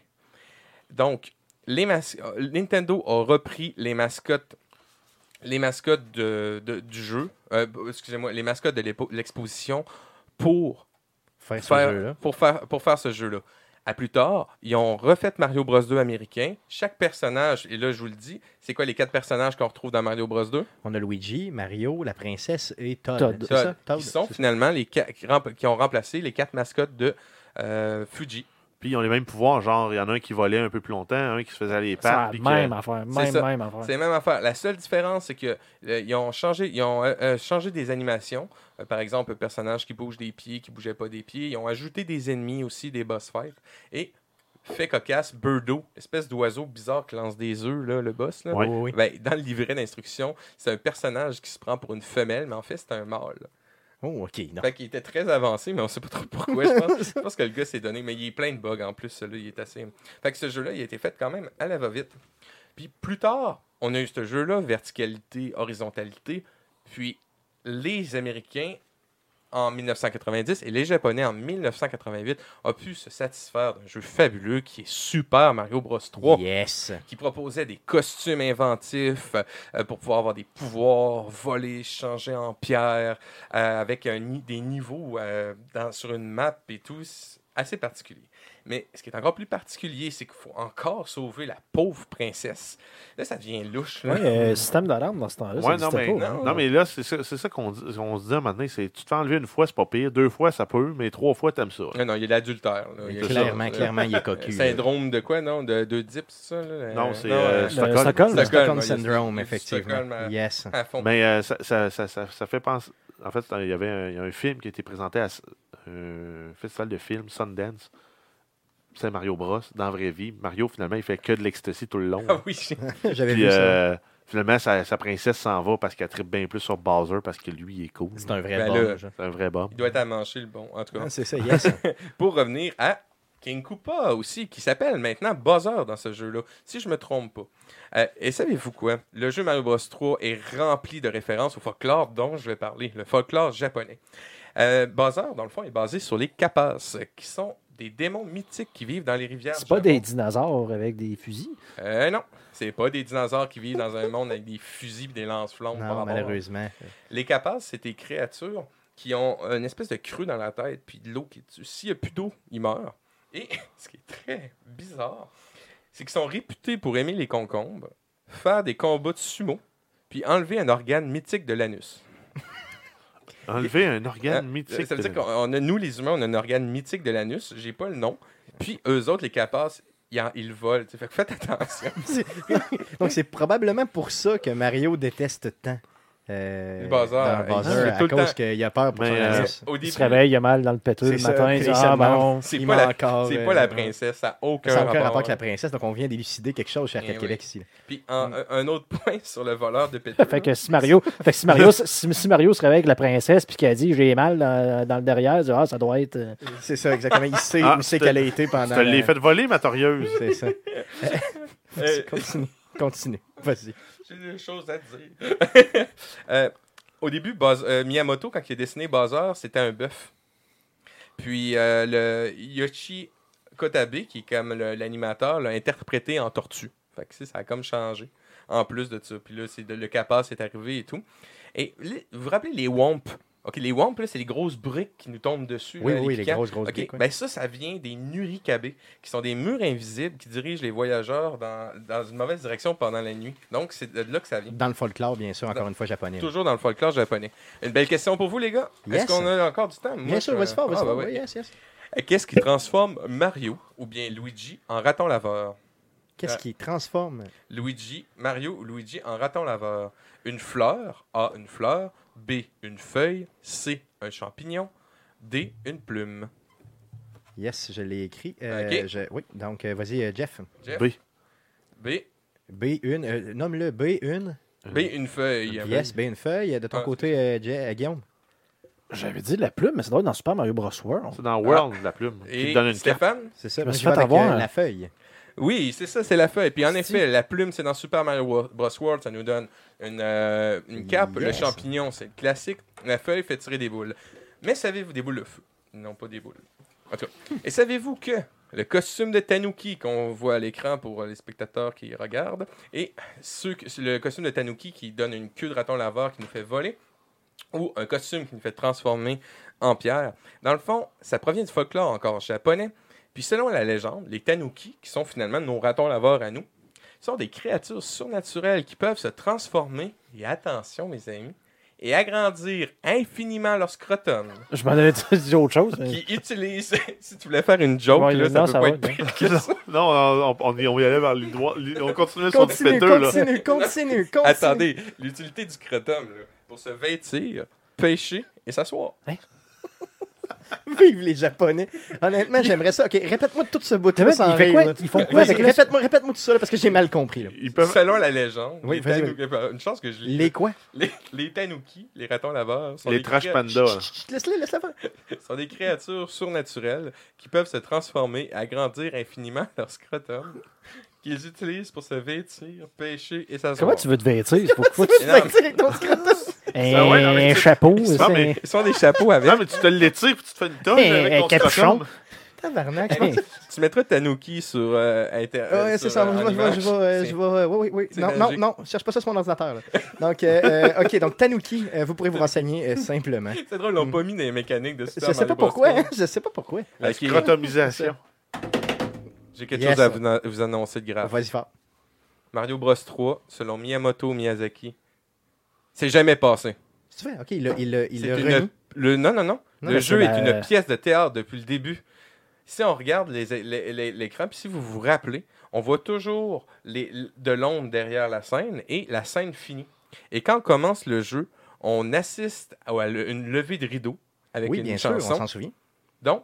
Donc, les mas- Nintendo a repris les mascottes les mascottes de, de, du jeu, euh, excusez-moi, les mascottes de l'exposition pour faire, faire, ce jeu-là. pour, faire, pour faire ce jeu-là. À plus tard, ils ont refait Mario Bros deux américain. Chaque personnage, et là je vous le dis, c'est quoi les quatre personnages qu'on retrouve dans Mario Bros deux? On a Luigi, Mario, la princesse et Todd. Todd. C'est Todd. ça? Todd. Qui sont c'est finalement les ca- qui, rem- qui ont remplacé les quatre mascottes de euh, Fuji. Puis ils ont les mêmes pouvoirs, genre, il y en a un qui volait un peu plus longtemps, un qui se faisait les pattes. C'est puis la même que... affaire. C'est Même, ça. même affaire. C'est la même affaire. La seule différence, c'est que euh, ils ont changé, ils ont euh, euh, changé des animations. Euh, par exemple, un personnage qui bouge des pieds, qui bougeait pas des pieds. Ils ont ajouté des ennemis aussi, des boss fights. Et fait cocasse, Birdo, espèce d'oiseau bizarre qui lance des œufs, là, le boss. Là. Ouais. Oui, oui. Ben, dans le livret d'instruction, c'est un personnage qui se prend pour une femelle, mais en fait, c'est un mâle. Oh, OK. Non. Fait qu'il était très avancé, mais on sait pas trop pourquoi. Je pense, je pense que le gars s'est donné, mais il est plein de bugs en plus. Celui-là, il est assez. Fait que ce jeu-là, il a été fait quand même à la va-vite. Puis plus tard, on a eu ce jeu-là, verticalité, horizontalité. Puis les Américains, en dix-neuf cent quatre-vingt-dix, et les Japonais, en dix-neuf cent quatre-vingt-huit, ont pu se satisfaire d'un jeu fabuleux qui est Super Mario Bros trois. Yes. Qui proposait des costumes inventifs euh, pour pouvoir avoir des pouvoirs, voler, changer en pierre, euh, avec un, des niveaux euh, dans, sur une map et tout. C'est assez particulier. Mais ce qui est encore plus particulier, c'est qu'il faut encore sauver la pauvre princesse. Là, ça devient louche. Là. Oui, euh, système d'alarme dans ce temps-là. Ouais, ça non, mais, pas, non, hein. non, mais là, c'est ça, c'est ça qu'on, dit, on se dit un moment donné, c'est tu te fais enlever une fois, c'est pas pire. Deux fois, ça peut, mais trois fois, t'aimes ça. Non, non, il y a l'adultère. Là. Il y a Clairement, ça, clairement, il est cocu. là. Syndrome de quoi, non? De, de Dip, c'est ça? Là? Non, c'est non, euh, euh, Le Stockholm. Stockholm. Le Stockholm ouais, il y a- Syndrome, il y a du effectivement. Stockholm à- Yes. à fond. Mais euh, ça, ça, ça, ça, ça fait penser. En fait, il y avait un, il y a un film qui a été présenté à un festival de films, Sundance. C'est Mario Bros. Dans la vraie vie. Mario, finalement, il fait que de l'ecstasy tout le long. Ah oui, J'avais Puis, vu ça. euh, finalement, sa, sa princesse s'en va parce qu'elle tripe bien plus sur Bowser parce que lui, il est cool. C'est un vrai Ben bon. là, jeu. C'est un vrai bomb. il doit être à mancher le bon, en tout cas. Ah, c'est ça, yes. Pour revenir à King Koopa aussi, qui s'appelle maintenant Bowser dans ce jeu-là, si je me trompe pas. Euh, et savez-vous quoi? Le jeu Mario Bros trois est rempli de références au folklore dont je vais parler, le folklore japonais. Euh, Bowser, dans le fond, est basé sur les Kappas, qui sont des démons mythiques qui vivent dans les rivières. C'est pas du Japon. des dinosaures avec des fusils. Euh, non, c'est pas des dinosaures qui vivent dans un monde avec des fusils et des lance-flammes. par Non, rapport à- malheureusement. Les Kappas, c'est des créatures qui ont une espèce de creux dans la tête, puis de l'eau qui est dessus. S'il n'y a plus d'eau, ils meurent. Et ce qui est très bizarre, c'est qu'ils sont réputés pour aimer les concombres, faire des combats de sumo, puis enlever un organe mythique de l'anus. Enlever un organe Hein? mythique. Ça veut dire de- qu'on a, nous, les humains, on a un organe mythique de l'anus. J'ai pas le nom. Puis eux autres, les Kappas, ils, en- ils le volent. tu sais. Fait que faites attention. Donc, c'est probablement pour ça que Mario déteste tant. Euh, Le Bowser, dans il Bowser, se fait à tout le cause temps- qu'il a peur pour Mais, son euh, anus. Au Il début, se réveille, il a mal dans le péteux le C'est ça, matin. Il puis dit, il se ah demande. bon. c'est il pas, ment la, encore, c'est euh, pas la euh, princesse. Ça n'a aucun Ça n'a aucun rapport. rapport avec la princesse, donc on vient d'élucider quelque chose chez Arcade Eh Québec oui. ici. là. Puis en- un, un autre point sur le voleur de pétrole. Fait que si Mario, fait que si Mario, si, si Mario se réveille avec la princesse puis qu'elle dit j'ai mal dans, dans le derrière, il dit, ah, ça doit être. euh, C'est ça, exactement. Il sait, Ah, il sait tu te- qu'elle a été pendant. Tu te l'as la- fait voler, ma torieuse. C'est ça. Euh, Continue. Continue. Vas-y. J'ai des choses à dire. Euh, au début, Buzz- euh, Miyamoto, quand il a dessiné Bowser, c'était un bœuf. Puis euh, le Yoshi Kotabe, qui est comme le- l'animateur, l'a interprété en tortue. Fait que ça, ça a comme changé. En plus de ça. Puis là, c'est de, le Kappa est arrivé et tout. Et les- vous vous rappelez les Womp OK, les Wamps, là, c'est les grosses briques qui nous tombent dessus. Oui, là, oui, les piquants. grosses, grosses OK, briques, ouais. ben ça, ça vient des Nurikabe, qui sont des murs invisibles qui dirigent les voyageurs dans, dans une mauvaise direction pendant la nuit. Donc, c'est de là que ça vient. Dans le folklore, bien sûr, encore une fois, japonais. Toujours dans le folklore japonais. Une belle question pour vous, les gars. Yes. Est-ce qu'on a encore du temps? Moi, Bien sûr, je- vas-y fort, vas-y Ah, fort. ben Oui, ouais. yes, yes. Qu'est-ce qui transforme Mario ou bien Luigi en raton laveur? Qu'est-ce Euh, qui transforme? Luigi, Mario ou Luigi en raton laveur. Une fleur, A, une fleur, B, une feuille, C, un champignon, D, une plume. Yes, je l'ai écrit. Euh, Ok. je- Oui, donc euh, vas-y, euh, Jeff. Jeff? B. B, B un, euh, nomme-le B un. B, une feuille. Yes, B une feuille. De ton Ah. côté, euh, Je- euh, Guillaume. J'avais dit la plume, mais ça doit être dans Super Mario Bros. World. C'est dans World, la plume. Qui Et te donne une carte. Stéphane? C'est ça. Je me Moi, suis je vais fait avec avoir, euh, hein. la feuille. Oui, c'est ça, c'est la feuille. Puis en C'est- effet, la plume, c'est dans Super Mario Wo- Bros. World. Ça nous donne une, euh, une cape. Le Yes. champignon, c'est le classique. La feuille fait tirer des boules. Mais savez-vous des boules de feu? Non, pas des boules. En tout cas. Et savez-vous que le costume de Tanuki qu'on voit à l'écran pour les spectateurs qui regardent, et ceux, que- le costume de Tanuki qui donne une queue de raton laveur qui nous fait voler, ou un costume qui nous fait transformer en pierre, dans le fond, ça provient du folklore encore japonais. Puis selon la légende, les Tanuki, qui sont finalement nos ratons laveurs à nous, sont des créatures surnaturelles qui peuvent se transformer, et attention mes amis, et agrandir infiniment leur scrotum. Je m'en avais dit autre chose. mais- Qui utilisent, si tu voulais faire une joke, Ouais, là, ça non, peut ça pas va, être non. pire que ça. Non, on, on, y- on y allait vers les droits. On continuait sur Continue, le deux, là. continue, continue, continue. Attendez, l'utilité du scrotum, là, pour se vêtir, pêcher et s'asseoir. Vive les Japonais. Honnêtement, j'aimerais ça. OK, répète-moi tout ce bout-là Mais sans il fait rire, quoi? là. Ils font quoi Vas-y, avec le- répète-moi, répète-moi tout ça là, parce que j'ai mal compris. Là. Ils peuvent. Selon la légende, Oui, les, vas-y, tanuki, une chance que je lis. Les quoi? Les, les tanuki, les ratons laveurs, sont, Les des trash créa- pandas. là. Chut, Laisse-le, laisse-le faire. sont des créatures surnaturelles qui peuvent se transformer et agrandir infiniment leur scrotum, qu'ils utilisent pour se vêtir, pêcher et s'asseoir. Comment tu veux te vêtir? Faut, faut que Tu tu... Non, fais tirer ton scrotum. Un, ouais, non, mais un tu- chapeau, Non, c'est- mais- Ils sont des chapeaux avec. Non, mais tu te l'étires puis tu te fais une tonne Hey, avec hey, ton capuchon. scrotum. Tabarnak. Hey, Tu mettras Tanuki sur euh, Inter. Ah ouais, euh, c'est sur, ça. euh, Je en vais, je vais, image. je vais, euh, C'est- je vais, euh, oui, oui, oui. c'est Non, non, magique. non, cherche pas ça sur mon ordinateur. Là. Donc, euh, euh, OK, donc Tanuki, euh, vous pourrez vous renseigner euh, simplement. C'est drôle, ils l'ont pas mis dans les mécaniques de Super Je sais pas Mario Bros. pourquoi, hein, je sais pas pourquoi. La Ok. scrotomisation. J'ai quelque Yes. chose à vous, an- vous annoncer de grave. Vas-y fort. Mario Bros trois, selon Miyamoto Miyazaki, c'est jamais passé. Tu fais, OK, il l'a il l'a- il C'est l'a une- remis. le, non, non, non. Non, le mais jeu c'est est la- une pièce de théâtre depuis le début. Si on regarde les- les- les- l'écran, puis si vous vous rappelez, on voit toujours les, de l'ombre derrière la scène et la scène finit. Et quand commence le jeu, on assiste à une levée de rideau avec Oui, une bien sûr, on chanson. s'en souvient. Donc,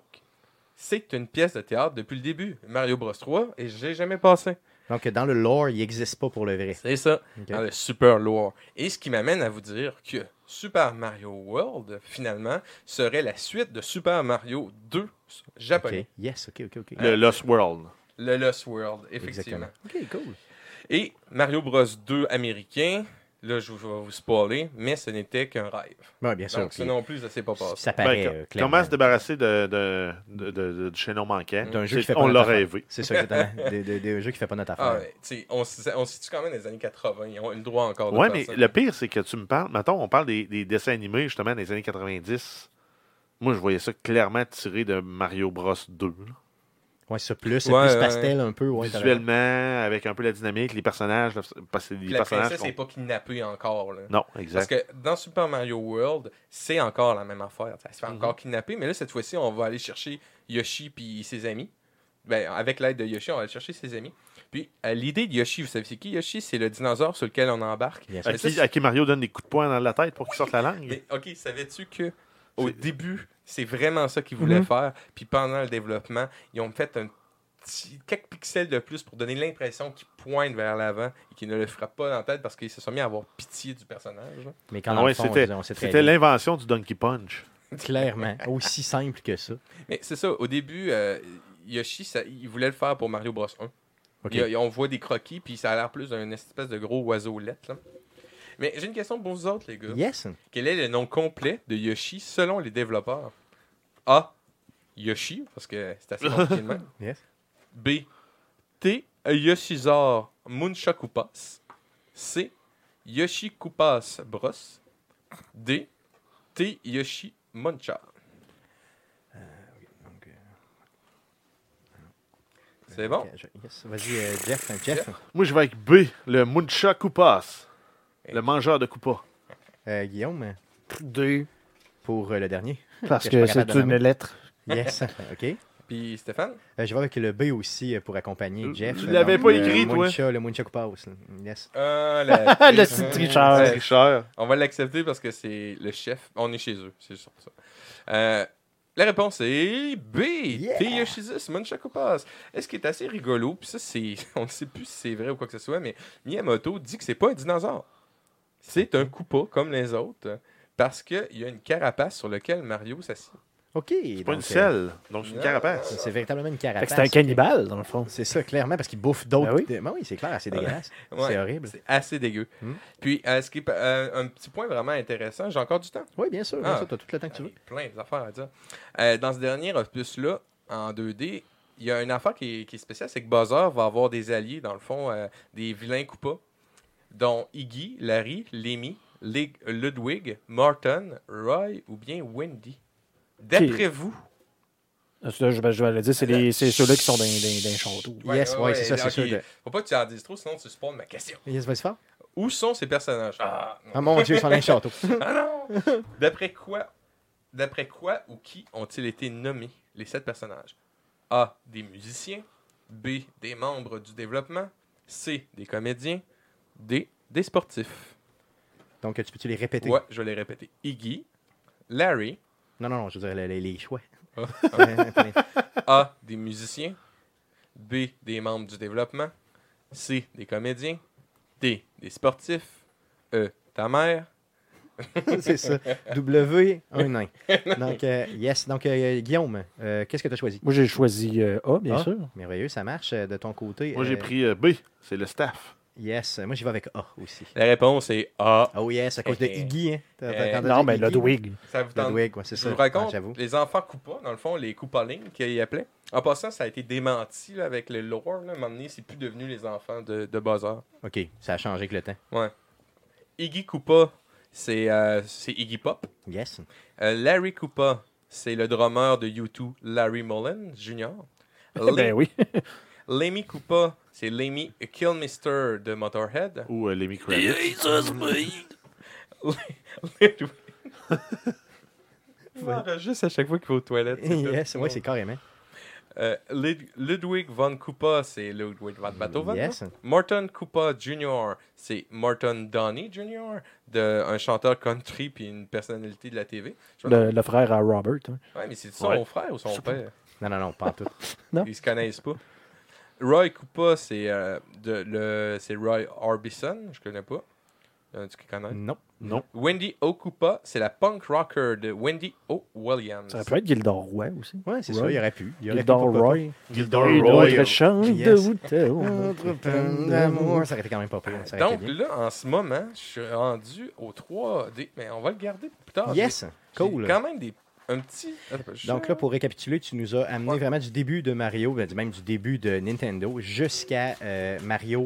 c'est une pièce de théâtre depuis le début. Mario Bros trois, et j'ai jamais passé. Donc, dans le lore, il n'existe pas pour le vrai. C'est ça, Ok. dans le Super Lore. Et ce qui m'amène à vous dire que Super Mario World, finalement, serait la suite de Super Mario deux japonais. OK, yes, OK, OK, OK. Le Lost World. Le Lost World, effectivement. OK, cool. Et Mario Bros deux américain, là, je vais vous spoiler, mais ce n'était qu'un rêve. Bon, bien sûr. Donc, ça puis non plus, ça s'est pas passé. ça Ben, paraît co- euh, clairement. comment se débarrasser de, de, de, de- de- du chaînon manquant? D'un jeu C'est- qui fait pas On notre l'a affaire. rêvé. C'est ça, exactement. Des, des- des jeux qui fait pas notre affaire. Ah, ouais, tu sais, on, se- on se situe quand même dans les années quatre-vingts. Ils ont eu le droit encore de Ouais, faire mais ça. le pire, c'est que tu me parles. Mettons, on parle des, des dessins animés, justement, des années quatre-vingt-dix. Moi, je voyais ça clairement tiré de Mario Bros deux. là. Ouais, ça plus, Ouais, plus ouais, pastel un peu. Ouais, t'as raison. Visuellement, avec un peu la dynamique, les personnages. là, Parce que les Puis la personnages. princesse qu'on- n'est pas kidnappée encore. Là. Non, Parce exact. que dans Super Mario World, c'est encore la même affaire. Elle se fait Mhm. encore kidnapper, mais là, cette fois-ci, on va aller chercher Yoshi puis ses amis. Ben, avec l'aide de Yoshi, on va aller chercher ses amis. Puis, euh, l'idée de Yoshi, vous savez c'est qui? Yoshi, c'est le dinosaure sur lequel on embarque. Bien À sûr. Mais ça, qui, c'est- à qui Mario donne des coups de poing dans la tête pour qu'il sorte la langue? Mais, OK, savais-tu que au C'est- début, c'est vraiment ça qu'ils voulaient Mhm. faire. Puis pendant le développement, ils ont fait un petit, quelques pixels de plus pour donner l'impression qu'ils pointent vers l'avant et qu'ils ne le frappent pas dans la tête parce qu'ils se sont mis à avoir pitié du personnage. là. Mais quand Ah dans ouais, le fond, c'était on sait très c'était bien. l'invention du Donkey Punch. Clairement. Aussi simple que ça. Mais c'est ça, au début, euh, Yoshi, ça, il voulait le faire pour Mario Bros un. OK. Il y a- on voit des croquis, puis ça a l'air plus d'un espèce de gros oiseau lettre. Là. Mais j'ai une question pour vous autres, les gars. Yes. Quel est le nom complet de Yoshi selon les développeurs? A. Yoshi, parce que c'est assez compliqué de même. Yes. B. T. Yoshizar Munchakupas. C. Yoshi Koopas Bros. D. T. T-Yoshi Muncha. Donc, euh, C'est bon? ok, je- yes. Vas-y, euh, Jeff. Jeff. Moi, je vais avec B, le Muncha Koopas. Et- Le mangeur de Koopas. Euh, Guillaume, Deux. pour euh, le dernier. Parce Que je suis que pas c'est capable de une nommer. lettre. Yes. OK. Puis Stéphane? Euh, je vais avec le B aussi euh, pour accompagner Euh, Jeff. tu l'avais Donc, pas le écrit, toi? Muncha, le Muncha Koopas. Yes. Ah, la- Le petit tricheur. Ouais. C'est cher. On va l'accepter parce que c'est le chef. On est chez eux, c'est juste pour ça. Euh, la réponse est B. Yeah. T-Yoshizus Munchakupas. Est-ce qui est assez rigolo, puis ça, c'est, on ne sait plus si c'est vrai ou quoi que ce soit, mais Miyamoto dit que c'est pas un dinosaure. C'est un Koopa comme les autres, parce qu'il y a une carapace sur laquelle Mario s'assied. OK. C'est pas donc, une selle, donc c'est une non. carapace. euh, C'est véritablement une Fait carapace. que c'est un cannibale, dans le fond. C'est ça, clairement, parce qu'il bouffe d'autres. Ben oui. Ben oui, c'est clair, c'est dégueulasse. Ouais, C'est horrible. C'est assez dégueu. Hmm. Puis, euh, ce qui est, euh, un petit point vraiment intéressant, j'ai encore du temps. Oui, bien sûr, bien Ah. sûr, tu as tout le temps que tu veux. Plein d'affaires à dire. Euh, dans ce dernier opus-là, en deux D, il y a une affaire qui est, qui est spéciale, c'est que Bowser va avoir des alliés, dans le fond, euh, des vilains Koopas, dont Iggy, Larry, Lemmy, Lig- Ludwig, Morton, Roy ou bien Wendy. D'après vous... Là, je, je vais le dire, c'est les- c'est ceux-là qui sont dans, dans, dans les châteaux. Yes, ouais, c'est ça, c'est ok. sûr que- Faut pas que tu en dises trop, sinon tu spawns ma question. Yes, vas-y fort. Où sont ces personnages? Ah, non. Ah mon Dieu, ils sont dans le château. Ah non! D'après quoi, d'après quoi ou qui ont-ils été nommés, les sept personnages? A. Des musiciens. B. Des membres du développement. C. Des comédiens. D. Des sportifs. Donc, tu peux-tu les répéter? Ouais, je vais les répéter. Iggy. Larry. Non, non, non, je veux dire les, les- les choix. Ah. Ouais, attendez. A. Des musiciens. B. Des membres du développement. C. Des comédiens. D. Des sportifs. E. Ta mère. C'est ça. W, un nain. Donc, euh, yes. Donc, euh, Guillaume, euh, qu'est-ce que tu as choisi? Moi, j'ai choisi euh, A, bien A. sûr. Merveilleux, ça marche euh, de ton côté. Moi, j'ai Euh, pris euh, B, c'est le staff. Yes, moi j'y vais avec A aussi. La réponse est A. Oh yes, à cause de Iggy. Hein. T'as- t'as- Eh, quand t'as Non, dit mais Iggy, Ludwig. Ça vous tente? Ludwig, ouais, c'est Je ça. vous raconte, Ah, j'avoue. les enfants Koopa, dans le fond, les Koopalings qu'ils appelaient. En passant, ça a été démenti là, avec le lore. Là, à un moment donné, c'est plus devenu les enfants de, de Bowser. OK, ça a changé avec le temps. Ouais. Iggy Koopa, c'est euh, c'est Iggy Pop. Yes. Euh, Larry Koopa, c'est le drummer de U deux, Larry Mullen Junior Ben oui. Lemmy Koopa, c'est Lemmy Kilmister de Motorhead. Ou euh, Lemmy Kravitz. Ludwig. Il enregistre à chaque fois qu'il va aux toilettes. c'est yes, tout. ouais, c'est carrément. Euh, Lud- Ludwig von Koopa, c'est Ludwig van Beethoven. Yes. non? Morton Koopa Junior, c'est Morton Downey Junior, de, un chanteur country puis une personnalité de la T V. Je me Le, le frère à Robert. hein. Ouais, mais c'est son Ouais. frère ou son père? Non, non, non, pas en tout. Non. Ils se connaissent pas. Roy Koopa, c'est euh, de- le, c'est Roy Orbison, je connais pas. Y en a-tu qui connaissent? Non. Non. Wendy O. Koopa, c'est la punk rocker de Wendy O. Williams. Ça peut être Gildor Roy aussi. Ouais, c'est Roy. ça, il aurait pu. Il aurait pu, Gildor pourquoi Roy. Gildor Et Roy. d'autres chants Yes. de Houtel. Entre peine d'amour, ça aurait été quand même pas pire. Ça aurait Donc été bien. là, en ce moment, je suis rendu au trois D, mais on va le garder pour plus tard. Yes, J'ai- cool. j'ai quand même des, un petit... je- Donc là, pour récapituler, tu nous as amené vraiment du début de Mario, ben, même du début de Nintendo, jusqu'à euh, Mario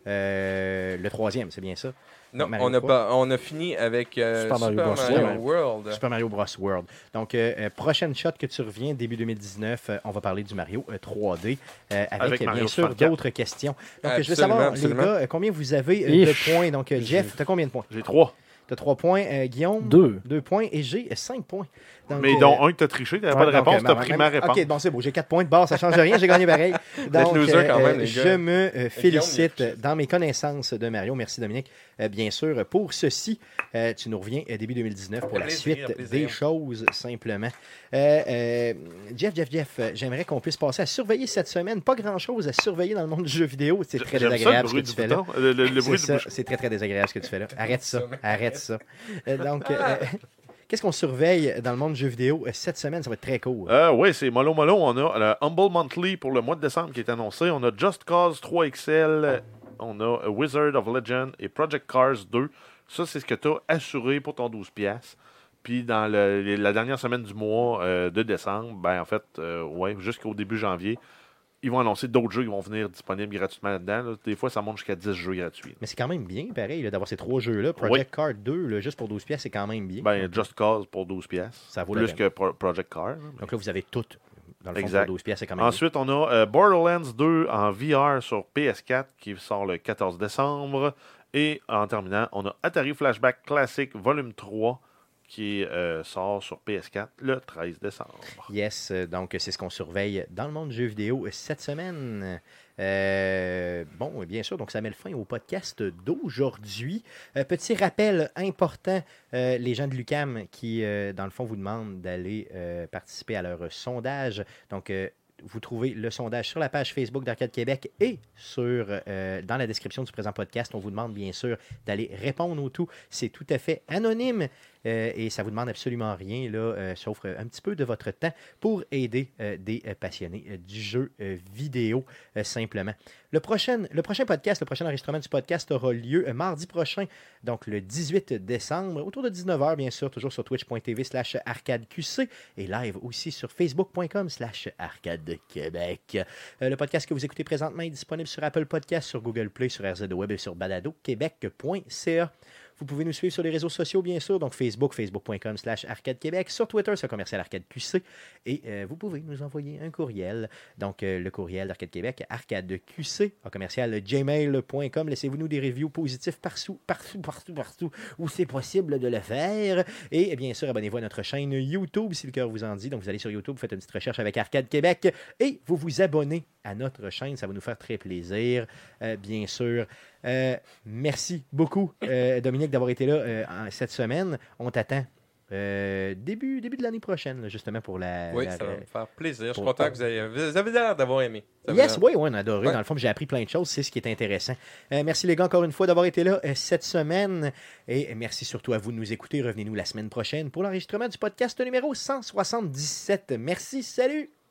euh, le troisième, c'est bien ça? Non, Mario on a, trois. pas, on a fini avec euh, Super Super Mario Mario, Bros. World. Super Mario Bros. World. Donc, euh, euh, prochaine shot que tu reviens, début deux mille dix-neuf, euh, on va parler du Mario euh, trois D, euh, avec, Avec euh, Mario bien sûr soixante-quatre. d'autres questions. Donc, euh, je veux Absolument, savoir, absolument. les gars, euh, combien vous avez euh, de Ich. points? Donc, euh, Jeff, tu as combien de points? J'ai trois. Tu as trois points. Euh, Guillaume? Deux. Deux points. Et j'ai euh, cinq points. Donc, Mais euh, dont un que t'as triché, t'avais pas de Ouais, donc, réponse, euh, t'as ma- pris ma- ma réponse. OK, bon, c'est beau. J'ai quatre points de base, ça change rien. J'ai gagné pareil. Donc, loser quand même, les je gars. me euh, félicite Guillaume, dans mes connaissances de Mario. Merci, Dominique. Euh, bien sûr, pour ceci, euh, tu nous reviens euh, début deux mille dix-neuf pour la Plaisir, suite plaisir. des choses, simplement. Euh, euh, Jeff, Jeff, Jeff, euh, j'aimerais qu'on puisse passer à surveiller cette semaine. Pas grand-chose à surveiller dans le monde du jeu vidéo. C'est très J'aime ça, le désagréable ce que bruit tu du fais là. bouton. Le, le- le C'est bruit du ça, bouton. c'est très, très désagréable ce que tu fais là. Arrête ça. Arrête ça. Euh, donc, euh, qu'est-ce qu'on surveille dans le monde du jeu vidéo euh, cette semaine? Ça va être très court. Euh, oui, c'est mollo mollo. On a le Humble Monthly pour le mois de décembre qui est annoncé. On a Just Cause trois X L. On a Wizard of Legend et Project Cars deux. Ça, c'est ce que tu as assuré pour ton douze piastres. Puis dans le- la dernière semaine du mois euh, de décembre, ben en fait, euh, ouais, jusqu'au début janvier, ils vont annoncer d'autres jeux qui vont venir disponibles gratuitement là-dedans. Là. Des fois, ça monte jusqu'à dix jeux gratuits. Mais c'est quand même bien, pareil, là, d'avoir ces trois jeux-là. Project oui. Cars deux, là, juste pour douze pièces, c'est quand même bien. Ben, Just Cause pour douze pièces. Ça vaut plus que Pro- Project Cars. Donc là, vous avez tout. Dans le fond, exact. pour douze pièces, c'est quand même Ensuite, bien. on a euh, Borderlands deux en V R sur P S quatre qui sort le quatorze décembre. Et en terminant, on a Atari Flashback Classic Volume trois qui euh, sort sur P S quatre le treize décembre. Yes, donc c'est ce qu'on surveille dans le monde du jeu vidéo cette semaine. Euh, bon, bien sûr, donc ça met le fin au podcast d'aujourd'hui. Euh, petit rappel important, euh, les gens de l'U Q A M qui, euh, dans le fond, vous demandent d'aller euh, participer à leur sondage. Donc, euh, vous trouvez le sondage sur la page Facebook d'Arcade Québec et sur, euh, dans la description du présent podcast. On vous demande bien sûr d'aller répondre au tout. C'est tout à fait anonyme euh, et ça ne vous demande absolument rien, là, euh, sauf un petit peu de votre temps pour aider euh, des euh, passionnés euh, du jeu euh, vidéo, euh, simplement. Le prochain, le prochain podcast, le prochain enregistrement du podcast aura lieu euh, mardi prochain, donc le dix-huit décembre, autour de dix-neuf heures, bien sûr, toujours sur twitch.tv slash arcadeqc et live aussi sur facebook.com slash arcade Québec. Euh, le podcast que vous écoutez présentement est disponible sur Apple Podcasts, sur Google Play, sur R Z Web et sur balado québec point c a. Vous pouvez nous suivre sur les réseaux sociaux, bien sûr, donc Facebook, facebook.com slash Arcade Québec, sur Twitter, c'est commercial Arcade Q C, et euh, vous pouvez nous envoyer un courriel, donc euh, le courriel d'Arcade Québec, arcadeqc, en commercial gmail point com. Laissez-vous nous des reviews positifs partout, partout, partout, partout, où c'est possible de le faire, et bien sûr, abonnez-vous à notre chaîne YouTube, si le cœur vous en dit, donc vous allez sur YouTube, vous faites une petite recherche avec Arcade Québec, et vous vous abonnez à notre chaîne, ça va nous faire très plaisir, euh, bien sûr. Euh, merci beaucoup, euh, Dominique, d'avoir été là euh, en, cette semaine. On t'attend euh, début, début de l'année prochaine, là, justement, pour la... Oui, la, ça va la, me faire plaisir. Je suis pour, content que vous ayez... Vous avez l'air d'avoir aimé. Yes, oui, oui, on a adoré. Ouais. Dans le fond, j'ai appris plein de choses. C'est ce qui est intéressant. Euh, merci, les gars, encore une fois, d'avoir été là euh, cette semaine. Et merci surtout à vous de nous écouter. Revenez-nous la semaine prochaine pour l'enregistrement du podcast numéro cent soixante-dix-sept. Merci, salut!